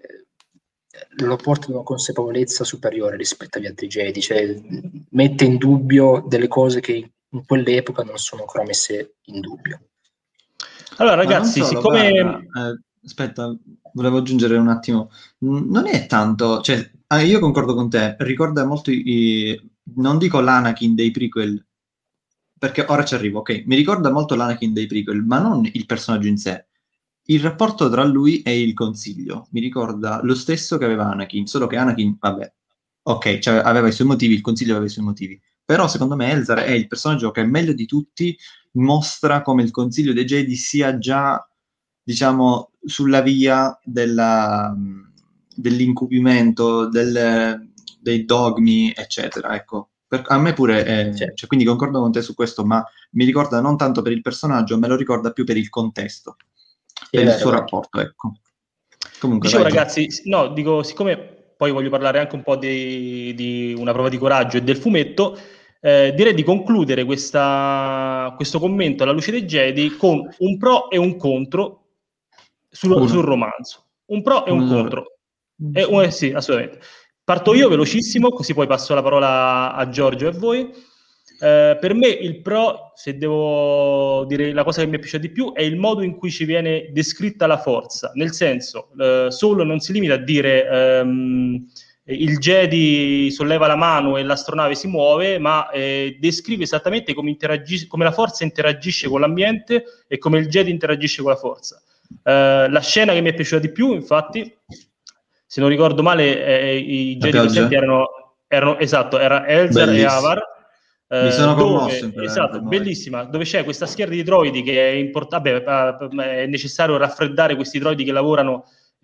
lo porta ad una consapevolezza superiore rispetto agli altri Jedi, cioè mette in dubbio delle cose che in quell'epoca non sono ancora messe in dubbio. Allora Ma non ragazzi, solo, siccome... guarda, eh, aspetta, volevo aggiungere un attimo. Mm, Non è tanto, cioè, ah, io concordo con te, ricorda molto i, i- non dico l'Anakin dei prequel, perché ora ci arrivo, ok, mi ricorda molto l'Anakin dei prequel, ma non il personaggio in sé. Il rapporto tra lui e il consiglio mi ricorda lo stesso che aveva Anakin, solo che Anakin, vabbè, ok, cioè, aveva i suoi motivi, il consiglio aveva i suoi motivi. Però secondo me Elzar è il personaggio che meglio di tutti mostra come il consiglio dei Jedi sia già, diciamo, sulla via della, dell'incupimento, del, dei dogmi, eccetera. Ecco, per, a me pure, è, Sì. cioè, quindi concordo con te su questo, ma mi ricorda non tanto per il personaggio, me lo ricorda più per il contesto, Sì, per è il vero, suo è vero. rapporto, ecco. Comunque, Dicevo vai tu. ragazzi, no, dico, siccome poi voglio parlare anche un po' di, di una prova di coraggio e del fumetto, eh, direi di concludere questa, questo commento alla luce dei Jedi con un pro e un contro sul, Uno. sul romanzo. Un pro e un Uno solo. contro. E, un- eh, sì, assolutamente. Parto io velocissimo, così poi passo la parola a Giorgio e a voi. Eh, per me il pro, se devo dire la cosa che mi è piaciuta di più, è il modo in cui ci viene descritta la forza, nel senso, eh, Solo non si limita a dire ehm, il Jedi solleva la mano e l'astronave si muove, ma eh, descrive esattamente come, interagisce, come la forza interagisce con l'ambiente e come il Jedi interagisce con la forza. Eh, la scena che mi è piaciuta di più, infatti, se non ricordo male, eh, i La Jedi pioggia? presenti erano, erano esatto, era Elzar e Bellissimo. Avar. Mi sono Eh, commosso dove, in quella, in esatto, quel momento. bellissima, dove c'è questa schiera di droidi che è importante, è necessario raffreddare questi droidi che lavorano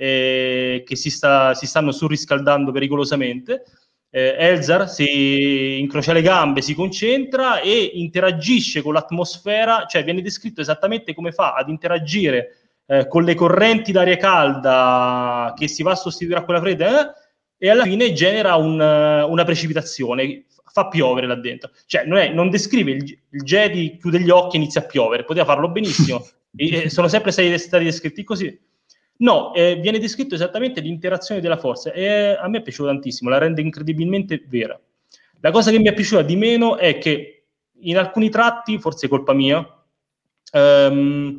e che si, sta, si stanno surriscaldando pericolosamente. Eh, Elzar si incrocia le gambe, si concentra e interagisce con l'atmosfera, cioè viene descritto esattamente come fa ad interagire eh, con le correnti d'aria calda che si va a sostituire a quella fredda, eh, e alla fine genera un, una precipitazione, fa piovere là dentro. Cioè, non, è, non descrive il, il Jedi chiude gli occhi e inizia a piovere, poteva farlo benissimo, e, sono sempre stati, stati descritti così. No, eh, viene descritto esattamente l'interazione della forza e a me è piaciuto tantissimo, la rende incredibilmente vera. La cosa che mi è piaciuta di meno è che in alcuni tratti, forse è colpa mia, ehm,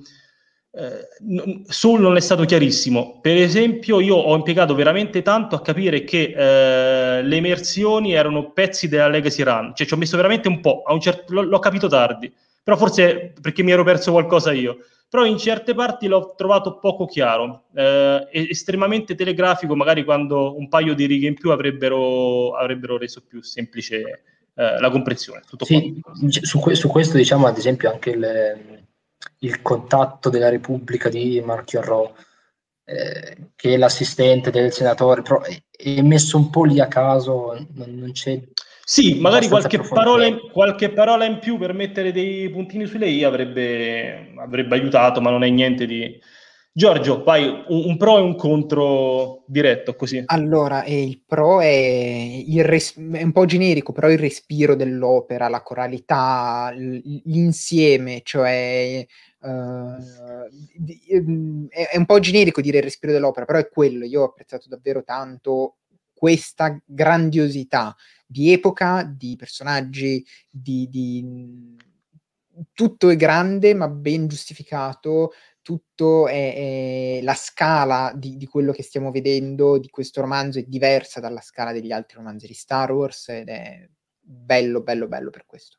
eh, Soul non è stato chiarissimo. Per esempio, io ho impiegato veramente tanto a capire che eh, le emersioni erano pezzi della Legacy Run, cioè ci ho messo veramente un po', a un certo, l- l'ho capito tardi, però forse perché mi ero perso qualcosa io. Però in certe parti l'ho trovato poco chiaro, eh, estremamente telegrafico, magari quando un paio di righe in più avrebbero, avrebbero reso più semplice eh, la comprensione. Tutto sì, su, que- su questo diciamo ad esempio anche il, il contatto della Repubblica di Marchion Ro, eh, che è l'assistente del senatore, però è, è messo un po' lì a caso, non, non c'è sì, magari qualche parola, in, approfondimento. qualche parola in più per mettere dei puntini sulle i avrebbe, avrebbe aiutato, ma non è niente di... Giorgio, vai, un, un pro e un contro diretto, così. Allora, eh, il pro è, il res- è un po' generico, però il respiro dell'opera, la coralità, l- l'insieme, cioè eh, di- ehm, è, è un po' generico dire il respiro dell'opera, però è quello. Io ho apprezzato davvero tanto questa grandiosità di epoca, di personaggi, di, di- tutto è grande ma ben giustificato, tutto è, è la scala di, di quello che stiamo vedendo di questo romanzo è diversa dalla scala degli altri romanzi di Star Wars ed è bello, bello, bello per questo.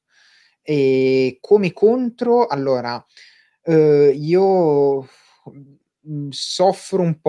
E come contro, allora, eh, io mh, soffro un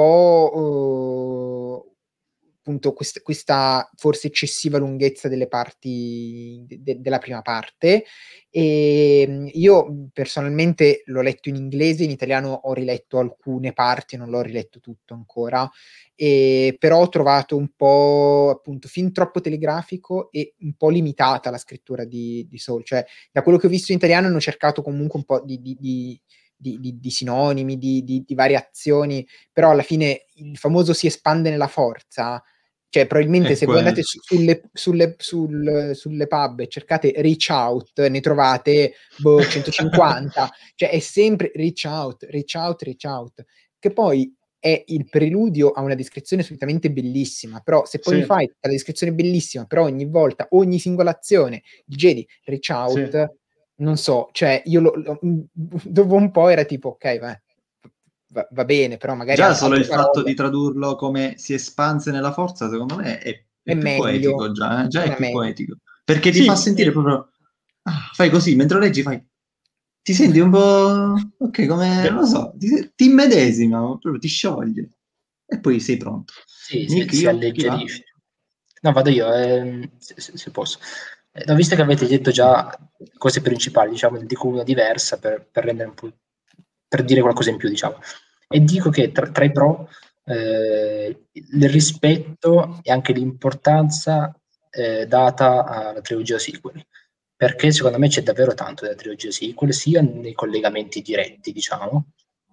po' eh, appunto quest- questa forse eccessiva lunghezza delle parti de- de- della prima parte. E mh, io personalmente l'ho letto in inglese, in italiano ho riletto alcune parti, non l'ho riletto tutto ancora, e però ho trovato un po' appunto fin troppo telegrafico e un po' limitata la scrittura di, di Soul, cioè da quello che ho visto in italiano hanno cercato comunque un po' di, di, di, di, di, di sinonimi, di, di, di variazioni, però alla fine il famoso si espande nella forza, cioè probabilmente È se voi andate quello. su- sulle, sulle, sul- sulle pub e cercate reach out, ne trovate boh, centocinquanta, cioè è sempre reach out, reach out, reach out, che poi è il preludio a una descrizione solitamente bellissima, però se poi Sì. mi fai la descrizione bellissima, però ogni volta, ogni singola azione, il Jedi reach out, Sì. non so, cioè io lo, lo- dopo un po' era tipo, ok, va, va, va bene, però magari Già al- solo altre il fatto di parole tradurlo come si espanse nella forza, secondo me, è, è è più meglio, poetico già, eh? Già non è è più meglio. poetico. Perché ti Sì, fa sentire proprio... ah, fai così, mentre lo leggi fai... Ti senti un po'... ok, come... non lo so, ti, ti immedesima, proprio ti scioglie. E poi sei pronto. Sì, si, Nick, si io? Chi va? alleggerisce. No, vado io, ehm, se, se- se posso. Eh, no, visto che avete detto già cose principali, diciamo, ne dico una diversa per, per rendere un po', per dire qualcosa in più, diciamo. E dico che tra, tra i pro, eh, il rispetto e anche l'importanza eh, data alla trilogia sequel, perché secondo me c'è davvero tanto della trilogia sequel, sia nei collegamenti diretti, diciamo,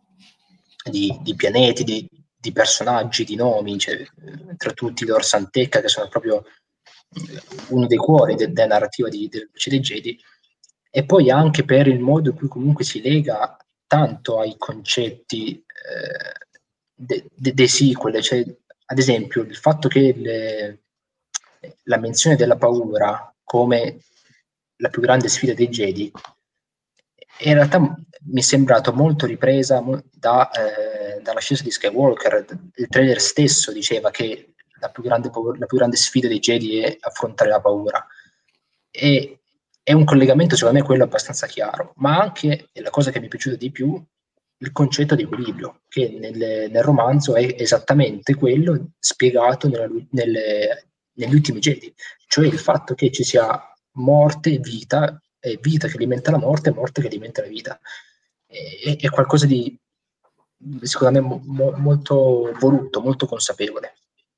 di, di pianeti, di, di personaggi, di nomi, cioè, tra tutti Lord Santecca, che sono proprio uno dei cuori de- della narrativa di, del Luce dei Jedi, e poi anche per il modo in cui comunque si lega tanto ai concetti eh, de- de- dei sequel, cioè, ad esempio il fatto che le, la menzione della paura come la più grande sfida dei Jedi in realtà mi è sembrato molto ripresa mo- da, eh, dall'ascesa di Skywalker. Il trailer stesso diceva che la più grande, paura- la più grande sfida dei Jedi è affrontare la paura. E è un collegamento, secondo me, quello abbastanza chiaro, ma anche, e la cosa che mi è piaciuta di più, il concetto di equilibrio, che nel, nel romanzo è esattamente quello spiegato nella- nelle- negli ultimi Jedi, cioè il fatto che ci sia morte e vita, e vita che alimenta la morte e morte che alimenta la vita. È, è qualcosa di, secondo me, mo- mo- molto voluto, molto consapevole.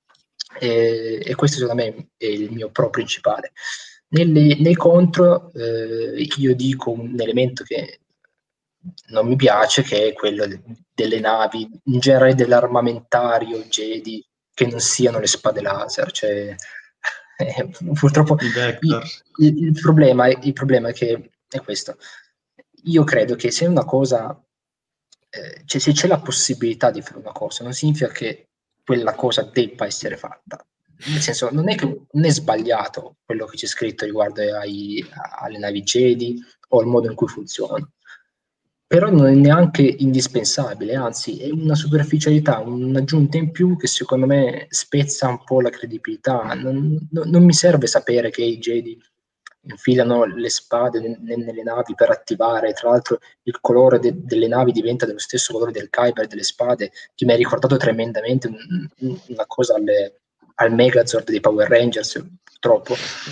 E, e questo secondo me è il mio pro principale. Nelle- nei contro, eh, io dico un elemento che non mi piace, che è quello de- delle navi, in generale dell'armamentario Jedi, che non siano le spade laser. Cioè, eh, purtroppo I il, Vector. il- il problema, è- il problema è che è questo. Io credo che se una cosa, eh, cioè se c'è la possibilità di fare una cosa, non significa che quella cosa debba essere fatta. nel senso, non è che non è sbagliato quello che c'è scritto riguardo ai, alle navi Jedi o al modo in cui funzionano, però non è neanche indispensabile, anzi è una superficialità, un'aggiunta in più che secondo me spezza un po' la credibilità. Non, non, non mi serve sapere che i Jedi infilano le spade n- nelle navi per attivare, tra l'altro il colore de- delle navi diventa dello stesso colore del Kyber delle spade, che mi ha ricordato tremendamente un- un- una cosa alle, al Megazord dei Power Rangers, purtroppo.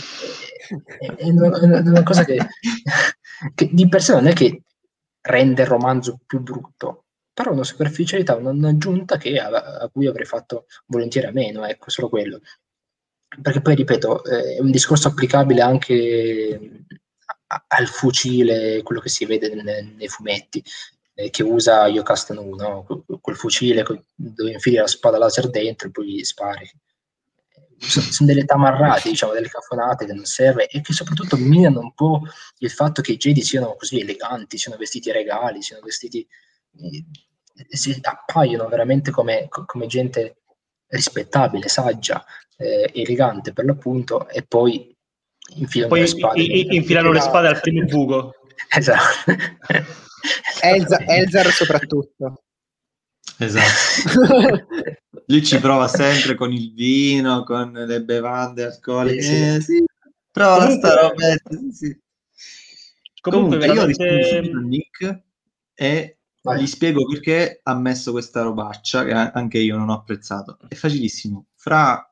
È, è una, è una cosa che, che di per sé non è che rende il romanzo più brutto, però una superficialità, una- un'aggiunta che, a, a cui avrei fatto volentieri a meno, ecco, solo quello. Perché poi, ripeto, eh, è un discorso applicabile anche a- al fucile, quello che si vede ne- nei fumetti, eh, che usa Yocasta Nu, no? Que- Quel fucile co- dove infili la spada laser dentro e poi spari. So- Sono delle tamarrate, diciamo, delle cafonate che non serve e che soprattutto minano un po' il fatto che i Jedi siano così eleganti, siano vestiti regali, siano vestiti, eh, si appaiono veramente come, co- come gente rispettabile, saggia, eh, elegante per l'appunto, e poi E infilano le poi spade. i- i- infilano le spade al primo buco. Esatto. Elza, Elzar soprattutto. Esatto. Lui ci prova sempre con il vino, con le bevande alcoliche. Sì, sì. Eh, sì, prova Comunque- sta robetta. Sì, sì. Comunque, Comunque, io rispondo veramente... subito a Nick e Vai. gli spiego perché ha messo questa robaccia che a- anche io non ho apprezzato. È facilissimo. Fra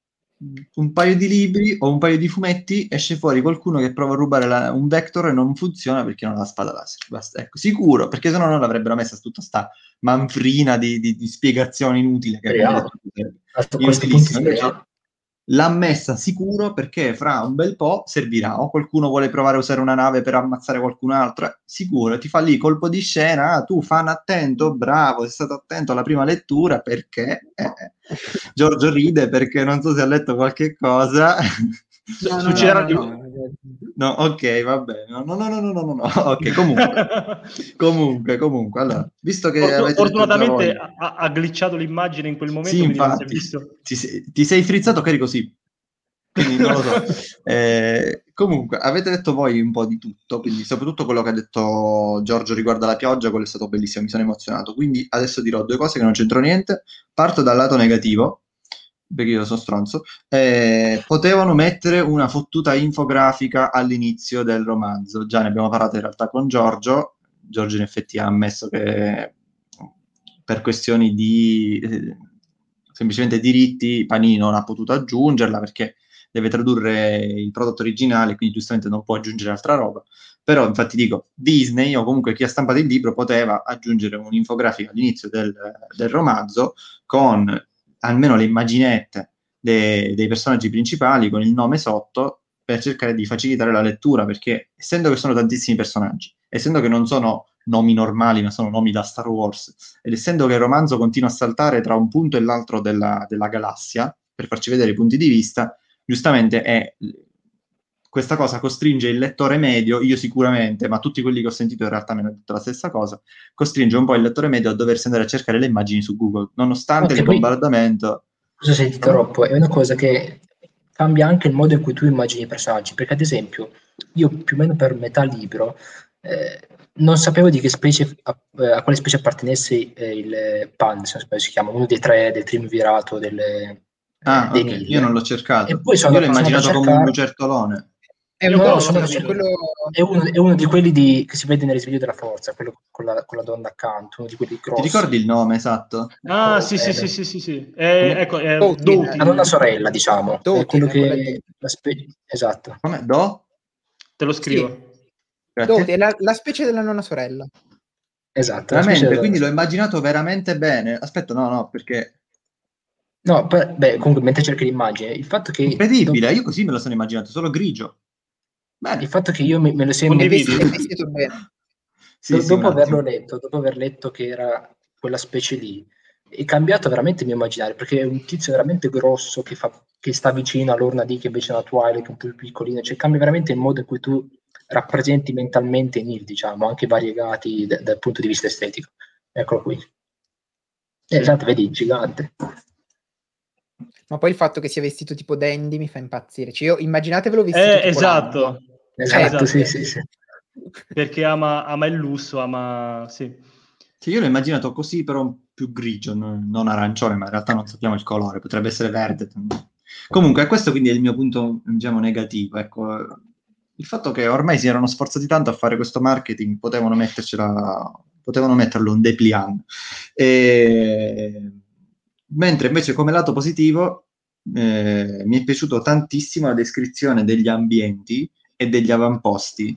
un paio di libri o un paio di fumetti esce fuori qualcuno che prova a rubare la- un Vector e non funziona perché non ha la spada laser. Basta, ecco, sicuro, perché sennò non l'avrebbero messa su tutta sta manfrina di, di, di spiegazione inutile che abbiamo Speriamo. detto. A questo punto Inutilissima. speriamo. Invece l'ha messa sicuro perché fra un bel po' servirà, o qualcuno vuole provare a usare una nave per ammazzare qualcun altro, eh, sicuro, ti fa lì colpo di scena, ah, tu fan attento, bravo, sei stato attento alla prima lettura perché eh, eh. Giorgio ride perché non so se ha letto qualche cosa. No, no, Succederà no, di- no, no. No, ok, va bene. No, no, no, no, no, no, no, no. Ok, comunque, comunque, comunque. Allora, visto che Fortu- avete detto già fortunatamente voi, ha, ha glitchato l'immagine in quel momento, sì, quindi non si è infatti, visto. ti sei, ti sei frizzato che eri così. Quindi non lo so. Eh, comunque, avete detto voi un po' di tutto, quindi soprattutto quello che ha detto Giorgio riguardo alla pioggia, quello è stato bellissimo, mi sono emozionato. Quindi adesso dirò due cose che non c'entro niente. Parto dal lato negativo, perché io sono stronzo. Eh, potevano mettere una fottuta infografica all'inizio del romanzo. Già ne abbiamo parlato in realtà con Giorgio. Giorgio in effetti ha ammesso che per questioni di eh, semplicemente diritti Panini non ha potuto aggiungerla perché deve tradurre il prodotto originale, quindi giustamente non può aggiungere altra roba. Però infatti dico, Disney o comunque chi ha stampato il libro poteva aggiungere un'infografica all'inizio del, del romanzo con almeno le immaginette de- dei personaggi principali con il nome sotto per cercare di facilitare la lettura, perché essendo che sono tantissimi personaggi, essendo che non sono nomi normali ma sono nomi da Star Wars, ed essendo che il romanzo continua a saltare tra un punto e l'altro della, della galassia per farci vedere i punti di vista, giustamente è questa cosa costringe il lettore medio, io sicuramente, ma tutti quelli che ho sentito in realtà mi hanno detto la stessa cosa, costringe un po' il lettore medio a doversi andare a cercare le immagini su Google, nonostante Ok, il poi- bombardamento. Scusa se ti interrompo, è una cosa che cambia anche il modo in cui tu immagini i personaggi, perché ad esempio io più o meno per metà libro eh, non sapevo di che specie, a, eh, a quale specie appartenesse eh, il Pan, se non sbaglio si chiama, uno dei tre del triumvirato delle, eh, Ah, dei ok, io non Nil. l'ho E cercato. poi sono, Io l'ho sono andato a immaginato come un cercare. lucertolone. È Io un No, no, quello sono, l'ho è capito. quello... è, uno, è uno di quelli di, che si vede nel risveglio della forza, quello con la, con la donna accanto, uno di quelli Ti grossi. ricordi il nome esatto? Ah, Ecco, sì, sì, eh, sì, sì, sì, sì. Eh, Come? ecco, è Dotin. la nonna Dotin. sorella, diciamo, è Dotin, quello quella di... che la spe- esatto. Come? Do? Te lo Sì, scrivo. Dotin, Grazie. è la, la specie della nonna sorella. Esatto, la specie Veramente, della- quindi l'ho immaginato veramente bene. Aspetta, no, no, perché No, per- beh, comunque mentre cerchi l'immagine, il fatto che, do- incredibile, io così me lo sono immaginato, solo grigio. il Bene. fatto che io me, me lo sia È Condividi? immaginato, vestito, è vestito bene. Sì, do- sì, un dopo averlo attimo. letto, dopo aver letto che era quella specie lì, è cambiato veramente il mio immaginario, perché è un tizio veramente grosso che, fa, che sta vicino all'Orna D, che invece è una Twilight, che è un po' più piccolino, cioè cambia veramente il modo in cui tu rappresenti mentalmente i Nil, diciamo, anche variegati d- dal punto di vista estetico. Eccolo qui. E esatto, vedi, gigante. Ma poi il fatto che sia vestito tipo dandy mi fa impazzire. Cioè, io immaginatevelo vestito Eh, tipo esatto. Lambo. Esatto, Esatto. sì, sì, sì. Perché ama, ama il lusso, ama... Sì. Sì, io l'ho immaginato così, però più grigio, non, non arancione, ma in realtà non sappiamo il colore, potrebbe essere verde. Comunque, questo quindi è il mio punto, diciamo, negativo. Ecco, il fatto che ormai si erano sforzati tanto a fare questo marketing, potevano mettercela, potevano metterlo un dépliant. E... Mentre invece come lato positivo eh, mi è piaciuto tantissimo la descrizione degli ambienti e degli avamposti.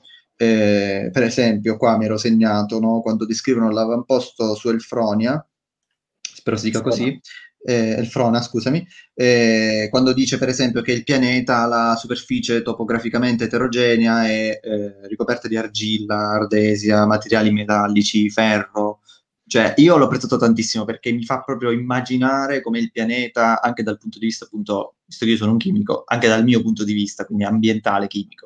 Eh, per esempio, qua mi ero segnato, no, quando descrivono l'avamposto su Elfronia, spero si dica così, eh, Elfrona, scusami, eh, quando dice per esempio che il pianeta ha la superficie topograficamente eterogenea e eh, ricoperta di argilla, ardesia, materiali metallici, ferro. Cioè, io l'ho apprezzato tantissimo perché mi fa proprio immaginare come il pianeta, anche dal punto di vista, appunto, visto che io sono un chimico, anche dal mio punto di vista, quindi ambientale, chimico.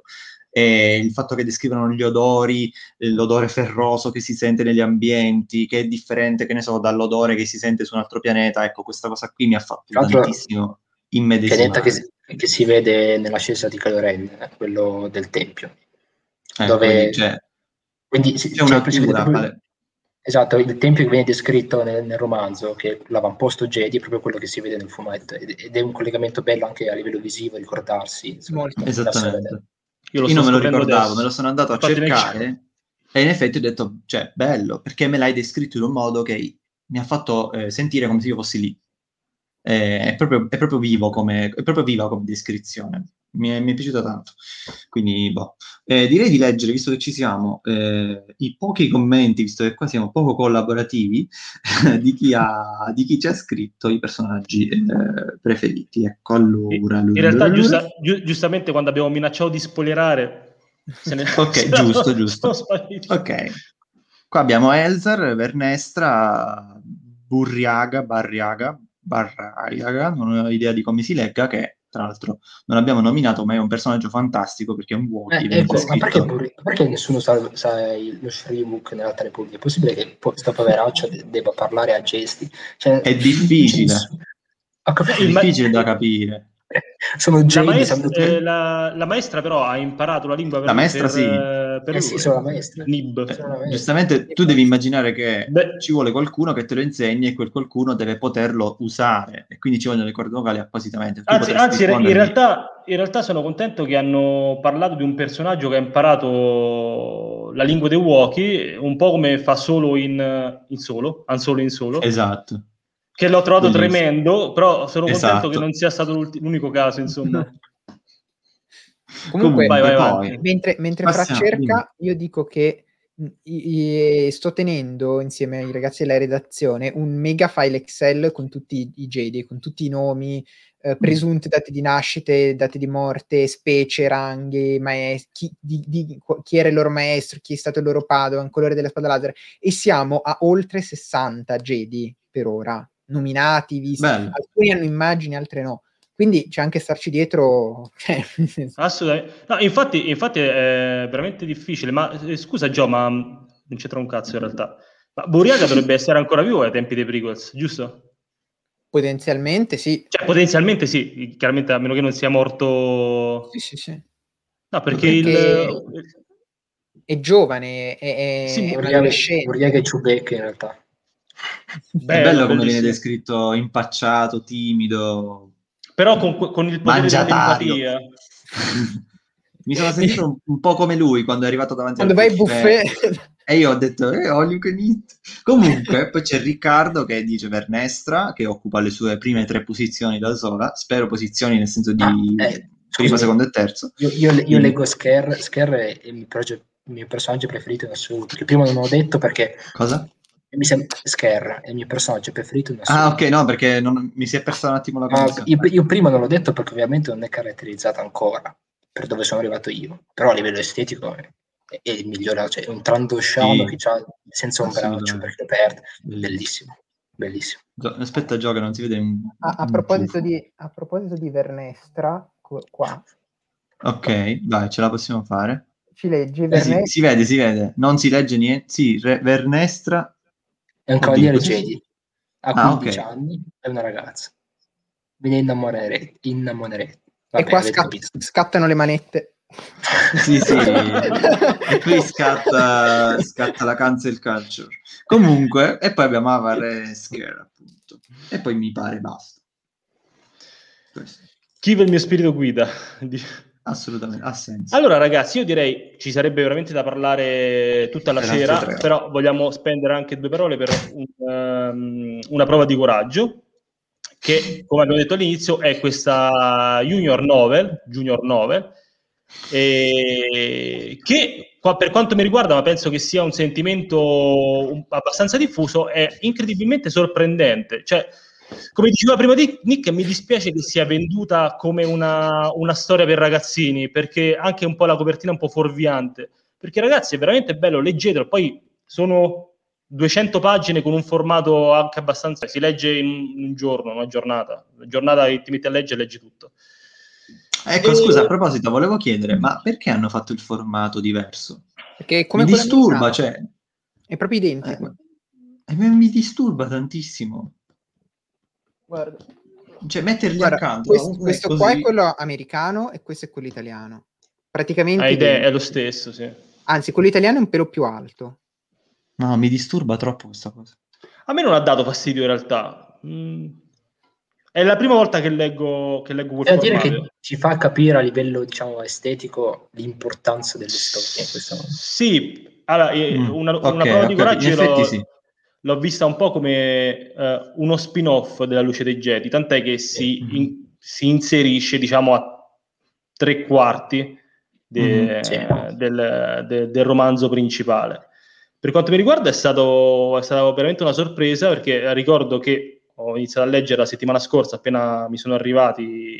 E il fatto che descrivono gli odori, l'odore ferroso che si sente negli ambienti, che è differente, che ne so, dall'odore che si sente su un altro pianeta, ecco, questa cosa qui mi ha fatto Tra l'altro, tantissimo il pianeta che, immedesimare. si- che si vede nell'ascesa di Kylo Ren, eh, quello del Tempio, Ecco, vedi, dove cioè, quindi si, c'è cioè, una si vede cura, proprio, vale. esatto, il Tempio che viene descritto nel, nel romanzo, che è l'avamposto Jedi, è proprio quello che si vede nel fumetto, ed, ed è un collegamento bello anche a livello visivo, ricordarsi, insomma, Molto. da solo. Esattamente. Io lo Io sto non me lo scoprendo ricordavo, adesso. me lo sono andato a Infatti neanche io. cercare e in effetti ho detto, cioè, bello, perché me l'hai descritto in un modo che mi ha fatto eh, sentire come se io fossi lì. Eh, è proprio, è proprio vivo come, è proprio viva come descrizione. Mi è, mi è piaciuta tanto. Quindi, boh. Eh, direi di leggere, visto che ci siamo, eh, i pochi commenti, visto che qua siamo poco collaborativi, di chi, ha, di chi ci ha scritto i personaggi eh, preferiti. Ecco, allora. In realtà, giusta, giu- giustamente, quando abbiamo minacciato di spoilerare, se ne Ok, se giusto, sono- giusto. sono spariti. Ok. Qua abbiamo Elzar, Vernestra, Burriaga, Barriaga, Barriaga, non ho idea di come si legga, che tra l'altro non abbiamo nominato, ma è un personaggio fantastico perché è un Wookiee, Eh, viene ecco, ma perché, descritto... perché nessuno sa, sa il- lo Shriwook nell'altra Repubblica? È possibile che questo poveraccio de- debba parlare a gesti? Cioè, È non dice difficile, nessuno. Ho capito. è Il ma- difficile da capire. Sono La, Jedi, maestra, sanno eh, tutto. la, la maestra però ha imparato la lingua per, La maestra per, sì. eh, per Eh sì, sono la lui, maestra. Nib. Sono Eh, la maestra. giustamente tu devi immaginare che Beh, ci vuole qualcuno che te lo insegni e quel qualcuno deve poterlo usare e quindi ci vogliono le corde vocali appositamente. Tu anzi, potresti anzi, in rispondergli. realtà, in realtà sono contento che hanno parlato di un personaggio che ha imparato la lingua dei Wookiee, un po' come fa solo in, in solo, Han Solo in solo, Esatto. che l'ho trovato Bellissimo. tremendo, però sono contento che Esatto. non sia stato l'unico caso, insomma. Comunque, Vai, vai Comunque, avanti. poi mentre, mentre Fra passiamo, dimmi. cerca, io dico che mh, i- i- sto tenendo insieme ai ragazzi della redazione un mega file Excel con tutti i, i Jedi, con tutti i nomi, eh, presunti, dati di nascita, dati di morte, specie, ranghi, maestri, chi, di- di- chi era il loro maestro, chi è stato il loro Padawan, colore della spada laser, e siamo a oltre sessanta Jedi per ora, nominati, visti. Bello. Alcuni hanno immagini, altri no. Quindi c'è anche starci dietro, cioè, nel senso. Assolutamente. No, infatti, infatti è veramente difficile. Ma eh, scusa, Gio, ma mh, non c'entra un cazzo in realtà. Ma Buriaga dovrebbe essere ancora vivo ai tempi dei prequels, giusto? Potenzialmente sì. Cioè, potenzialmente sì, chiaramente a meno che non sia morto. Sì, sì, sì. No, perché, Perché il. è giovane, è, Sì, è un Uriaga Uriaga e adolescente. Chewbacca in realtà. È bello, bello come viene bellissimo. descritto impacciato, timido, Però con, con il potere mangiatario. dell'empatia. Mi sono sentito un, un po' come lui quando è arrivato davanti Quando al vai ai buffet. buffet. E io ho detto, eh, all you can eat. Comunque, poi c'è Riccardo che dice Vernestra, che occupa le sue prime tre posizioni da sola, spero posizioni nel senso di Ah, eh, primo, scusami, secondo e terzo. io, io, io Dimmi. leggo Scare, Scare è il mio, proge- il mio personaggio preferito in assoluto, che prima non ho detto perché Cosa? mi sembra Scare è il mio personaggio preferito in Ah, assoluto. ok, no, perché non- mi si è persa un attimo la No, connessione. io, io prima non l'ho detto perché ovviamente non è caratterizzata ancora per dove sono arrivato io, però a livello estetico è, è il migliore, cioè è un trandosciano Sì, che ha senza un braccio assolutamente. perché lo perde, Bellissimo. bellissimo, bellissimo. Gio- aspetta, Gio, che non si vede un, A, a un proposito ciuffo. di, a proposito di Vernestra, co- qua, Ok, vai, ce la possiamo fare. ci leggi Eh sì, Vernestra. si vede, si vede. Non si legge niente. Sì, Re- Vernestra. È un Oddio, cavaliere così. Jedi, ha Ah, quindici ok. anni, è una ragazza. me ne innamorerete. innamonerete. E qua scat- scattano le manette. Sì, sì. E qui scatta, scatta la cancel culture. Comunque, e poi abbiamo Avare Scare, appunto. E poi mi pare basta. Questo. Chi il mio spirito guida. Assolutamente, ha senso. Allora ragazzi, io direi ci sarebbe veramente da parlare tutta la Per sera, altre tre. però vogliamo spendere anche due parole per un, um, una prova di coraggio, che come abbiamo detto all'inizio è questa junior novel, junior novel, e che qua, per quanto mi riguarda, ma penso che sia un sentimento un, abbastanza diffuso, è incredibilmente sorprendente. Cioè, come diceva prima Nick, mi dispiace che sia venduta come una, una storia per ragazzini, perché anche un po' la copertina è un po' fuorviante, perché ragazzi è veramente bello, leggetelo, poi sono duecento pagine con un formato anche abbastanza, si legge in un giorno, una giornata, una giornata che ti metti a leggere e leggi tutto. Ecco, e... scusa, a proposito, volevo chiedere, ma perché hanno fatto il formato diverso? Perché come mi disturba, americano, cioè... è proprio identico. Eh, mi disturba tantissimo. Guarda. Cioè, metterli Guarda, accanto. questo, È questo così... qua è quello americano e questo è quello italiano. Praticamente ah, identico. è lo stesso, sì. Anzi, quello italiano è un pelo più alto. No, mi disturba troppo questa cosa. A me non ha dato fastidio in realtà. Mm. È la prima volta che leggo, che leggo quel Devo formato. dire che ci fa capire a livello, diciamo, estetico l'importanza delle storie in questo modo. Sì, allora, Mm, una, ok, una prova di okay. coraggio In effetti l'ho, sì. l'ho vista un po' come uh, uno spin-off della Luce dei Jedi, tant'è che si, Mm-hmm. in, si inserisce, diciamo, a tre quarti de, Mm-hmm. Sì. del, de, del romanzo principale. Per quanto mi riguarda è, stato, è stata veramente una sorpresa, perché ricordo che ho iniziato a leggere la settimana scorsa, appena mi sono arrivati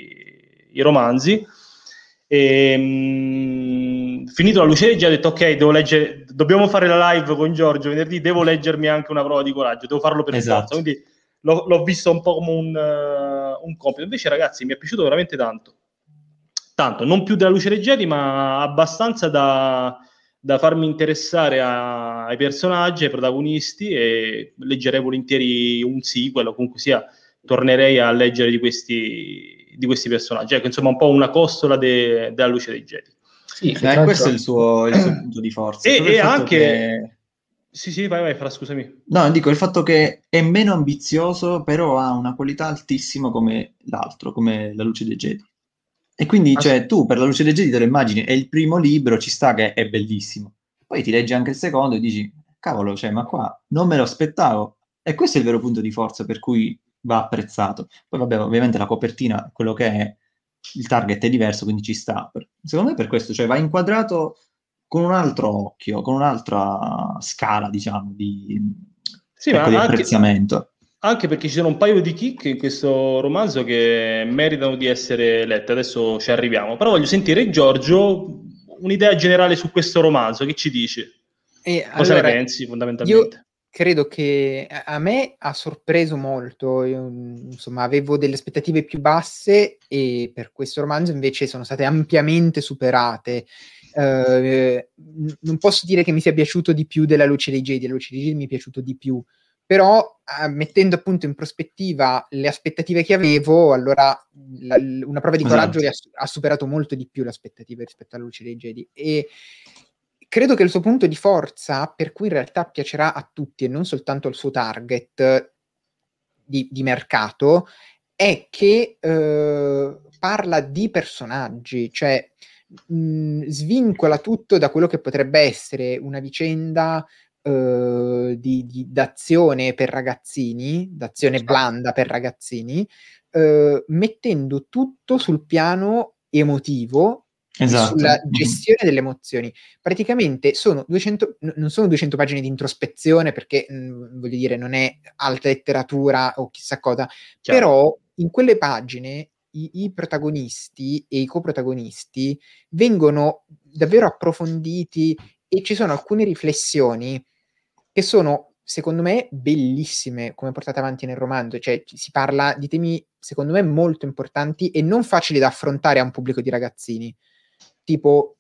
i romanzi, e mh, finito la Luce dei Jedi ho detto ok, devo leggere, dobbiamo fare la live con Giorgio venerdì, devo leggermi anche una prova di coraggio, devo farlo per Esatto. forza, quindi l'ho, l'ho visto un po' come un, uh, un compito. Invece ragazzi mi è piaciuto veramente tanto, tanto, non più della Luce dei Jedi, ma abbastanza da, da farmi interessare a, ai personaggi, ai protagonisti, e leggerei volentieri un sequel, o comunque sia tornerei a leggere di questi, di questi personaggi. Ecco, insomma, un po' una costola de, della Luce dei Jedi. Sì, Eh, questo è il suo, il suo punto di forza. E, Proprio e il fatto anche... che... Sì, sì, vai, vai, Fra, scusami. No, dico il fatto che è meno ambizioso, però ha una qualità altissima come l'altro, come La Luce dei Jedi. E quindi, cioè, tu per La Luce dei Jedi te lo immagini, è il primo libro, ci sta che è bellissimo. Poi ti leggi anche il secondo e dici, cavolo, cioè, ma qua non me lo aspettavo. E questo è il vero punto di forza per cui va apprezzato. Poi vabbè, ovviamente la copertina, quello che è, il target è diverso, quindi ci sta. Secondo me per questo, cioè, va inquadrato con un altro occhio, con un'altra scala, diciamo, di, sì, ecco, ma di anche, apprezzamento. Anche perché ci sono un paio di chicche in questo romanzo che meritano di essere lette. Adesso ci arriviamo. Però voglio sentire, Giorgio, un'idea generale su questo romanzo. Che ci dici? E Cosa allora, ne pensi, fondamentalmente? Io credo che a me ha sorpreso molto. Io, insomma, avevo delle aspettative più basse e per questo romanzo invece sono state ampiamente superate. Eh, non posso dire che mi sia piaciuto di più della Luce dei Jedi, la Luce dei Jedi mi è piaciuto di più, però eh, mettendo appunto in prospettiva le aspettative che avevo, allora la, una prova di coraggio Esatto. ha, ha superato molto di più le aspettative rispetto alla Luce dei Jedi, e credo che il suo punto di forza, per cui in realtà piacerà a tutti e non soltanto al suo target di, di mercato, è che eh, parla di personaggi, cioè mh, svincola tutto da quello che potrebbe essere una vicenda eh, di, di, d'azione per ragazzini, d'azione blanda per ragazzini, eh, mettendo tutto sul piano emotivo e Esatto. sulla Mm-hmm. gestione delle emozioni. Praticamente sono duecento, n- non sono duecento pagine di introspezione, perché mh, voglio dire, non è alta letteratura o chissà cosa, Chiaro. però in quelle pagine i, i protagonisti e i coprotagonisti vengono davvero approfonditi e ci sono alcune riflessioni che sono, secondo me, bellissime come portate avanti nel romanzo. Cioè si parla di temi, secondo me, molto importanti e non facili da affrontare a un pubblico di ragazzini, tipo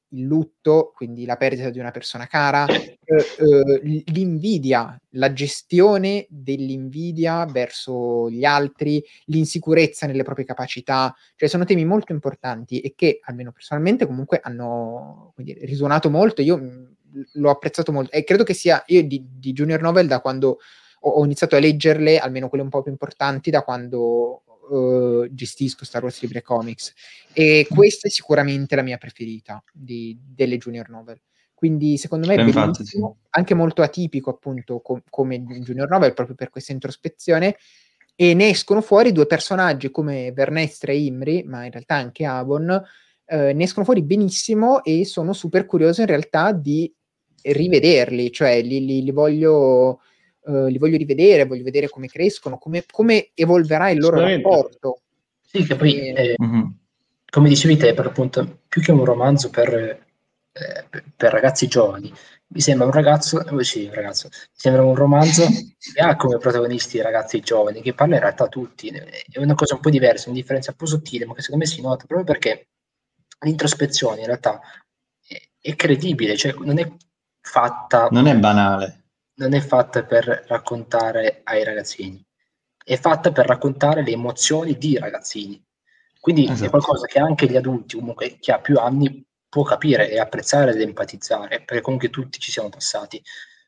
il lutto, quindi la perdita di una persona cara, eh, eh, l'invidia, la gestione dell'invidia verso gli altri, l'insicurezza nelle proprie capacità, cioè sono temi molto importanti e che, almeno personalmente, comunque hanno, quindi, risuonato molto. Io mh, l'ho apprezzato molto e credo che sia, io di, di junior novel, da quando ho, ho iniziato a leggerle, almeno quelle un po' più importanti, da quando Uh, gestisco Star Wars Libre Comics, e questa è sicuramente la mia preferita di, delle junior novel, quindi secondo me è Beh, bellissimo, infatti, sì. anche molto atipico appunto com- come junior novel, proprio per questa introspezione, e ne escono fuori due personaggi come Vernestra e Imri, ma in realtà anche Avon, eh, ne escono fuori benissimo e sono super curioso in realtà di rivederli, cioè li, li, li voglio Uh, li voglio rivedere, voglio vedere come crescono, come, come evolverà il loro rapporto. Sì, che poi, e... eh, mm-hmm. come dicevi te, per appunto, più che un romanzo per, eh, per ragazzi giovani, mi sembra un ragazzo, eh, sì, un ragazzo, mi sembra un romanzo che ha come protagonisti ragazzi giovani, che parla in realtà a tutti. È una cosa un po' diversa, una differenza un po' sottile, ma che secondo me si nota proprio perché l'introspezione in realtà è, è credibile, cioè non è fatta... Non è banale. Non è fatta per raccontare ai ragazzini, è fatta per raccontare le emozioni di ragazzini. Quindi Esatto. è qualcosa che anche gli adulti, comunque chi ha più anni, può capire e apprezzare ed empatizzare, perché comunque tutti ci siamo passati.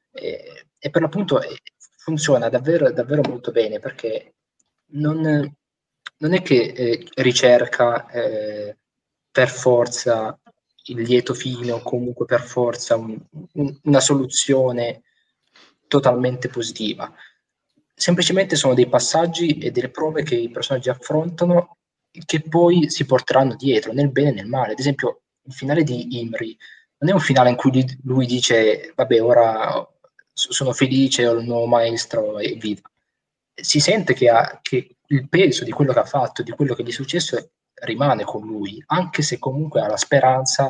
E, e per l'appunto eh, funziona davvero, davvero molto bene, perché non, non è che eh, ricerca eh, per forza il lieto fine o comunque per forza un, un, una soluzione totalmente positiva. Semplicemente sono dei passaggi e delle prove che i personaggi affrontano, che poi si porteranno dietro, nel bene e nel male. Ad esempio, il finale di Imri non è un finale in cui lui dice vabbè, ora sono felice, ho il nuovo maestro e viva. Si sente che, ha, che il peso di quello che ha fatto, di quello che gli è successo, rimane con lui, anche se comunque ha la speranza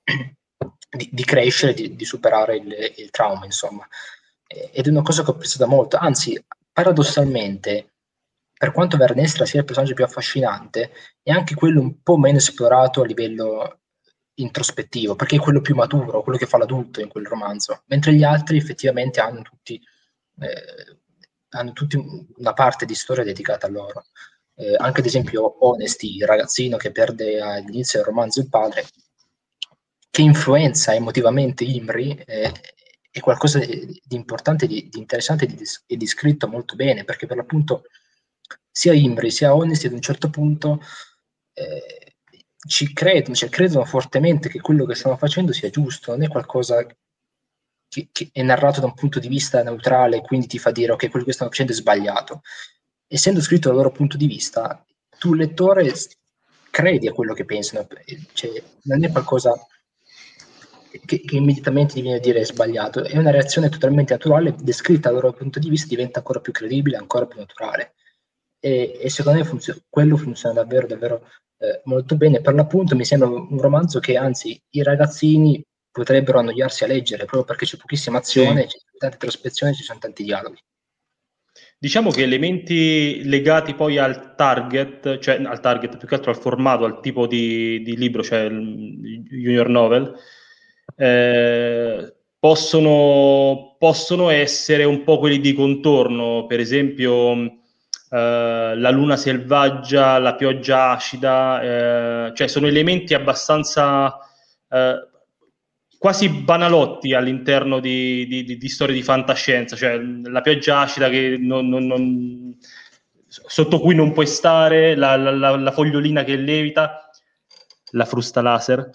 di, di crescere, di, di superare il, il trauma, insomma. Ed è una cosa che ho apprezzato molto, anzi, paradossalmente, per quanto Vernestra sia il personaggio più affascinante, è anche quello un po' meno esplorato a livello introspettivo, perché è quello più maturo, quello che fa l'adulto in quel romanzo, mentre gli altri effettivamente hanno tutti, eh, hanno tutti una parte di storia dedicata a loro. Eh, anche ad esempio Honesty, il ragazzino che perde all'inizio del romanzo il padre, che influenza emotivamente Imri, eh, è qualcosa di, di importante, di, di interessante e di scritto molto bene, perché per l'appunto sia Imri sia Honesty ad un certo punto eh, ci credono, cioè credono fortemente che quello che stanno facendo sia giusto, non è qualcosa che, che è narrato da un punto di vista neutrale, quindi ti fa dire ok, quello che stanno facendo è sbagliato. Essendo scritto dal loro punto di vista, tu lettore credi a quello che pensano, cioè, non è qualcosa che, che immediatamente ti viene a dire è sbagliato, è una reazione totalmente naturale, descritta dal loro punto di vista diventa ancora più credibile, ancora più naturale. E, e secondo me funziona, quello funziona davvero, davvero eh, molto bene. Per l'appunto mi sembra un romanzo che anzi i ragazzini potrebbero annoiarsi a leggere, proprio perché c'è pochissima azione, sì. C'è tanta introspezione, ci sono tanti dialoghi. Diciamo che elementi legati poi al target, cioè al target più che altro al formato, al tipo di, di libro, cioè il junior novel, eh, possono, possono essere un po' quelli di contorno, per esempio eh, la luna selvaggia, la pioggia acida, eh, cioè sono elementi abbastanza eh, quasi banalotti all'interno di, di, di storie di fantascienza, cioè la pioggia acida che non, non, non, sotto cui non puoi stare, la, la, la fogliolina che levita, la frusta laser.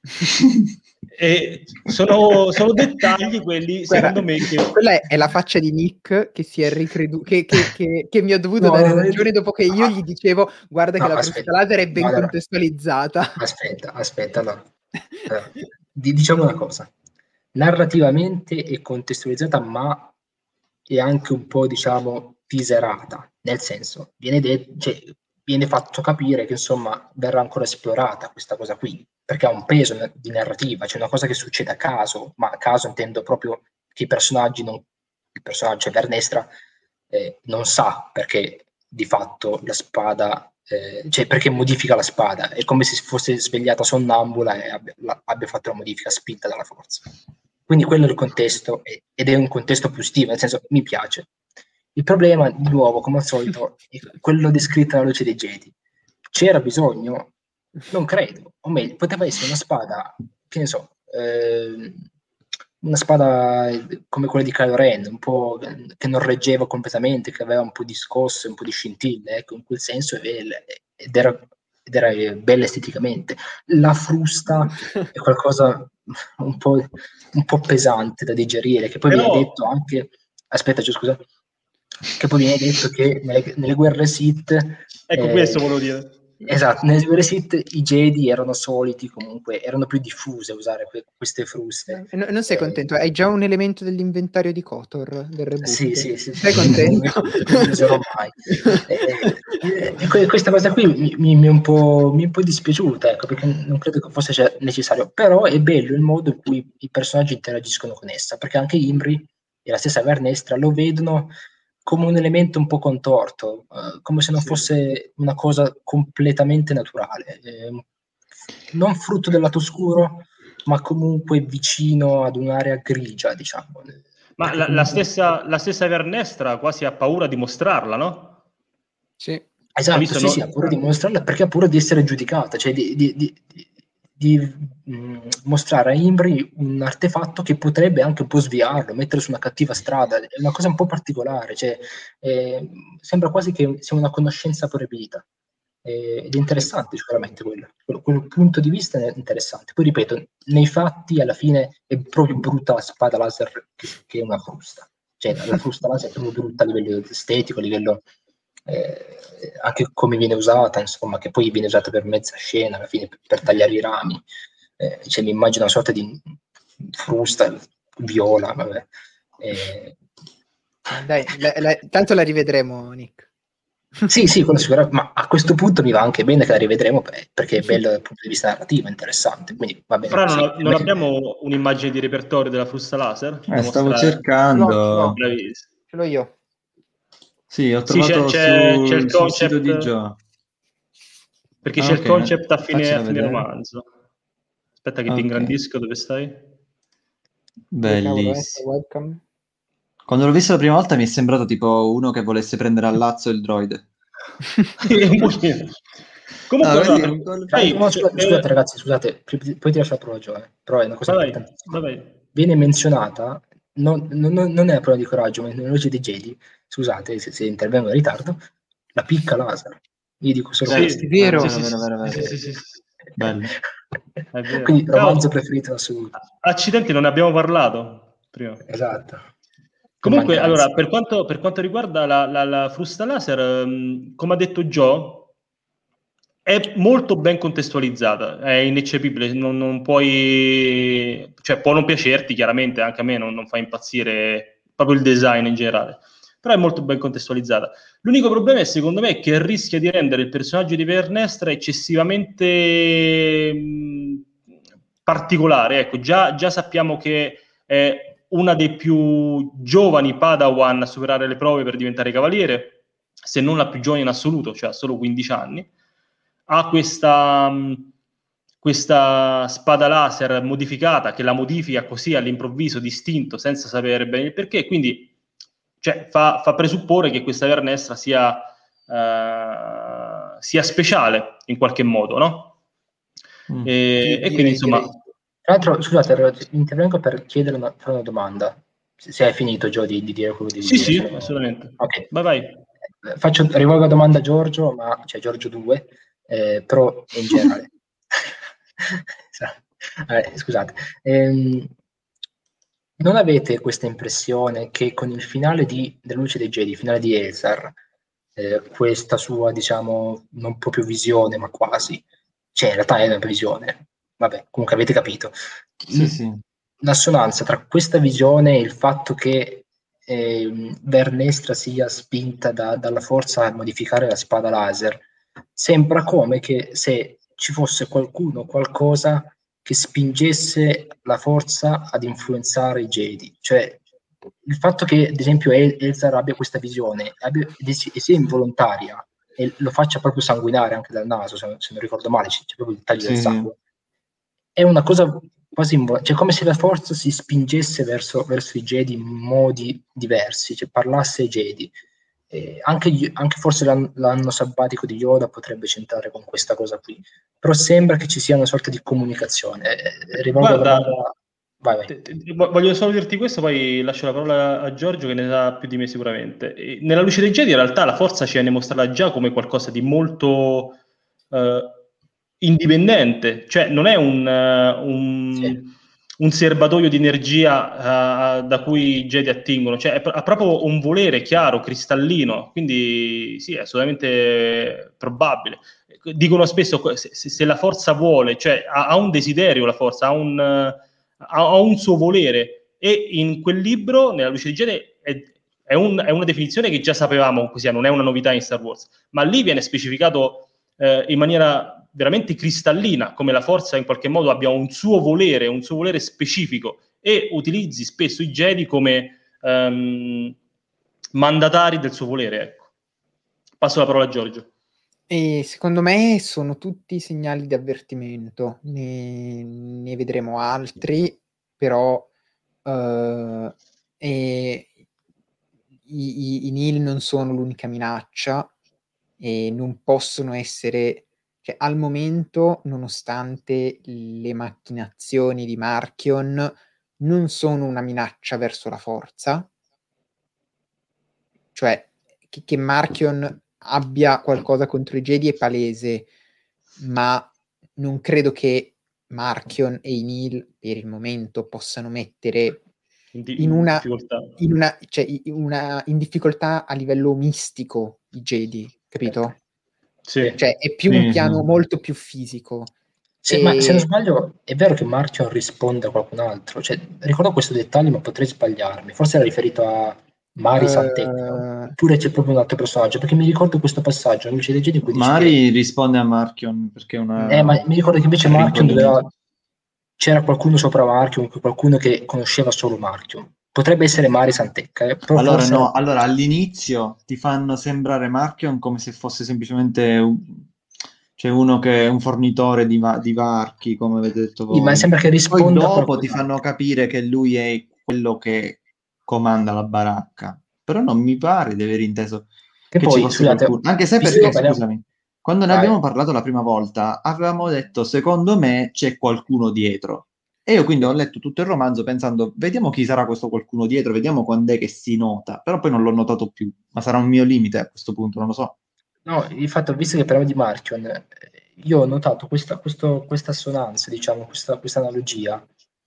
E sono, sono dettagli quelli, Guarda, secondo me, che... quella è, è la faccia di Nick che si è ricreduto, che, che, che, che mi ha dovuto no, dare no, ragione dopo che io ah, gli dicevo guarda no, che la aspetta, frusta laser è ben no, allora, contestualizzata. Aspetta, aspetta, allora, allora diciamo una cosa, narrativamente è contestualizzata, ma è anche un po', diciamo, teaserata, nel senso, viene, de- cioè, viene fatto capire che, insomma, verrà ancora esplorata questa cosa qui, perché ha un peso di narrativa, c'è una cosa che succede a caso, ma a caso intendo proprio che i personaggi, non, il personaggio Vernestra, eh, non sa perché di fatto la spada eh, cioè perché modifica la spada, è come se fosse svegliata sonnambula e abbia, la, abbia fatto la modifica spinta dalla forza. Quindi quello è il contesto, ed è un contesto positivo, nel senso mi piace. Il problema, di nuovo, come al solito, è quello descritto alla luce dei Jedi. C'era bisogno? Non credo. O meglio, poteva essere una spada, che ne so, eh, una spada come quella di Kylo Ren, un po' che non reggeva completamente, che aveva un po' di scosse, un po' di scintille, ecco, in quel senso è bella, ed era, ed era bella esteticamente. La frusta è qualcosa un po', un po' pesante da digerire, che poi Però... viene detto anche, aspetta, cioè, scusa, che poi viene detto che nelle, nelle guerre Sith, ecco, eh, questo volevo dire. Esatto, nelle guerre Sith i Jedi erano soliti, comunque erano più diffuse a usare que- queste fruste. No, non sei eh, contento? Hai già un elemento dell'inventario di KOTOR del reboot? Sì, sì, sì. Sei contento? Non lo userò mai. Eh, eh, questa cosa qui mi, mi, mi, è un po', mi è un po' dispiaciuta, ecco, perché non credo che fosse necessario, però è bello il modo in cui i personaggi interagiscono con essa, perché anche Imri e la stessa Vernestra lo vedono come un elemento un po' contorto, eh, come se non Sì. fosse una cosa completamente naturale, eh, non frutto del lato oscuro, ma comunque vicino ad un'area grigia, diciamo. Ma la, la, stessa, la stessa Vernestra quasi ha paura di mostrarla, no? Sì. Esatto, visto, sì, no? sì, ha paura di mostrarla perché ha paura di essere giudicata, cioè di, di, di, di mh, mostrare a Imri un artefatto che potrebbe anche un po' sviarlo, mettere su una cattiva strada, è una cosa un po' particolare, cioè, eh, sembra quasi che sia una conoscenza proibita. Ed è interessante sicuramente quello. quello, quel punto di vista è interessante. Poi ripeto, nei fatti alla fine è proprio brutta la spada laser che, che è una frusta. Cioè la frusta laser è proprio brutta a livello estetico, a livello eh, anche come viene usata, insomma, che poi viene usata per mezza scena, alla fine per, per tagliare i rami. Eh, cioè mi immagino una sorta di frusta viola, vabbè. Eh, Dai, la, la, tanto la rivedremo, Nick. Sì, sì, quello sicuramente, ma a questo punto mi va anche bene che la rivedremo perché è bello dal punto di vista narrativo, interessante, quindi va bene Fra, così. non, non abbiamo un'immagine di repertorio della frusta laser? Eh, stavo cercando. No, no, ce l'ho io. Sì, ho sì, trovato c'è, c'è, su, c'è il sul concept, sito di Joe. perché Ah, c'è ok, il concept a fine, a fine vedere. romanzo. Aspetta che Ah, ti okay. ingrandisco, dove stai? Bellissimo. Webcam. Quando l'ho visto la prima volta mi è sembrato tipo uno che volesse prendere al lazzo il droide. Comunque, ah, allora, vedi, per... Tra no, scusate, eh, scusate ragazzi, scusate, poi ti lascio la parola Gio, però è una cosa vai, importantissima. vai, vai. Viene menzionata, non, non, non è una prova di coraggio, ma nella luce dei Jedi, scusate se, se intervengo in ritardo, la picca laser. Io dico solo Sì, questo. È vero. Vero, vero, vero, vero. Sì, sì, sì. Bello. È vero. Quindi romanzo Cavolo. preferito in assoluto. Accidenti, non ne abbiamo parlato prima. Esatto. Comunque, allora, per quanto, per quanto riguarda la, la, la frusta laser, um, come ha detto Joe, è molto ben contestualizzata, è ineccepibile, non, non puoi... cioè può non piacerti, chiaramente, anche a me non, non fa impazzire proprio il design in generale, però è molto ben contestualizzata. L'unico problema è, secondo me, che rischia di rendere il personaggio di Vernestra eccessivamente mh, particolare. Ecco, già, già sappiamo che è una dei più giovani Padawan a superare le prove per diventare cavaliere, se non la più giovane in assoluto, cioè ha solo quindici anni. Ha questa, questa spada laser modificata che la modifica così all'improvviso, distinto, senza sapere bene il perché, quindi cioè, fa, fa presupporre che questa Vernestra sia, uh, sia speciale in qualche modo, no? Mm. E, e quindi insomma... Tra l'altro, scusate, intervengo per chiedere una, fare una domanda. Se hai finito, Gio, di, di dire quello di Sì, dire. sì, assolutamente. Ok. Vai, vai. Faccio, rivolgo la domanda a Giorgio, ma cioè Giorgio due, eh, però in generale. eh, scusate. Ehm, non avete questa impressione che con il finale di della Luce dei Jedi, il finale di Elzar, eh, questa sua, diciamo, non proprio visione, ma quasi, cioè in realtà è una visione, vabbè, comunque avete capito. Sì, mm, sì. L'assonanza tra questa visione e il fatto che eh, Vernestra sia spinta da, dalla forza a modificare la spada laser, sembra come che se ci fosse qualcuno, qualcosa che spingesse la forza ad influenzare i Jedi, cioè il fatto che ad esempio El- Elzar abbia questa visione abbia, e sia involontaria, e lo faccia proprio sanguinare anche dal naso, se, se non ricordo male, c'è, c'è proprio il taglio Sì, del sì. sangue. È una cosa quasi invo- cioè come se la forza si spingesse verso, verso i Jedi in modi diversi, cioè parlasse ai Jedi. Eh, anche, gli- anche forse l'an- l'anno sabbatico di Yoda potrebbe centrare con questa cosa qui, però sembra che ci sia una sorta di comunicazione. Eh, rivolgo la Guarda, domanda. Vai, vai. te- te- voglio solo dirti questo, poi lascio la parola a Giorgio che ne sa più di me sicuramente. E nella luce dei Jedi in realtà la forza ci viene mostrata già come qualcosa di molto eh, indipendente, cioè non è un, eh, un, Sì. un serbatoio di energia eh, da cui i Jedi attingono, cioè è pr- ha proprio un volere chiaro, cristallino, quindi sì, è assolutamente probabile. Dicono spesso se, se la forza vuole, cioè ha, ha un desiderio la forza, ha un, ha, ha un suo volere, e in quel libro, nella luce di Jedi, è, è, un, è una definizione che già sapevamo così, non è una novità in Star Wars, ma lì viene specificato eh, in maniera veramente cristallina come la forza in qualche modo abbia un suo volere, un suo volere specifico, e utilizzi spesso i Jedi come um, mandatari del suo volere. Ecco. Passo la parola a Giorgio. E secondo me sono tutti segnali di avvertimento, ne, ne vedremo altri, però uh, e, i, i, i Nihil non sono l'unica minaccia e non possono essere, cioè al momento, nonostante le macchinazioni di Marchion, non sono una minaccia verso la forza, cioè che, che Marchion abbia qualcosa contro i Jedi è palese, ma non credo che Marchion e i Nihil per il momento possano mettere In, di, in una, difficoltà. in, una, cioè, in, una, in difficoltà a livello mistico i Jedi, capito? Sì. Cioè è più Sì, un piano sì. molto più fisico. Se, e... ma se non sbaglio, è vero che Marchion risponde a qualcun altro. Cioè, ricordo questo dettaglio, ma potrei sbagliarmi. Forse era riferito a Mari Santecca, Uh, oppure c'è proprio un altro personaggio, perché mi ricordo questo passaggio, Luce dei Jedi, in cui dice Mari che... risponde a Marchion perché è una... Eh, ma mi ricordo che invece Marchion rincoglionito. doveva... C'era qualcuno sopra Marchion, qualcuno che conosceva solo Marchion. Potrebbe essere Mari Santecca, eh, però Allora forse... no, era- allora all'inizio ti fanno sembrare Marchion come se fosse semplicemente un, cioè uno che è un fornitore di, va- di varchi, come avete detto Sì, ma voi. sembra che Poi risponda a dopo qualcun ti fanno altro. capire che lui è quello che comanda la baracca. Però non mi pare di aver inteso Che che ci poi, fosse scusate, qualcuno. Anche se visto che perché, parliamo... scusami, quando ne Vai. abbiamo parlato la prima volta, avevamo detto, secondo me c'è qualcuno dietro. E io quindi ho letto tutto il romanzo pensando, vediamo chi sarà questo qualcuno dietro, vediamo quando è che si nota, però poi non l'ho notato più, ma sarà un mio limite a questo punto, non lo so. No, infatti, visto che parliamo di Marchion, eh, io ho notato questa, questo- questa assonanza, diciamo, questa, questa analogia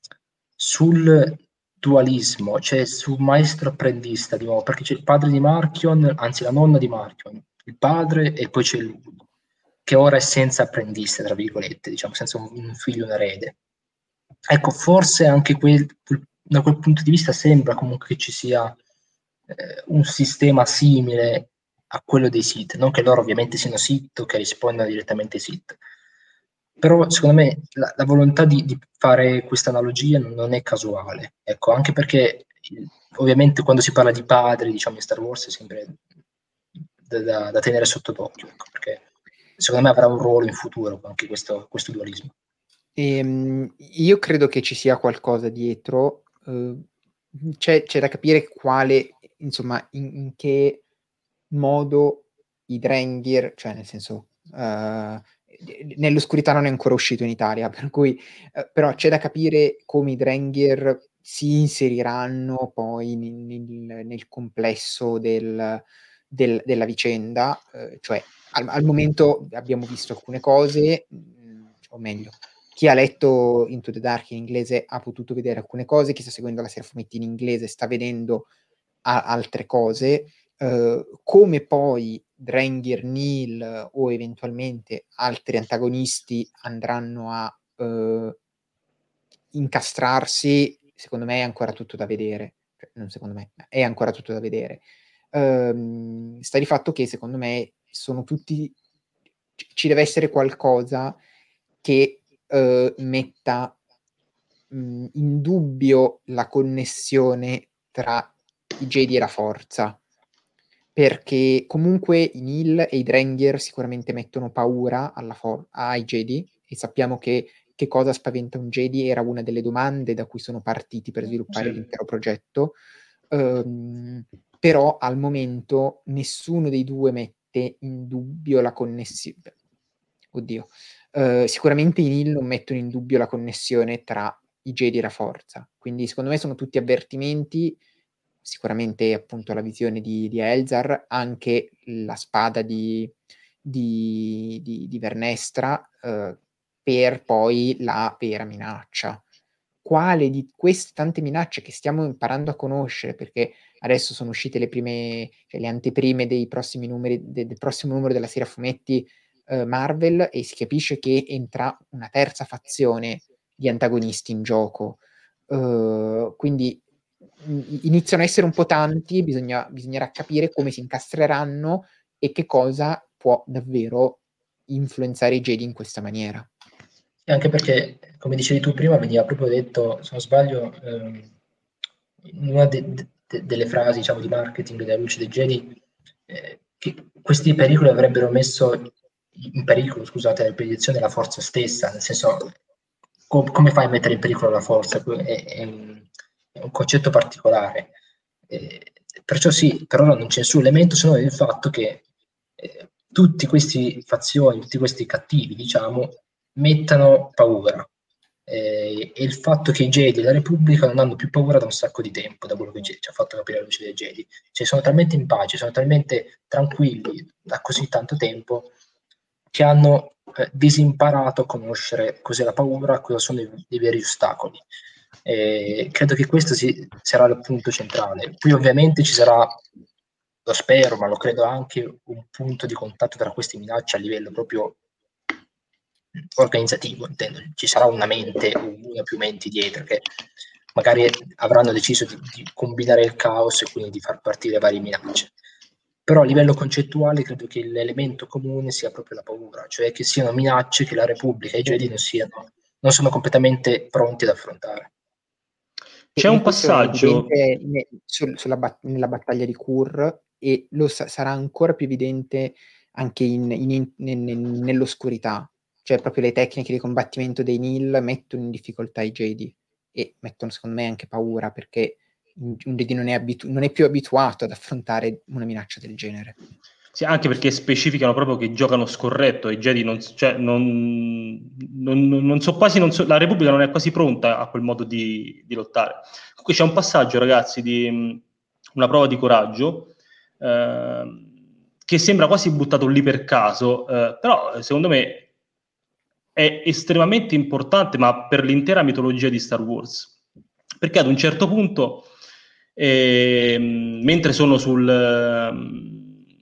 sul dualismo, cioè sul maestro-apprendista, di nuovo, perché c'è il padre di Marchion, anzi la nonna di Marchion, il padre e poi c'è lui, che ora è senza apprendista, tra virgolette, diciamo, senza un, un figlio, un erede. Ecco, forse anche quel, quel- da quel punto di vista sembra comunque che ci sia eh, un sistema simile a quello dei Sith, non che loro ovviamente siano Sith o che rispondano direttamente ai Sith, però secondo me la, la volontà di, di fare questa analogia non, non è casuale, ecco, anche perché il- ovviamente quando si parla di padri, diciamo in Star Wars è sempre da, da- da tenere sotto d'occhio, ecco, perché secondo me avrà un ruolo in futuro anche questo, questo dualismo. Ehm, io credo che ci sia qualcosa dietro, eh, c'è, c'è da capire quale, insomma, in, in che modo i Drengir, cioè nel senso, eh, nell'oscurità non è ancora uscito in Italia, per cui, eh, però c'è da capire come i Drengir si inseriranno poi nel, nel- nel complesso del- del- della vicenda, eh, cioè al, al momento abbiamo visto alcune cose, mh, o meglio, chi ha letto Into the Dark in inglese ha potuto vedere alcune cose, chi sta seguendo la serie a fumetti in inglese sta vedendo a- altre cose, eh, come poi Drengir, Neil o eventualmente altri antagonisti andranno a eh, incastrarsi, secondo me è ancora tutto da vedere. Cioè, non secondo me, è ancora tutto da vedere. Ehm, sta di fatto che secondo me sono tutti, ci deve essere qualcosa che eh, metta mh, in dubbio la connessione tra i Jedi e la forza, perché comunque i Nihil e i Drengir sicuramente mettono paura alla for- ai Jedi, e sappiamo che che cosa spaventa un Jedi era una delle domande da cui sono partiti per sviluppare Sì. l'intero progetto. Um, però al momento nessuno dei due mette in dubbio la connessione. Oddio, uh, sicuramente i Nihil non mettono in dubbio la connessione tra i Jedi e la Forza, quindi secondo me sono tutti avvertimenti. Sicuramente appunto la visione di, di Elzar, anche la spada di, di, di, di Vernestra, uh, per poi la vera minaccia. Quale di queste tante minacce che stiamo imparando a conoscere, perché adesso sono uscite le prime, cioè le anteprime dei prossimi numeri, de, del prossimo numero della serie a fumetti uh, Marvel, e si capisce che entra una terza fazione di antagonisti in gioco. Uh, quindi mh, iniziano a essere un po' tanti, bisogna, bisognerà capire come si incastreranno e che cosa può davvero influenzare i Jedi in questa maniera. E anche perché, come dicevi tu prima, veniva proprio detto, se non sbaglio, ehm, in una de- de- delle frasi, diciamo, di marketing della luce dei Jedi, eh, che questi pericoli avrebbero messo in pericolo, scusate, la benedizione della forza stessa, nel senso, co- come fai a mettere in pericolo la forza? È, è un, è un concetto particolare. Eh, perciò sì, per ora non c'è nessun elemento se non il fatto che eh, tutti questi fazioni, tutti questi cattivi, diciamo, mettano paura. Eh, e il fatto che i Jedi e la Repubblica non hanno più paura da un sacco di tempo, da quello che ci ha fatto capire la luce dei Jedi. Cioè, sono talmente in pace, sono talmente tranquilli da così tanto tempo che hanno eh, disimparato a conoscere cos'è la paura, cosa sono i, i veri ostacoli. Eh, credo che questo si, sarà il punto centrale. Poi ovviamente ci sarà, lo spero, ma lo credo anche, un punto di contatto tra queste minacce a livello proprio organizzativo, intendo. Ci sarà una mente, una o più menti dietro che magari avranno deciso di, di combinare il caos e quindi di far partire varie minacce. Però a livello concettuale credo che l'elemento comune sia proprio la paura, cioè che siano minacce che la Repubblica e i Jedi non, siano, non sono completamente pronti ad affrontare. C'è E un questo è passaggio... evidente ne, sul, sulla bat- nella battaglia di Kur, e lo sa- sarà ancora più evidente anche in, in, in, in, nell'oscurità. Cioè proprio le tecniche di combattimento dei Nihil mettono in difficoltà i Jedi, e mettono secondo me anche paura, perché un Jedi non è, abitu- non è più abituato ad affrontare una minaccia del genere. Sì, anche perché specificano proprio che giocano scorretto, i Jedi non, cioè, non, non, non so quasi, non so, la Repubblica non è quasi pronta a quel modo di, di lottare. Comunque c'è un passaggio, ragazzi, di mh, una prova di coraggio eh, che sembra quasi buttato lì per caso, eh, però secondo me è estremamente importante, ma per l'intera mitologia di Star Wars, perché ad un certo punto, eh, mentre sono sul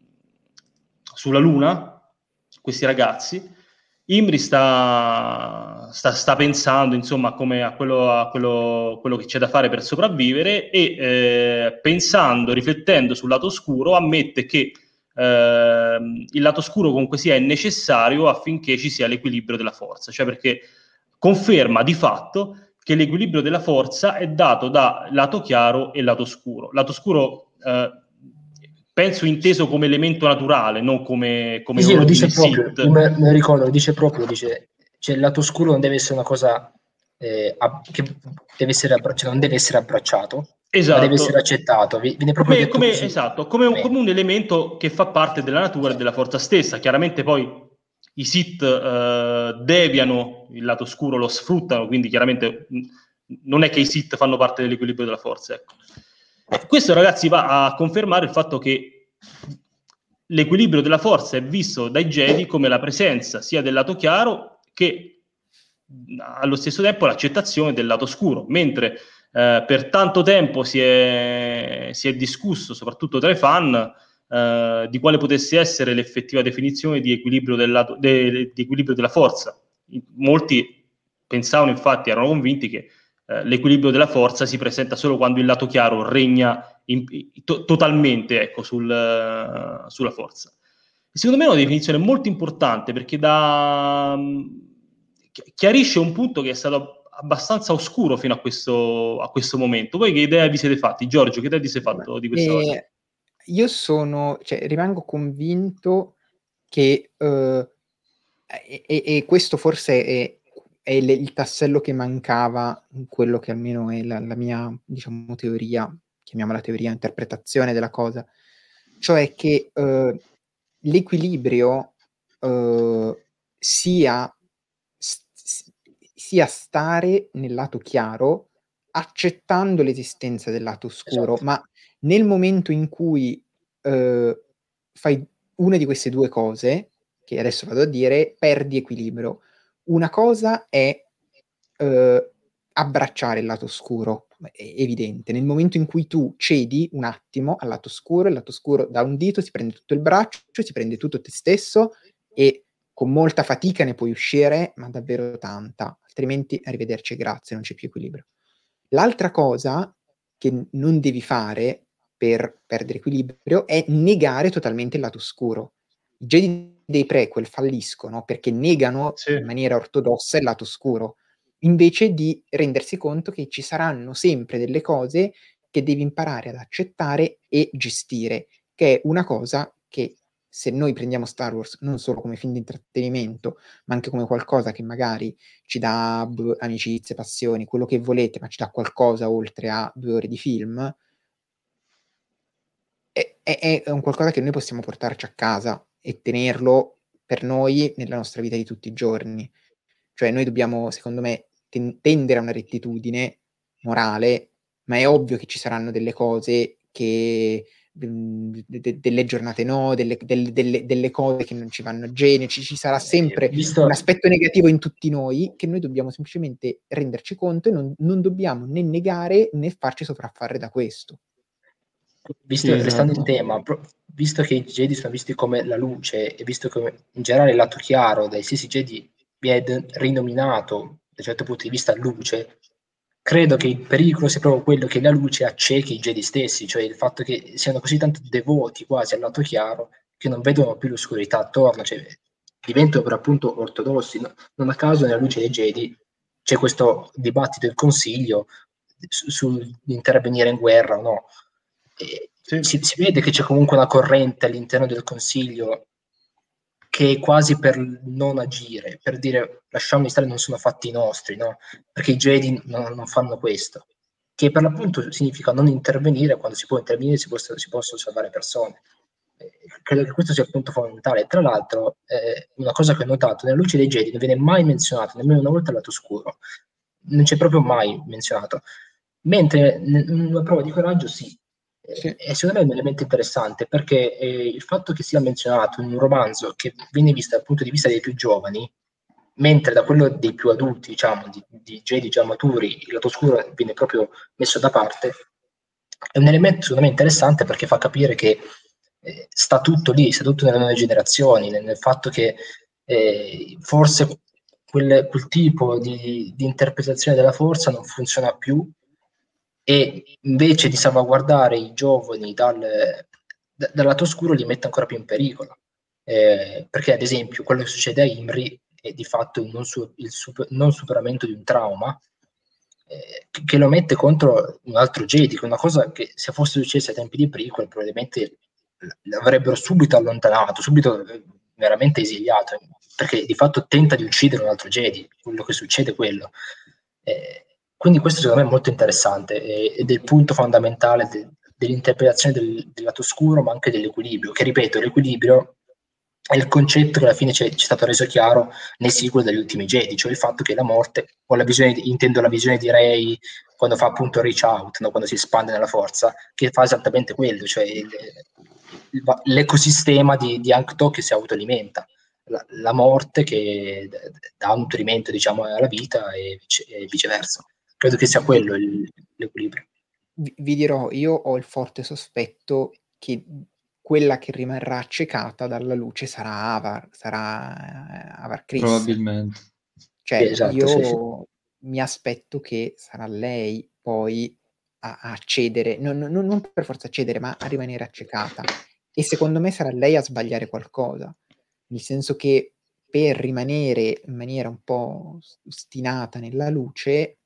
sulla Luna, questi ragazzi, Imri sta, sta, sta pensando insomma come a, quello, a quello, quello che c'è da fare per sopravvivere, e eh, pensando, riflettendo sul lato oscuro, ammette che eh, il lato oscuro comunque sia è necessario affinché ci sia l'equilibrio della forza, cioè perché conferma di fatto che l'equilibrio della forza è dato da lato chiaro e lato scuro. Lato scuro eh, penso inteso come elemento naturale, non come, come Sì, sì, lo ordine dice proprio, Sith. io me, me lo ricordo, lo dice proprio, dice, cioè il lato oscuro non deve essere una cosa eh, ab- che deve essere abbra- cioè, non deve essere abbracciato, ma deve essere Esatto. accettato. Vi- Viene proprio Come, detto come, così. esatto, come un, come un elemento che fa parte della natura e della forza stessa. Chiaramente poi i Sith eh, deviano il lato scuro, lo sfruttano, quindi chiaramente mh, non è che i Sith fanno parte dell'equilibrio della forza. Ecco. Questo, ragazzi, va a confermare il fatto che l'equilibrio della forza è visto dai Jedi come la presenza sia del lato chiaro che allo stesso tempo l'accettazione del lato scuro, mentre eh, per tanto tempo si è, si è discusso, soprattutto tra i fan, eh, di quale potesse essere l'effettiva definizione di equilibrio, del lato, de, di equilibrio della forza. Molti pensavano, infatti, erano convinti che eh, l'equilibrio della forza si presenta solo quando il lato chiaro regna in, to, totalmente ecco, sul, uh, sulla forza. E secondo me è una definizione molto importante, perché da, um, chiarisce un punto che è stato abbastanza oscuro fino a questo, a questo momento. Voi che idea vi siete fatti? Giorgio, che idea ti sei fatto di questa E, cosa? io sono, cioè, rimango convinto che, uh, e, e, e questo forse è, è le, il tassello che mancava in quello che almeno è la, la mia, diciamo, teoria, chiamiamola teoria, interpretazione della cosa, cioè che uh, l'equilibrio uh, sia, s- sia stare nel lato chiaro, accettando l'esistenza del lato oscuro, Esatto. ma nel momento in cui uh, fai una di queste due cose, che adesso vado a dire, perdi equilibrio. Una cosa è uh, abbracciare il lato oscuro, è evidente. Nel momento in cui tu cedi un attimo al lato oscuro, il lato oscuro da un dito si prende tutto il braccio, si prende tutto te stesso e con molta fatica ne puoi uscire, ma davvero tanta, altrimenti arrivederci e grazie, non c'è più equilibrio. L'altra cosa che non devi fare per perdere equilibrio è negare totalmente il lato oscuro. I Jedi dei prequel falliscono perché negano Sì. in maniera ortodossa il lato oscuro, invece di rendersi conto che ci saranno sempre delle cose che devi imparare ad accettare e gestire, che è una cosa che, se noi prendiamo Star Wars non solo come film di intrattenimento, ma anche come qualcosa che magari ci dà b- amicizie, passioni, quello che volete, ma ci dà qualcosa oltre a due ore di film, è, è, è un qualcosa che noi possiamo portarci a casa e tenerlo per noi nella nostra vita di tutti i giorni. Cioè noi dobbiamo, secondo me, ten- tendere a una rettitudine morale, ma è ovvio che ci saranno delle cose che mh, de- de- delle giornate no, delle, delle- delle- delle cose che non ci vanno a genio, ci, ci sarà sempre Visto, un aspetto negativo in tutti noi che noi dobbiamo semplicemente renderci conto e non, non dobbiamo né negare né farci sopraffare da questo. visto, Sì, restando in esatto. tema, pro- visto che i Jedi sono visti come la luce e visto che in generale il lato chiaro dai stessi Jedi viene de- rinominato da un certo punto di vista luce, credo che il pericolo sia proprio quello che la luce accechi i Jedi stessi, cioè il fatto che siano così tanto devoti quasi al lato chiaro che non vedono più l'oscurità attorno, cioè diventano per appunto ortodossi. No? Non a caso nella luce dei Jedi c'è questo dibattito del Consiglio su- sull'intervenire in guerra o no. E Sì. si, si vede che c'è comunque una corrente all'interno del Consiglio che è quasi per non agire, per dire lasciamoli stare, non sono fatti nostri, no? Perché i Jedi non, non fanno questo, che per l'appunto significa non intervenire quando si può intervenire, si, può, si possono salvare persone. Eh, credo che questo sia il punto fondamentale. Tra l'altro, eh, una cosa che ho notato, nella luce dei Jedi non viene mai menzionato nemmeno una volta il lato oscuro, non c'è proprio mai menzionato. Mentre in una prova di coraggio sì, Sì. e secondo me è un elemento interessante perché eh, il fatto che sia menzionato in un romanzo che viene visto dal punto di vista dei più giovani, mentre da quello dei più adulti, diciamo, di, di Jedi già maturi, il lato oscuro viene proprio messo da parte, è un elemento secondo me interessante perché fa capire che eh, sta tutto lì, sta tutto nelle nuove generazioni, nel, nel fatto che eh, forse quel, quel tipo di, di interpretazione della forza non funziona più e invece di salvaguardare i giovani dal, d- dal lato oscuro li mette ancora più in pericolo. Eh, perché ad esempio quello che succede a Imri è di fatto il non, su- il super- non superamento di un trauma eh, che, che lo mette contro un altro Jedi, che è una cosa che se fosse successa ai tempi di prequel probabilmente l'avrebbero subito allontanato, subito eh, veramente esiliato, perché di fatto tenta di uccidere un altro Jedi, quello che succede è quello. Eh, quindi questo secondo me è molto interessante eh, ed è il punto fondamentale de- dell'interpretazione del, del lato oscuro, ma anche dell'equilibrio, che ripeto, l'equilibrio è il concetto che alla fine ci è stato reso chiaro nei sequel degli ultimi Jedi, cioè il fatto che la morte, o la visione, di, intendo la visione di Rey quando fa appunto reach out, no? Quando si espande nella forza, che fa esattamente quello, cioè il, il, l'ecosistema di, di Ankh-To che si autoalimenta, la, la morte che dà nutrimento diciamo alla vita e, e viceversa. Credo che sia quello il, l'equilibrio. Vi, vi dirò, io ho il forte sospetto che quella che rimarrà accecata dalla luce sarà Avar, sarà eh, Avar Kriss. Probabilmente. Cioè, Sì, esatto, io sì, sì. mi aspetto che sarà lei poi a, a cedere, non, non, non per forza cedere, ma a rimanere accecata. E secondo me sarà lei a sbagliare qualcosa, nel senso che per rimanere in maniera un po' ostinata nella luce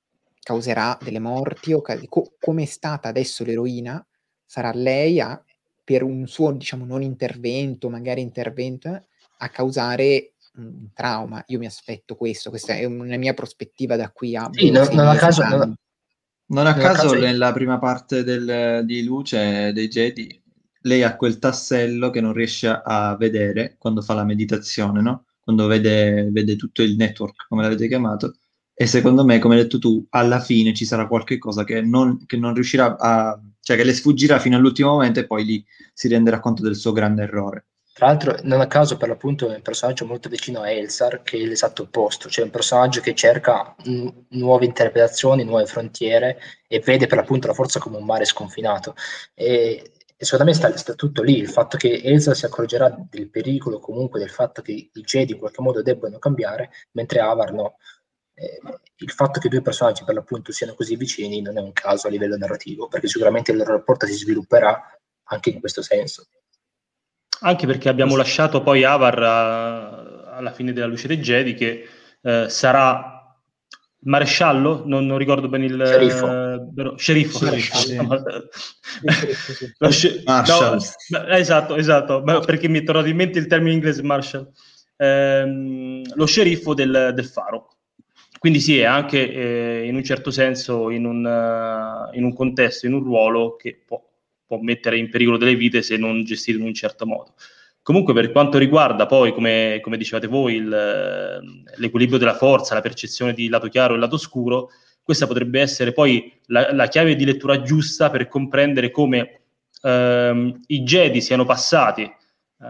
causerà delle morti, o ca- co- come è stata adesso l'eroina, sarà lei a per un suo, diciamo, non intervento, magari intervento, a causare un trauma. Io mi aspetto questo, questa è una mia prospettiva da qui a Sì, boh, non, sei non a mesi, caso, un non, anno. Non a non a caso caso nella prima parte del- di Luce dei Jedi lei ha quel tassello che non riesce a vedere quando fa la meditazione, no? Quando vede, vede tutto il network, come l'avete chiamato, e secondo me, come hai detto tu, alla fine ci sarà qualche cosa che non, che non riuscirà a, cioè che le sfuggirà fino all'ultimo momento e poi lì si renderà conto del suo grande errore. Tra l'altro, non a caso, per l'appunto, è un personaggio molto vicino a Elzar, che è l'esatto opposto, cioè un personaggio che cerca nu- nuove interpretazioni, nuove frontiere e vede per l'appunto la forza come un mare sconfinato. E, e secondo me sta, sta tutto lì, il fatto che Elzar si accorgerà del pericolo, comunque del fatto che i Jedi in qualche modo debbano cambiare, mentre Avar no. Eh, il fatto che i due personaggi per l'appunto siano così vicini non è un caso a livello narrativo, perché sicuramente il loro rapporto si svilupperà anche in questo senso. Anche perché abbiamo lasciato poi Avar a- alla fine della Luce dei Jedi, che eh, sarà il maresciallo, non, non ricordo bene il Sceriffo. eh, però- sceriffo. Sceriffo, sì. Sì, sceriffo, sì. Lo sce- Marshall. no, beh, esatto, esatto, beh, perché mi è tornato in mente il termine inglese Marshall. Ehm, lo sceriffo del, del faro. Quindi sì, è anche eh, in un certo senso in un, uh, in un contesto, in un ruolo che può, può mettere in pericolo delle vite se non gestito in un certo modo. Comunque, per quanto riguarda poi, come, come dicevate voi, il, l'equilibrio della forza, la percezione di lato chiaro e lato scuro, questa potrebbe essere poi la, la chiave di lettura giusta per comprendere come ehm, i Jedi siano passati eh,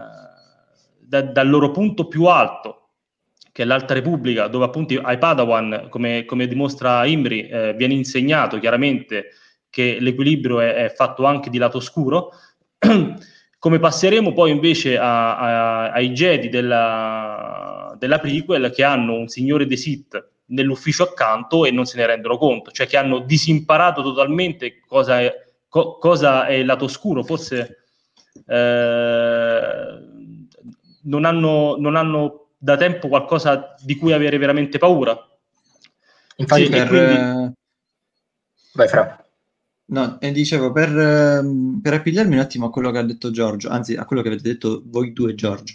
da, dal loro punto più alto, che è l'Alta Repubblica, dove appunto ai Padawan, come, come dimostra Imri, eh, viene insegnato chiaramente che l'equilibrio è, è fatto anche di lato scuro, come passeremo poi invece a, a, ai Jedi della, della prequel, che hanno un signore dei Sith nell'ufficio accanto e non se ne rendono conto, cioè che hanno disimparato totalmente cosa è, co, cosa è il lato scuro, forse eh, non hanno, non hanno da tempo qualcosa di cui avere veramente paura. Infatti, Sì, e, per, e quindi eh, vai Fra. no, e dicevo, per, ehm, per appigliarmi un attimo a quello che ha detto Giorgio, anzi a quello che avete detto voi due, Giorgio,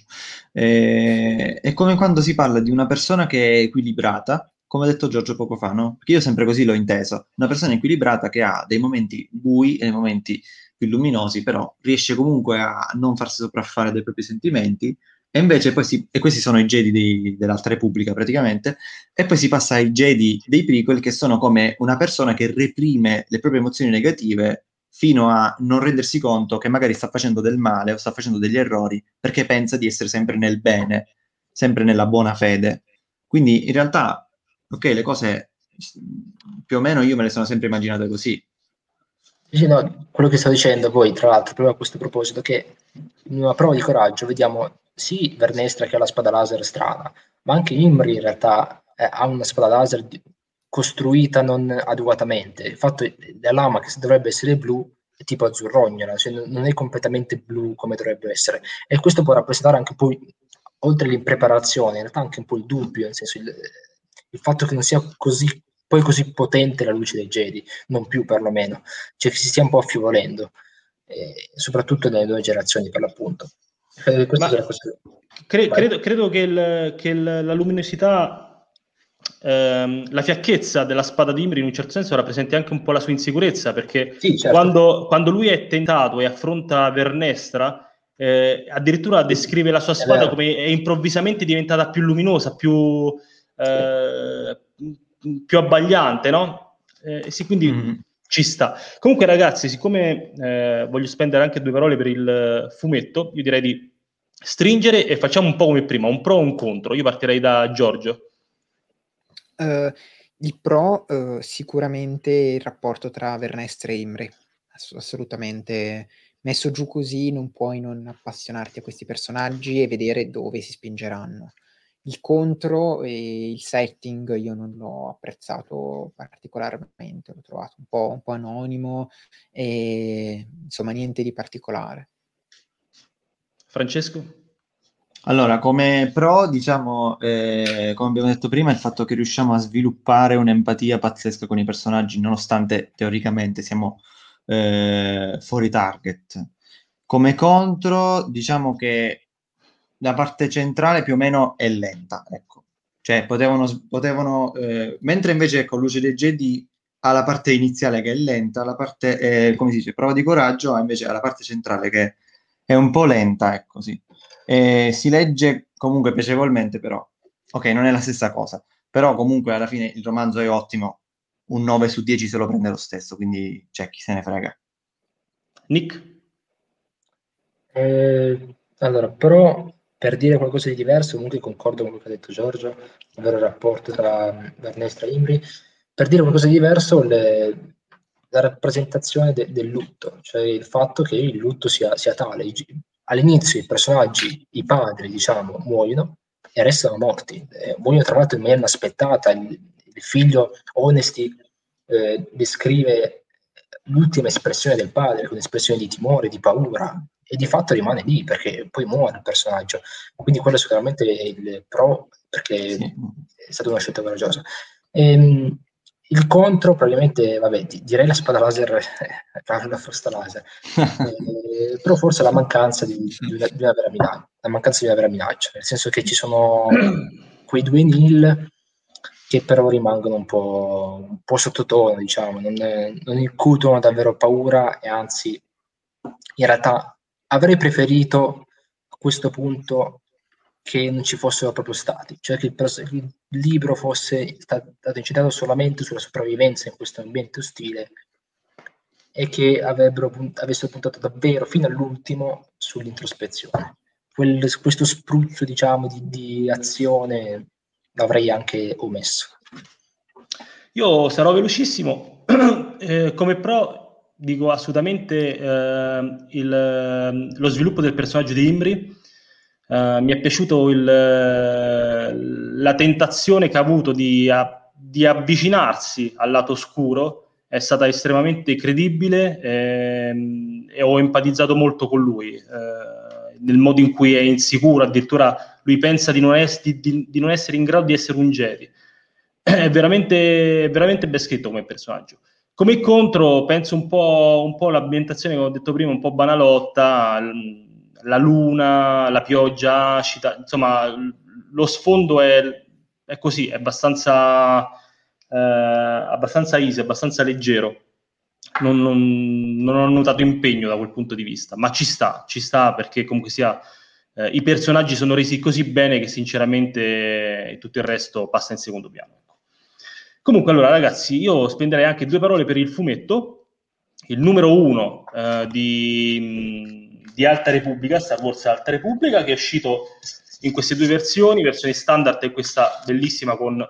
eh, è come quando si parla di una persona che è equilibrata, come ha detto Giorgio poco fa, no? Perché io sempre così l'ho intesa, una persona equilibrata che ha dei momenti bui e dei momenti più luminosi, però riesce comunque a non farsi sopraffare dai propri sentimenti, e invece poi si, e questi sono i Jedi dei- dell'Alta Repubblica praticamente, e poi si passa ai Jedi dei prequel, che sono come una persona che reprime le proprie emozioni negative fino a non rendersi conto che magari sta facendo del male o sta facendo degli errori perché pensa di essere sempre nel bene, sempre nella buona fede. Quindi in realtà, ok, le cose più o meno io me le sono sempre immaginate così. Sì, no, quello che sto dicendo poi, tra l'altro, proprio a questo proposito, che in una prova di coraggio vediamo sì Vernestra che ha la spada laser strana, ma anche Imri in realtà eh, ha una spada laser di- costruita non adeguatamente. Il fatto è la lama che dovrebbe essere blu è tipo azzurrognola, cioè non non è completamente blu come dovrebbe essere. E questo può rappresentare anche poi, oltre l'impreparazione, in realtà anche un po' il dubbio, nel senso il, il fatto che non sia così, poi così potente la luce dei Jedi, non più perlomeno, cioè che si stia un po' affievolendo, eh, soprattutto nelle nuove generazioni per l'appunto. Eh, queste sono le Ma cose. cre- Vai. credo, credo che, il- che il- la luminosità, ehm, la fiacchezza della spada di Imri in un certo senso rappresenti anche un po' la sua insicurezza, perché Sì, certo. quando, quando lui è tentato e affronta Vernestra, eh, addirittura descrive la sua È spada vero. come è improvvisamente diventata più luminosa, più, eh, più abbagliante, no? Eh, sì, quindi Mm. ci sta. Comunque, ragazzi, siccome eh, voglio spendere anche due parole per il fumetto, io direi di stringere e facciamo un po' come prima, un pro e un contro. Io partirei da Giorgio. Uh, il pro, uh, sicuramente il rapporto tra Vernestre e Imri, Ass- assolutamente. Messo giù così non puoi non appassionarti a questi personaggi e vedere dove si spingeranno. Il contro e il setting io non l'ho apprezzato particolarmente, l'ho trovato un po', un po' anonimo e insomma niente di particolare. Francesco? Allora, come pro, diciamo, eh, come abbiamo detto prima, il fatto che riusciamo a sviluppare un'empatia pazzesca con i personaggi, nonostante teoricamente siamo eh, fuori target. Come contro, diciamo che la parte centrale più o meno è lenta, ecco. Cioè, potevano, potevano eh, mentre invece con Luce dei Jedi ha la parte iniziale che è lenta, la parte, eh, come si dice, Prova di coraggio, ha invece ha la parte centrale che è un po' lenta, ecco, sì. E si legge comunque piacevolmente, però. Ok, non è la stessa cosa, però comunque alla fine il romanzo è ottimo, un nove su dieci se lo prende lo stesso, quindi c'è chi se ne frega. Nick? Eh, allora, però per dire qualcosa di diverso, comunque concordo con quello che ha detto Giorgio, ovvero il rapporto tra Ernesto e Imri. Per dire qualcosa di diverso, le- la rappresentazione de- del lutto, cioè il fatto che il lutto sia, sia tale. I- All'inizio i personaggi, i padri, diciamo, muoiono e restano morti. Eh, muoiono tra l'altro in maniera inaspettata. Il, il figlio Honesty eh, descrive l'ultima espressione del padre, un'espressione di timore, di paura, e di fatto rimane lì perché poi muore il personaggio. Quindi quello sicuramente è il pro, perché Sì. è stata una scelta coraggiosa. Ehm, il contro, probabilmente, vabbè, di- direi la spada laser, la frusta laser, eh, però forse la mancanza di, di una, di una vera minaccia, la mancanza di una vera minaccia, nel senso che ci sono quei due nil che però rimangono un po', un po' sottotono, diciamo, non, non incutono davvero paura e anzi, in realtà avrei preferito a questo punto che non ci fossero proprio stati, cioè che il, pers- il libro fosse stato incitato solamente sulla sopravvivenza in questo ambiente ostile e che avrebbero punt- avessero puntato davvero fino all'ultimo sull'introspezione. Quel, questo spruzzo, diciamo, di, di azione l'avrei anche omesso. Io sarò velocissimo. eh, come pro dico assolutamente eh, il, lo sviluppo del personaggio di Imri. Uh, mi è piaciuto il, la tentazione che ha avuto di, a, di avvicinarsi al lato oscuro, è stata estremamente credibile ehm, e ho empatizzato molto con lui, eh, nel modo in cui è insicuro, addirittura lui pensa di non, es- di, di, di non essere in grado di essere un Jedi. È veramente, veramente ben scritto come personaggio. Come contro, penso un po', un po' l'ambientazione, come ho detto prima, un po' banalotta, la luna, la pioggia acida, insomma, lo sfondo è, è così, è abbastanza, eh, abbastanza easy, abbastanza leggero. Non, non, non ho notato impegno da quel punto di vista, ma ci sta, ci sta perché comunque sia eh, i personaggi sono resi così bene che sinceramente tutto il resto passa in secondo piano. Comunque, allora, ragazzi, io spenderei anche due parole per il fumetto, il numero uno eh, di, di Alta Repubblica, Star Wars Alta Repubblica, che è uscito in queste due versioni, versione standard e questa bellissima con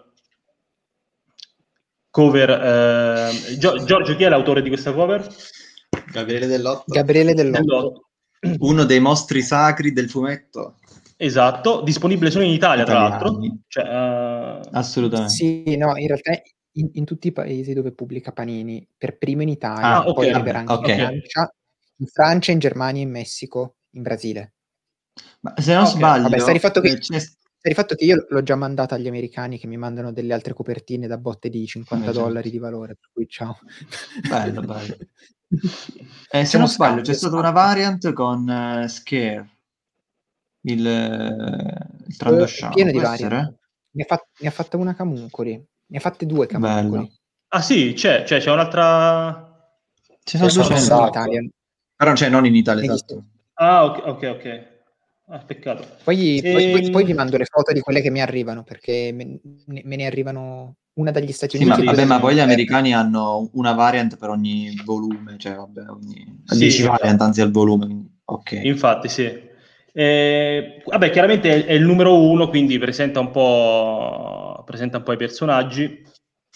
cover. Eh, Gio- Giorgio, chi è l'autore di questa cover? Gabriele Dell'Otto. Gabriele Dell'Otto. Dell'Otto. Uno dei mostri sacri del fumetto. Esatto, disponibile solo in Italia, tra l'altro. Italiani. Cioè, uh... Assolutamente. Sì, no, in realtà in, in tutti i paesi dove pubblica Panini, per primo in Italia, Ah, poi ok, arriverà anche ok. in Francia, in Francia, in Germania, in Messico, in Brasile. Ma se non Ok. sbaglio, Vabbè, sta di fatto che, eh, c'è- sta di fatto che io l'ho già mandata agli americani che mi mandano delle altre copertine da botte di cinquanta Eh, certo. dollari di valore, per cui ciao. Bello, bello. Eh, se Siamo non sbaglio, c'è scambio, stata una scambio. variant con eh, Scare, il, eh, il Eh, Trandosciano, pieno di può varie. essere? Ne ha, fat- ne ha fatta una Camuncoli, ne ha fatte due Bello. Camuncoli. Ah sì, c'è, c'è, c'è un'altra... Ci sono sono un duecento. sacco. in Italia. Però cioè, non in Italia, Negli esatto. Ah, ok, ok, ok. Ah, peccato. Poi, poi, poi, Ehm, poi vi mando le foto di quelle che mi arrivano, perché me, ne- me ne arrivano una dagli Stati Sì, ma, Uniti e due vabbè, ma poi gli dall'Inghilterra. americani hanno una variant per ogni volume, cioè vabbè, ogni... Sì, dieci infatti. variant anzi al volume, quindi, ok. Infatti, sì. Eh, vabbè, chiaramente è, è il numero uno, quindi presenta un po', presenta un po' i personaggi.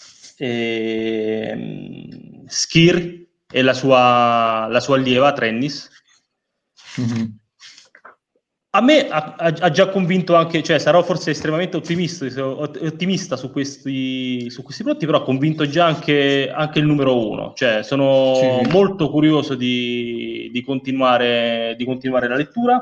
E, Skir e la sua, la sua allieva, Trennis. Mm-hmm. A me ha, ha già convinto anche, cioè sarò forse estremamente ottimista, ottimista su questi, su questi prodotti, però ha convinto già anche, anche il numero uno. Cioè sono Sì, sì. molto curioso di, di, continuare, di continuare la lettura.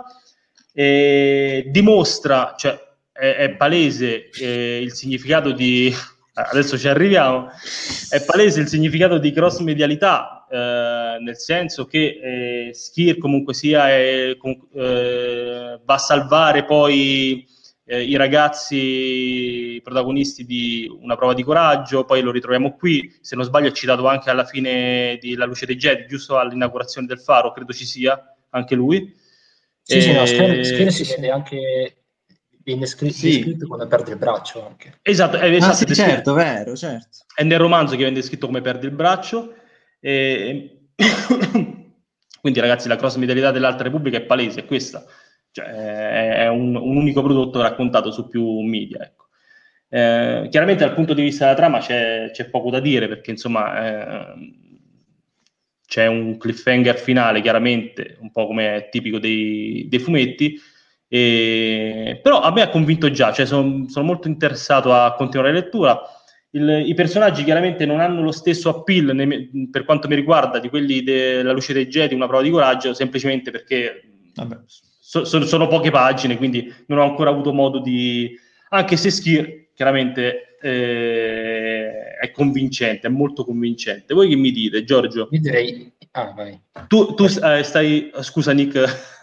E dimostra, cioè è, è palese eh, il significato di, adesso ci arriviamo, è palese il significato di cross-medialità, eh, nel senso che eh, Skir comunque sia è, eh, va a salvare poi eh, i ragazzi protagonisti di Una prova di coraggio, poi lo ritroviamo qui, se non sbaglio è citato anche alla fine di La luce dei Jedi, giusto all'inaugurazione del faro, credo ci sia anche lui. Sì, e... sì, no, Skir, Skir si sì, vede sì. anche, viene scritto, Sì. descritto quando perde il braccio anche. Esatto, è, Ah esatto, sì, è descritto- certo, vero, certo. è nel romanzo che viene descritto come perde il braccio. E... Quindi ragazzi, la cross-medialità dell'Alta Repubblica è palese, è questa. Cioè, è un, un unico prodotto raccontato su più media, ecco. Eh, chiaramente dal punto di vista della trama c'è, c'è poco da dire, perché insomma eh, c'è un cliffhanger finale, chiaramente, un po' come è tipico dei, dei fumetti, e... però a me ha convinto già, cioè sono, sono molto interessato a continuare la lettura. Il, I personaggi chiaramente non hanno lo stesso appeal nei, per quanto mi riguarda di quelli della Luce dei Jedi, Una prova di coraggio, semplicemente perché so, so, sono poche pagine, quindi non ho ancora avuto modo di... anche se Skir chiaramente eh, è convincente, è molto convincente. Voi che mi dite, Giorgio? Io direi... Ah, vai. Tu, tu eh, stai... Scusa Nick,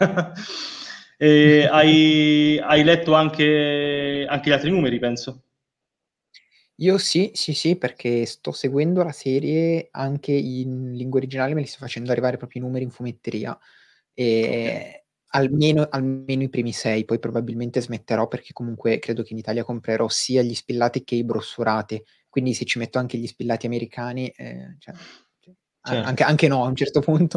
eh, hai, hai letto anche, anche gli altri numeri, penso? Io sì, sì, sì, perché sto seguendo la serie anche in lingua originale, me li sto facendo arrivare proprio i numeri in fumetteria. E Ok. almeno, almeno i primi sei, poi probabilmente smetterò perché comunque credo che in Italia comprerò sia gli spillati che i brossurati, quindi se ci metto anche gli spillati americani, eh, cioè, Certo. anche, anche no a un certo punto.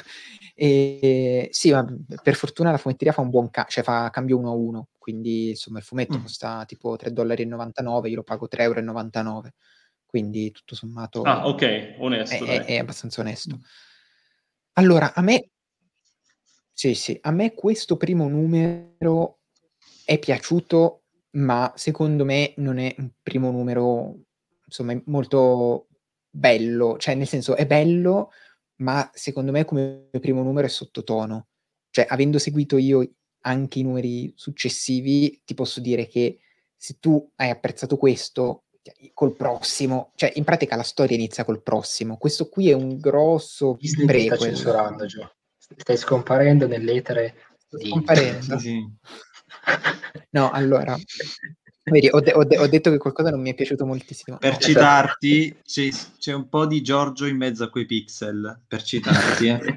E sì, ma per fortuna la fumetteria fa un buon ca- cioè fa cambio uno a uno, quindi insomma il fumetto Mm. costa tipo tre virgola novantanove dollari, io lo pago tre virgola novantanove euro, quindi tutto sommato Ah, ok, onesto, è, è- dai. è abbastanza onesto. Allora, a me sì, sì, a me questo primo numero è piaciuto, ma secondo me non è un primo numero, insomma, è molto bello, cioè nel senso è bello, ma secondo me come primo numero è sottotono. Cioè, avendo seguito io anche i numeri successivi, ti posso dire che se tu hai apprezzato questo, col prossimo, cioè in pratica la storia inizia col prossimo. Questo qui è un grosso Disney ti sta prequel. censurando, Gio. Stai scomparendo nell'etere Sto di... scomparendo. Sì, sì. No, allora, vedi, ho, de- ho de- ho detto che qualcosa non mi è piaciuto moltissimo. Per No, citarti, c'è, c'è un po' di Giorgio in mezzo a quei pixel, per citarti, eh.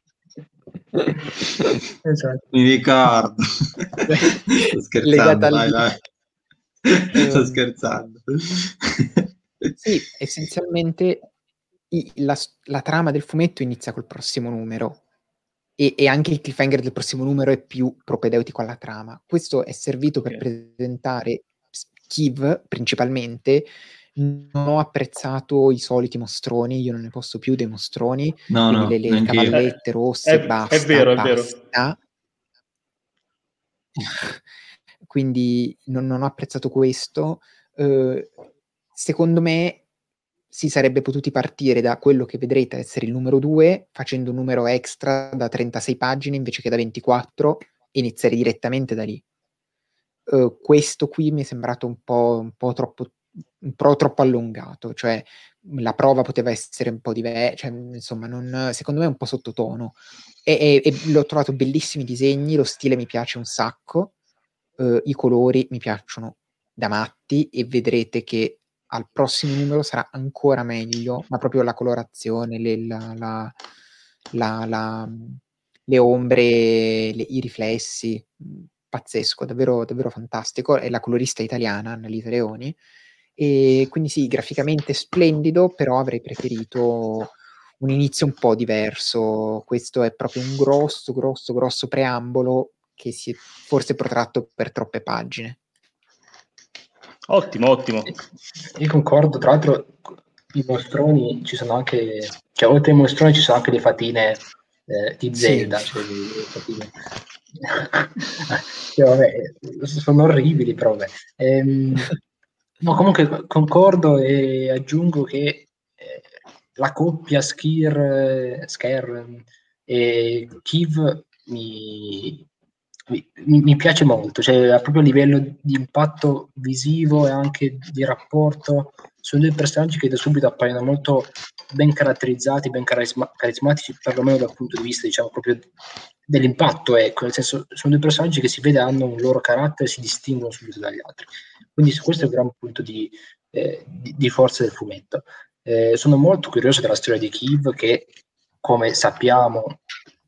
Esatto. Mi ricordo. Sto scherzando, legata al vai, di- vai. Sto Ehm, scherzando. Sì, essenzialmente i- la, s- la trama del fumetto inizia col prossimo numero e, e anche il cliffhanger del prossimo numero è più propedeutico alla trama. Questo è servito per Ok. presentare s- Kiv principalmente. Non ho apprezzato i soliti mostroni, io non ne posso più dei mostroni, No, quindi no, le, le neanche io. cavallette Eh, rosse, è, basta, è vero, è vero. basta. Quindi non, non ho apprezzato questo. Eh, secondo me si sarebbe potuti partire da quello che vedrete essere il numero due, facendo un numero extra da trentasei pagine invece che da ventiquattro, e iniziare direttamente da lì. Uh, questo qui mi è sembrato un po', un po' troppo un po' troppo allungato, cioè la prova poteva essere un po' diversa, cioè, insomma, non, secondo me è un po' sottotono. E, e, e l'ho trovato bellissimi disegni, lo stile mi piace un sacco, uh, i colori mi piacciono da matti e vedrete che al prossimo numero sarà ancora meglio, ma proprio la colorazione, le, la, la, la, la, le ombre, le, i riflessi, pazzesco, davvero, davvero fantastico. È la colorista italiana, Annalisa Leoni, e quindi sì, graficamente splendido, però avrei preferito un inizio un po' diverso. Questo è proprio un grosso, grosso, grosso preambolo che si è forse protratto per troppe pagine. Ottimo, ottimo. Io concordo, tra l'altro i mostroni ci sono anche, cioè oltre ai mostroni ci sono anche le fatine eh, di Zelda, Sì. cioè le, le fatine. Cioè, vabbè, sono orribili però vabbè. Ehm, no, comunque concordo e aggiungo che eh, la coppia Skir, eh, Sker e Kiv mi, mi, mi piace molto, cioè proprio a livello di impatto visivo e anche di rapporto sono due personaggi che da subito appaiono molto ben caratterizzati, ben carisma- carismatici, perlomeno dal punto di vista, diciamo, proprio dell'impatto, ecco, nel senso, sono due personaggi che si vede hanno un loro carattere e si distinguono subito dagli altri. Quindi questo è un gran punto di, eh, di, di forza del fumetto. Eh, sono molto curioso della storia di Kiev, che, come sappiamo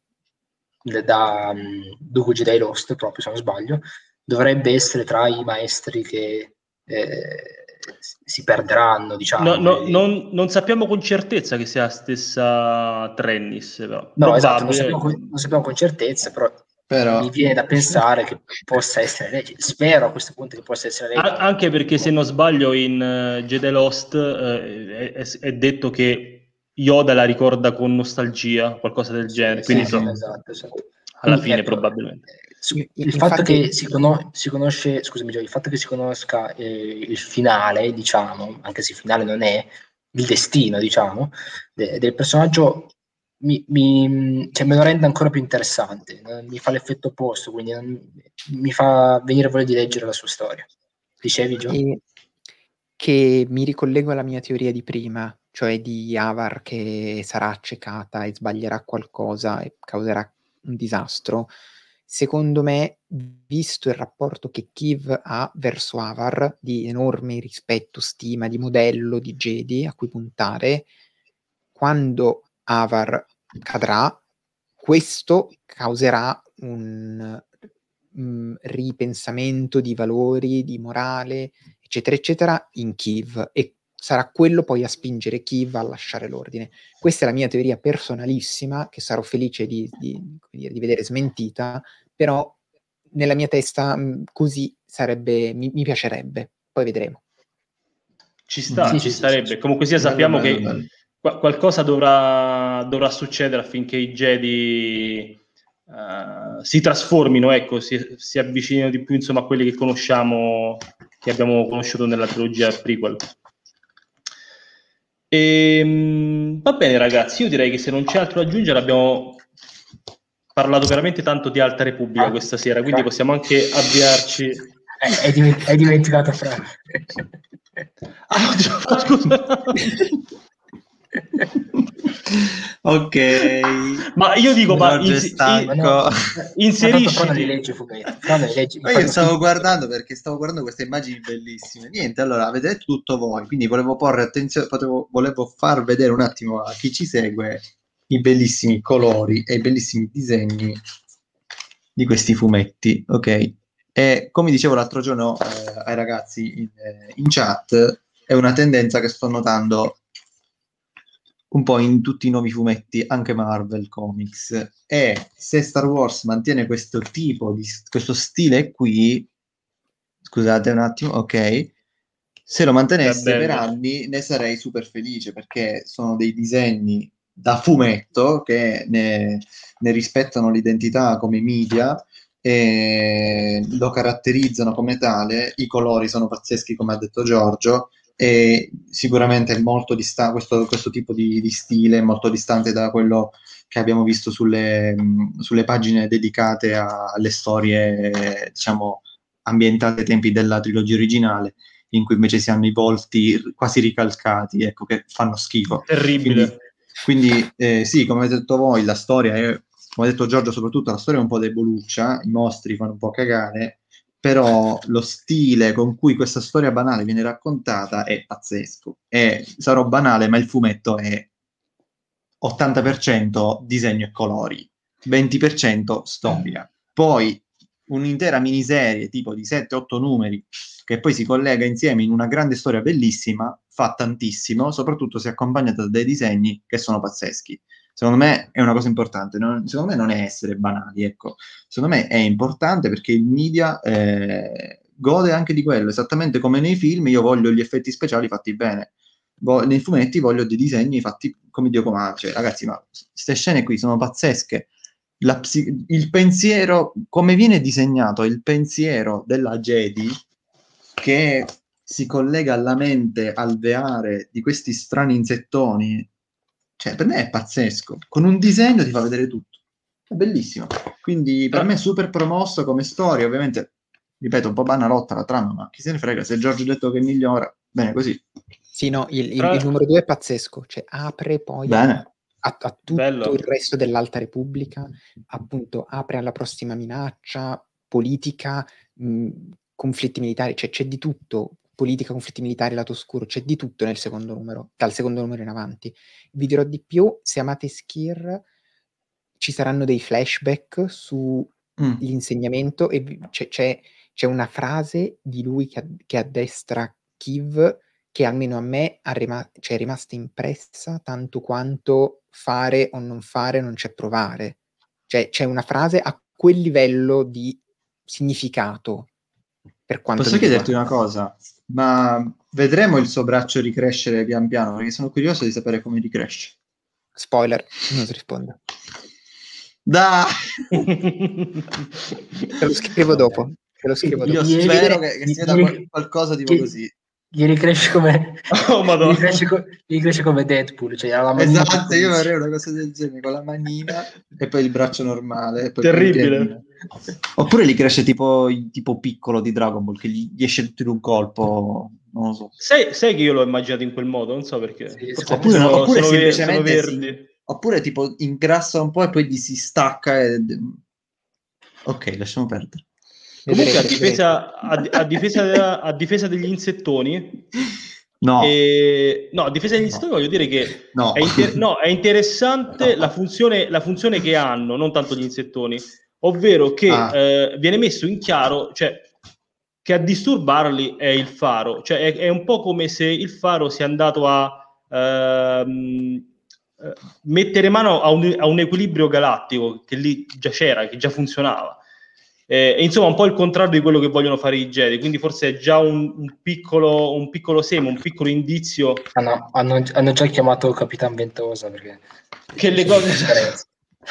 da um, Doku Jedi Lost, proprio se non sbaglio, dovrebbe essere tra i maestri che eh, si perderanno, diciamo. No, no, non, non sappiamo con certezza che sia la stessa Trennis, però. No, esatto, non Probabile. sappiamo, con, non sappiamo con certezza, però, Però mi viene da pensare che possa essere lei. Spero a questo punto che possa essere lei. A- anche perché, se non sbaglio, in uh, Jedi Lost uh, è, è detto che Yoda la ricorda con nostalgia, qualcosa del Sì, genere. sì, Quindi, sì, insomma, esatto, esatto. alla Quindi, fine, ecco, probabilmente. su- I- il infatti- fatto che si, cono- si conosce, scusami, Gio, il fatto che si conosca eh, il finale, diciamo, anche se il finale non è il destino, diciamo, de- del personaggio, mi, mi- cioè, me lo rende ancora più interessante, no? Mi fa l'effetto opposto, quindi non- mi fa venire voglia di leggere la sua storia. Dicevi, Gio? E che mi ricollego alla mia teoria di prima, cioè di Avar che sarà accecata e sbaglierà qualcosa e causerà un disastro. Secondo me, visto il rapporto che Kiev ha verso Avar, di enorme rispetto, stima, di modello, di Jedi a cui puntare, quando Avar cadrà, questo causerà un mh, ripensamento di valori, di morale, eccetera, eccetera, in Kiev, e sarà quello poi a spingere Kiev a lasciare l'ordine. Questa è la mia teoria personalissima, che sarò felice di, di, come dire, di vedere smentita, però nella mia testa mh, così sarebbe, mi, mi piacerebbe, poi vedremo. Ci sta, Sì, ci sì, sì, starebbe. sì. Comunque sia, bello, sappiamo bello, che bello. qua- qualcosa dovrà, dovrà succedere affinché i Jedi uh, si trasformino, ecco, si, si avvicinino di più, insomma, a quelli che conosciamo, che abbiamo conosciuto nella trilogia prequel. E, va bene, ragazzi, io direi che se non c'è altro da aggiungere, abbiamo parlato veramente tanto di Alta Repubblica questa sera, quindi possiamo anche avviarci. Hai, hai diment- hai dimenticato Fra. Ah, scusa. Ok, Ma io dico, ma Giorgio è insi- stanco. Ma no, ma tanto Fra non li inserisciti. legge i fumetti. Fra non li legge, Ma gli io fanno stavo schifo. guardando perché stavo guardando queste immagini bellissime. Niente, allora avete detto tutto voi, quindi volevo porre attenzione, potevo- volevo far vedere un attimo a chi ci segue i bellissimi colori e i bellissimi disegni di questi fumetti, ok? E come dicevo l'altro giorno eh, ai ragazzi in, eh, in chat, è una tendenza che sto notando un po' in tutti i nuovi fumetti, anche Marvel Comics. E se Star Wars mantiene questo tipo di questo stile qui, scusate un attimo, ok, se lo mantenesse per anni ne sarei super felice, perché sono dei disegni da fumetto che ne, ne rispettano l'identità come media e lo caratterizzano come tale. I colori sono pazzeschi, come ha detto Giorgio, e sicuramente è molto distante, questo, questo tipo di, di stile è molto distante da quello che abbiamo visto sulle, mh, sulle pagine dedicate a- alle storie, diciamo, ambientate ai tempi della trilogia originale, in cui invece si hanno i volti quasi ricalcati, ecco, che fanno schifo. Terribile. Quindi, quindi eh, sì, come avete detto voi, la storia è, come ha detto Giorgio soprattutto, la storia è un po' deboluccia, i mostri fanno un po' cagare, però lo stile con cui questa storia banale viene raccontata è pazzesco. E sarò banale, ma il fumetto è ottanta per cento disegno e colori, venti per cento storia. Poi un'intera miniserie tipo di sette otto numeri che poi si collega insieme in una grande storia bellissima, fa tantissimo, soprattutto se accompagnata da dei disegni che sono pazzeschi. Secondo me è una cosa importante, non, secondo me non è essere banali, ecco. Secondo me è importante perché il media eh, gode anche di quello, esattamente come nei film io voglio gli effetti speciali fatti bene. Vo- nei fumetti voglio dei disegni fatti come Dio comanda. Cioè, ragazzi, ma queste scene qui sono pazzesche. La psi- il pensiero, come viene disegnato il pensiero della Jedi, che si collega alla mente alveare di questi strani insettoni, cioè, per me è pazzesco. Con un disegno ti fa vedere tutto. È bellissimo. Quindi per me è super promosso come storia, ovviamente, ripeto, un po' banalotta la trama, ma chi se ne frega, se Giorgio ha detto che migliora, bene così. Sì, no, il, il- Tra- il numero due è pazzesco, cioè apre poi a, Bene. a- a tutto Bello. il resto dell'Alta Repubblica, appunto apre alla prossima minaccia, politica, mh, conflitti militari, cioè c'è di tutto, politica, conflitti militari, lato oscuro, c'è di tutto nel secondo numero, dal secondo numero in avanti. Vi dirò di più, se amate Skir, ci saranno dei flashback sull'insegnamento Mm. e vi- c'è, c'è- c'è una frase di lui che, ad- che addestra Kiv che almeno a me ha rima- cioè, è rimasta impressa tanto quanto fare o non fare non c'è provare. Cioè c'è una frase a quel livello di significato per quanto Posso mi chiederti riguarda. una cosa? Ma vedremo il suo braccio ricrescere pian piano? Perché sono curioso di sapere come ricresce. Spoiler, non si risponde. Dai! Te lo scrivo dopo. Te lo scrivo Io dopo. Ieri- spero che, che ieri- sia da qual- qualcosa tipo ieri- così. Gli ricresce come Oh, gli Madonna. ricresce, co- gli ricresce come Deadpool, cioè ha la manina Esatto, io piccolissima. vorrei una cosa del genere, con la manina e poi il braccio normale. E poi pian Terribile. pianino. Oppure gli cresce tipo, tipo piccolo di Dragon Ball, che gli, gli esce tutto in un colpo, non lo so. Sai, sai che io l'ho immaginato in quel modo, non so perché. Sì, Forse Oppure, sono, oppure sono ve- sono semplicemente si- verdi. oppure tipo ingrassa un po' e poi gli si stacca e... Ok, lasciamo perdere. Comunque a Vedrete, difesa, a, a difesa, della- a difesa degli insettoni, No, e- no, a difesa degli No. insettoni voglio dire che no. è, inter- no, è interessante No. la, funzione, la funzione che hanno, non tanto gli insettoni, ovvero che Ah. eh, viene messo in chiaro, cioè che a disturbarli è il faro, cioè è, è un po' come se il faro sia andato a ehm, eh, mettere mano a un, a un equilibrio galattico che lì già c'era, che già funzionava. Eh, e insomma un po' il contrario di quello che vogliono fare i Jedi, quindi forse è già un, un piccolo, un piccolo seme, un piccolo indizio Hanno, hanno- hanno già chiamato Capitan Ventosa perché che le ci sono cose differenze.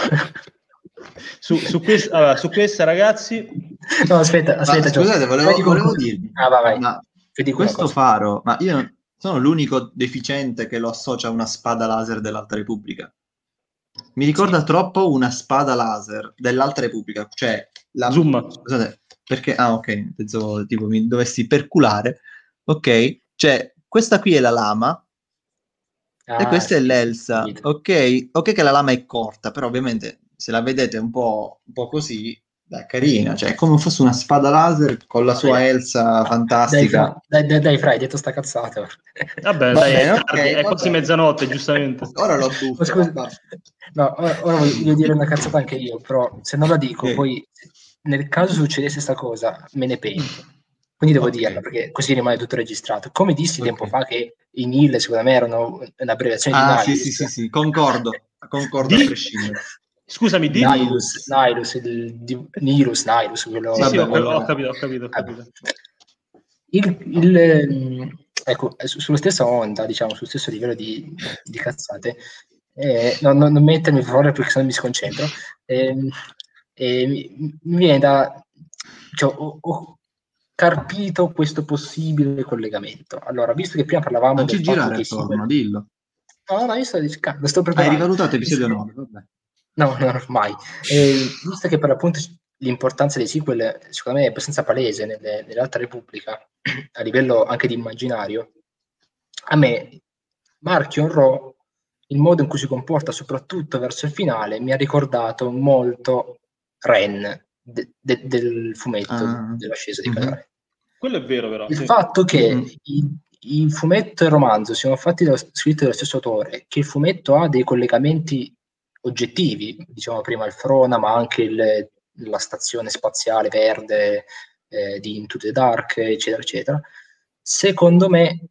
su, su, quest- allora, su questa ragazzi No, aspetta, Ma aspetta, Gio. scusate, volevo, Prima di volevo concludere- dirvi, Ah, vai, vai. ma Vi dico una questo cosa. faro, ma io sono l'unico deficiente che lo associa a una spada laser dell'Alta Repubblica. Mi ricorda troppo una spada laser dell'Alta Repubblica, cioè la... Zoom. Scusate, perché... Ah, ok, pensavo tipo mi dovessi perculare. Ok, cioè questa qui è la lama e Ah, questa è sì, l'Elsa. capito. Ok, ok che la lama è corta, però ovviamente se la vedete un po', un po' così, è carina, cioè è come fosse una spada laser con la sua Dai, Elsa Dai, fantastica. Fra, dai, dai, dai, Fra, hai detto sta cazzata. Vabbè, Va dai, bene, è ok, tardi, è va quasi bene. mezzanotte, giustamente. Ora lo Ma buffo, scusa, va. no, ora, ora voglio dire una cazzata anche io, però se non la dico, Ok. poi nel caso succedesse sta cosa, me ne pento. Quindi devo Ok. dirla, perché così rimane tutto registrato. Come dissi Ok. tempo fa che i Nil, secondo me, erano un'abbreviazione Ah, di sì, Nihilus. sì, sì, sì, concordo, concordo Di- a prescindere. Scusami, di... Nihilus, Nihilus, il, di, Nihilus, Nihilus, quello... Sì, sì, ho, Vabbè, cap- ho vabbè. capito, ho capito, ho capito. Il, il, ehm, ecco, su- sulla stessa onda, diciamo, sullo stesso livello di, di cazzate, eh, no, no, non mettermi per favore perché sennò mi sconcentro, ehm, eh, mi, mi viene da... Cioè, ho, ho carpito questo possibile collegamento. Allora, visto che prima parlavamo Non del ci fatto girare che i attorno, sequel... dillo. No, no, io sto cercando, sto Hai preparando. rivalutato Visto episodio che- nove, vabbè. No, no, mai. Eh, visto che per l'appunto l'importanza dei sequel secondo me è abbastanza palese nelle, nell'Alta Repubblica, a livello anche di immaginario, a me Marchion Ro, il modo in cui si comporta soprattutto verso il finale, mi ha ricordato molto Ren de- de- del fumetto Ah. dell'ascesa di Mhm. Kylo Ren. Quello è vero però, Il sì. fatto che Mhm. i- il fumetto e il romanzo siano fatti dallo, scritti dallo stesso autore, che il fumetto ha dei collegamenti oggettivi, diciamo prima il Frona, ma anche il- la stazione spaziale verde eh, di Into the Dark, eccetera, eccetera, secondo me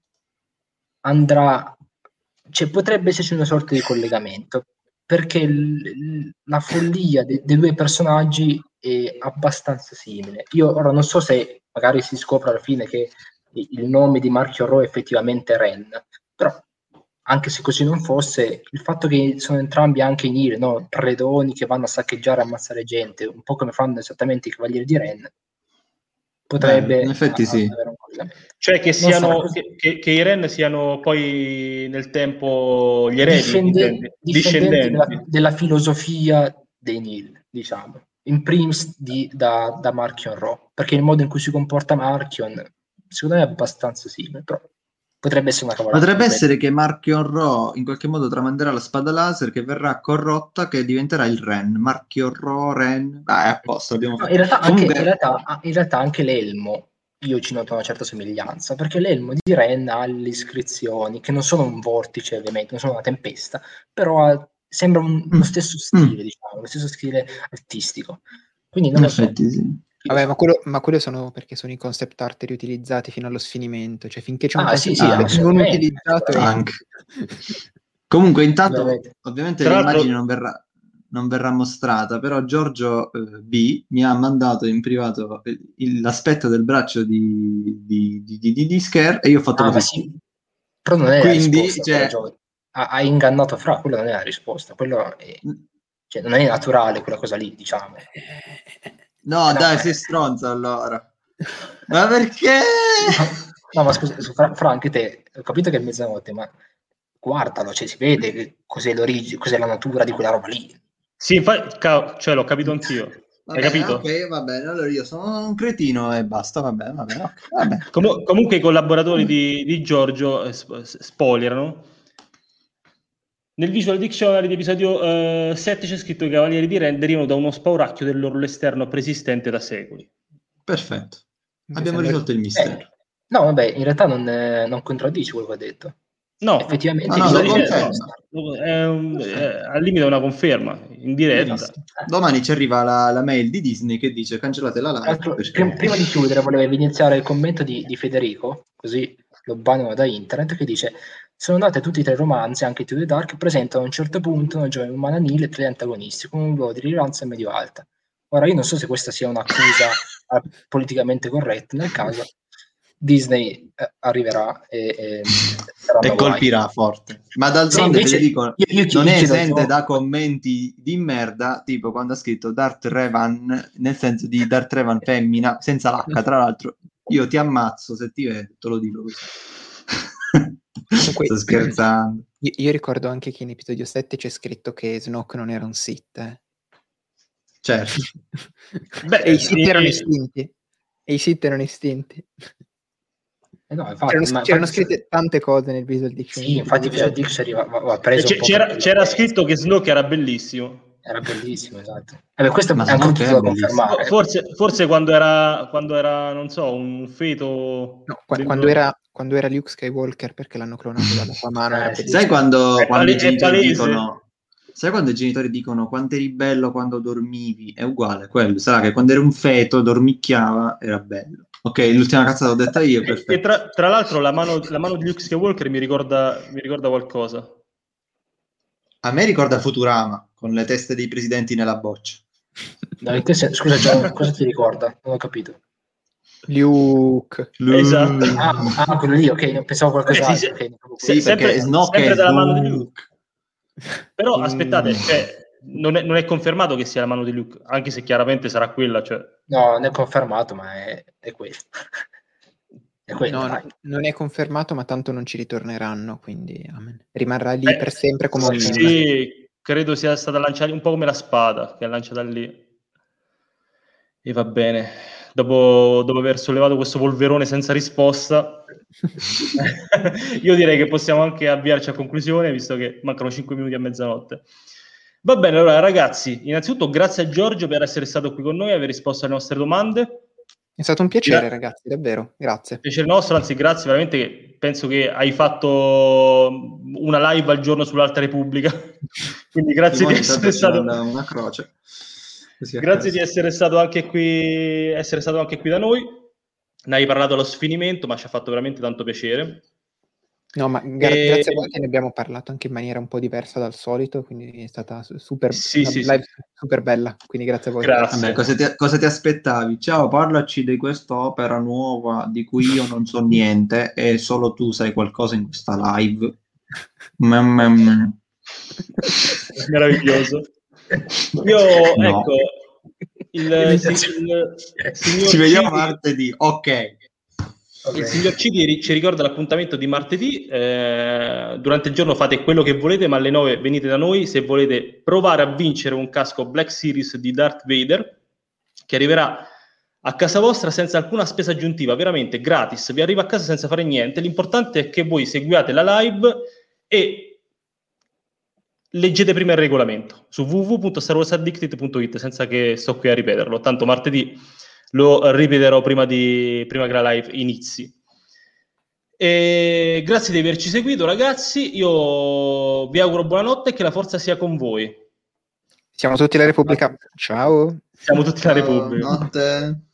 andrà, cioè potrebbe esserci una sorta di collegamento, perché il- il- la follia de- dei due personaggi è abbastanza simile. Io ora non so se magari si scopre alla fine che il nome di Marchio Ro è effettivamente Ren, però anche se così non fosse, il fatto che sono entrambi anche in Nile, no? Predoni che vanno a saccheggiare e ammazzare gente, un po' come fanno esattamente i Cavalieri di Ren, potrebbe Beh, in effetti a- sì. avere un collegamento. Cioè che Non so, siano così- che, che, che i Ren siano poi nel tempo gli eredi, Discende- intendi? discendenti della, Discendenti. della filosofia dei Nil, diciamo, in primis di, da, da Marchion Ro, perché il modo in cui si comporta Marchion secondo me è abbastanza simile, però Potrebbe essere una cavolata. Potrebbe essere che Marchion Ro in qualche modo tramanderà la spada laser che verrà corrotta, che diventerà il Ren. Marchion Ro, Ren. Ah, è a posto, abbiamo No, fatto. in, realtà anche, Comunque... in, realtà, in realtà anche l'elmo io ci noto una certa somiglianza, perché l'elmo di Ren ha le iscrizioni, che non sono un vortice ovviamente, non sono una tempesta, però ha, sembra un, lo stesso stile, mm. diciamo, lo stesso stile artistico. Quindi non in lo so. effetti sì. Vabbè, ma quello, ma quello sono perché sono i concept art riutilizzati fino allo sfinimento, cioè finché c'è un Ah, sì, concept sì, art non assolutamente, utilizzato è... Anche. Comunque intanto Ovviamente. ovviamente Tra l'immagine l'altro- non verrà, non verrà mostrata, però Giorgio eh, B mi ha mandato in privato eh, il- l'aspetto del braccio di, di, di, di, di, di Scare e io ho fatto Ah, ma così. sì, però non è la Quindi, risposta, cioè, Gio. Ha, ha ingannato Fra, quella non è la risposta, quello è, cioè, non è naturale quella cosa lì, diciamo. no, Eh, no, dai, eh. sei stronzo allora. Ma perché? No, ma scusa, su- Fra, Fra, anche te, ho capito che è mezzanotte, ma guardalo, cioè si vede che cos'è l'origine, cos'è la natura di quella roba lì. Sì, infatti, ca- cioè, l'ho capito anch'io. Va Hai bene, capito? ok, va bene, allora io sono un cretino e basta, va bene, va bene, ok, va bene. Com- comunque i collaboratori di, di Giorgio eh, sp- spoilerano. Nel Visual Dictionary di episodio eh, sette c'è scritto che i Cavalieri di Ren derivano da uno spauracchio dell'orlo esterno preesistente da secoli. Perfetto, Mi abbiamo sembra risolto il Eh, mistero. no, vabbè, in realtà non, eh, non contraddice quello che ha detto. No, Effettivamente no, i no, lo visuali dicendo, conferma. no, è, un, è al limite una conferma in diretta. Benissimo. Domani ci arriva la, la mail di Disney che dice cancellate la Tra live l'altro, perché... prim- prima di chiudere, volevo evidenziare il commento di, di Federico, così lo bannano da internet, che dice: sono nate tutti i tre romanzi, anche To the Dark, presentano a un certo punto una giovane umana Nile e tre antagonisti, con un ruolo di rilevanza medio-alta. Ora, io non so se questa sia un'accusa eh, politicamente corretta, nel caso Disney eh, arriverà e, e, e colpirà forte. Ma d'altronde invece, Federico io, io, non io è chiedo, esente Gio, da commenti di merda, tipo quando ha scritto Darth Revan, nel senso di Darth Revan femmina, senza l'H, tra l'altro, io ti ammazzo se ti vedo, te lo dico così. Comunque, sto scherzando. Io, io ricordo anche che in episodio sette c'è scritto che Snoke non era un Sith. Eh. Certo. Beh, e i Sith sì. erano estinti. E i Sith erano estinti. Eh no, infatti, c'erano, ma c'erano infatti, scritte tante cose nel Visual Dictionary. sì, infatti il Visual Dictionary va, va, va preso C- un po' c'era, per c'era la scritto che Snoke era bellissimo. Era bellissimo, esatto. Eh beh, questo Ma è ancora Snoke tutto è da bellissimo. confermare. Forse, forse quando era, quando era, non so, un feto... No, qua- dentro- quando, era, quando era Luke Skywalker, perché l'hanno clonato dalla sua mano, Eh, era sì. bellissimo. Sai quando, È quando pale- i è genitori palese. dicono... Sai quando i genitori dicono quanto eri bello quando dormivi? È uguale, quello. Sarà che quando eri un feto, dormicchiava, era bello. Ok, l'ultima cazzata l'ho detta io, E, perfetto. e tra, tra l'altro la mano, la mano di Luke Skywalker mi ricorda, mi ricorda qualcosa. A me ricorda Futurama, con le teste dei presidenti nella boccia. No, in che sen- scusa, John, cosa ti ricorda? Non ho capito. Luke. Esatto. Ah, ah, quello lì, ok, non pensavo Eh, sì, qualcos'altro. sì. ok, proprio Sì, quello. sempre, perché Snoke sempre è dalla mano di Luke. Luke. Però Mm. aspettate, cioè, non, è, non è confermato che sia la mano di Luke, anche se chiaramente sarà quella. Cioè. No, non è confermato, ma è, è quello. È quello, No, dai. no, non è confermato, ma tanto non ci ritorneranno, quindi amen. Rimarrà lì Eh, per sempre come un meme. Sì, credo sia stata lanciata un po' come la spada che è lanciata lì. E va bene. Dopo, dopo aver sollevato questo polverone senza risposta, io direi che possiamo anche avviarci a conclusione, visto che mancano cinque minuti a mezzanotte. Va bene, allora ragazzi, innanzitutto grazie a Giorgio per essere stato qui con noi e aver risposto alle nostre domande. È stato un piacere, Gra- ragazzi, davvero, grazie. Piacere nostro, anzi grazie veramente, che penso che hai fatto una live al giorno sull'Alta Repubblica, quindi grazie Simone di intanto essere ci stato... manda una croce. Così a Grazie caso. di essere stato anche qui, essere stato anche qui da noi. Ne hai parlato allo sfinimento, ma ci ha fatto veramente tanto piacere. No, ma gra- E- grazie a voi che ne abbiamo parlato anche in maniera un po' diversa dal solito, quindi è stata su- super, Sì, una sì, live sì. super bella, quindi grazie a voi. Grazie. Vabbè, cosa ti, cosa ti aspettavi? Ciao, parlaci di questa opera nuova di cui io non so niente e solo tu sai qualcosa in questa live. Mamma mia. Meraviglioso. Io, No. ecco, il, il, il signor Ci vediamo Cidi- martedì, ok. Il signor Cidi ci ricorda l'appuntamento di martedì. Eh, durante il giorno fate quello che volete, ma alle nove venite da noi se volete provare a vincere un casco Black Series di Darth Vader, che arriverà a casa vostra senza alcuna spesa aggiuntiva, veramente gratis, vi arriva a casa senza fare niente. L'importante è che voi seguiate la live e leggete prima il regolamento su w w w punto star wars addicted punto it, senza che sto qui a ripeterlo, tanto martedì lo ripeterò prima, di, prima che la live inizi. E grazie di averci seguito, ragazzi, io vi auguro buonanotte e che la forza sia con voi. Siamo tutti la Repubblica. Ciao. Siamo tutti la Repubblica. Buonanotte.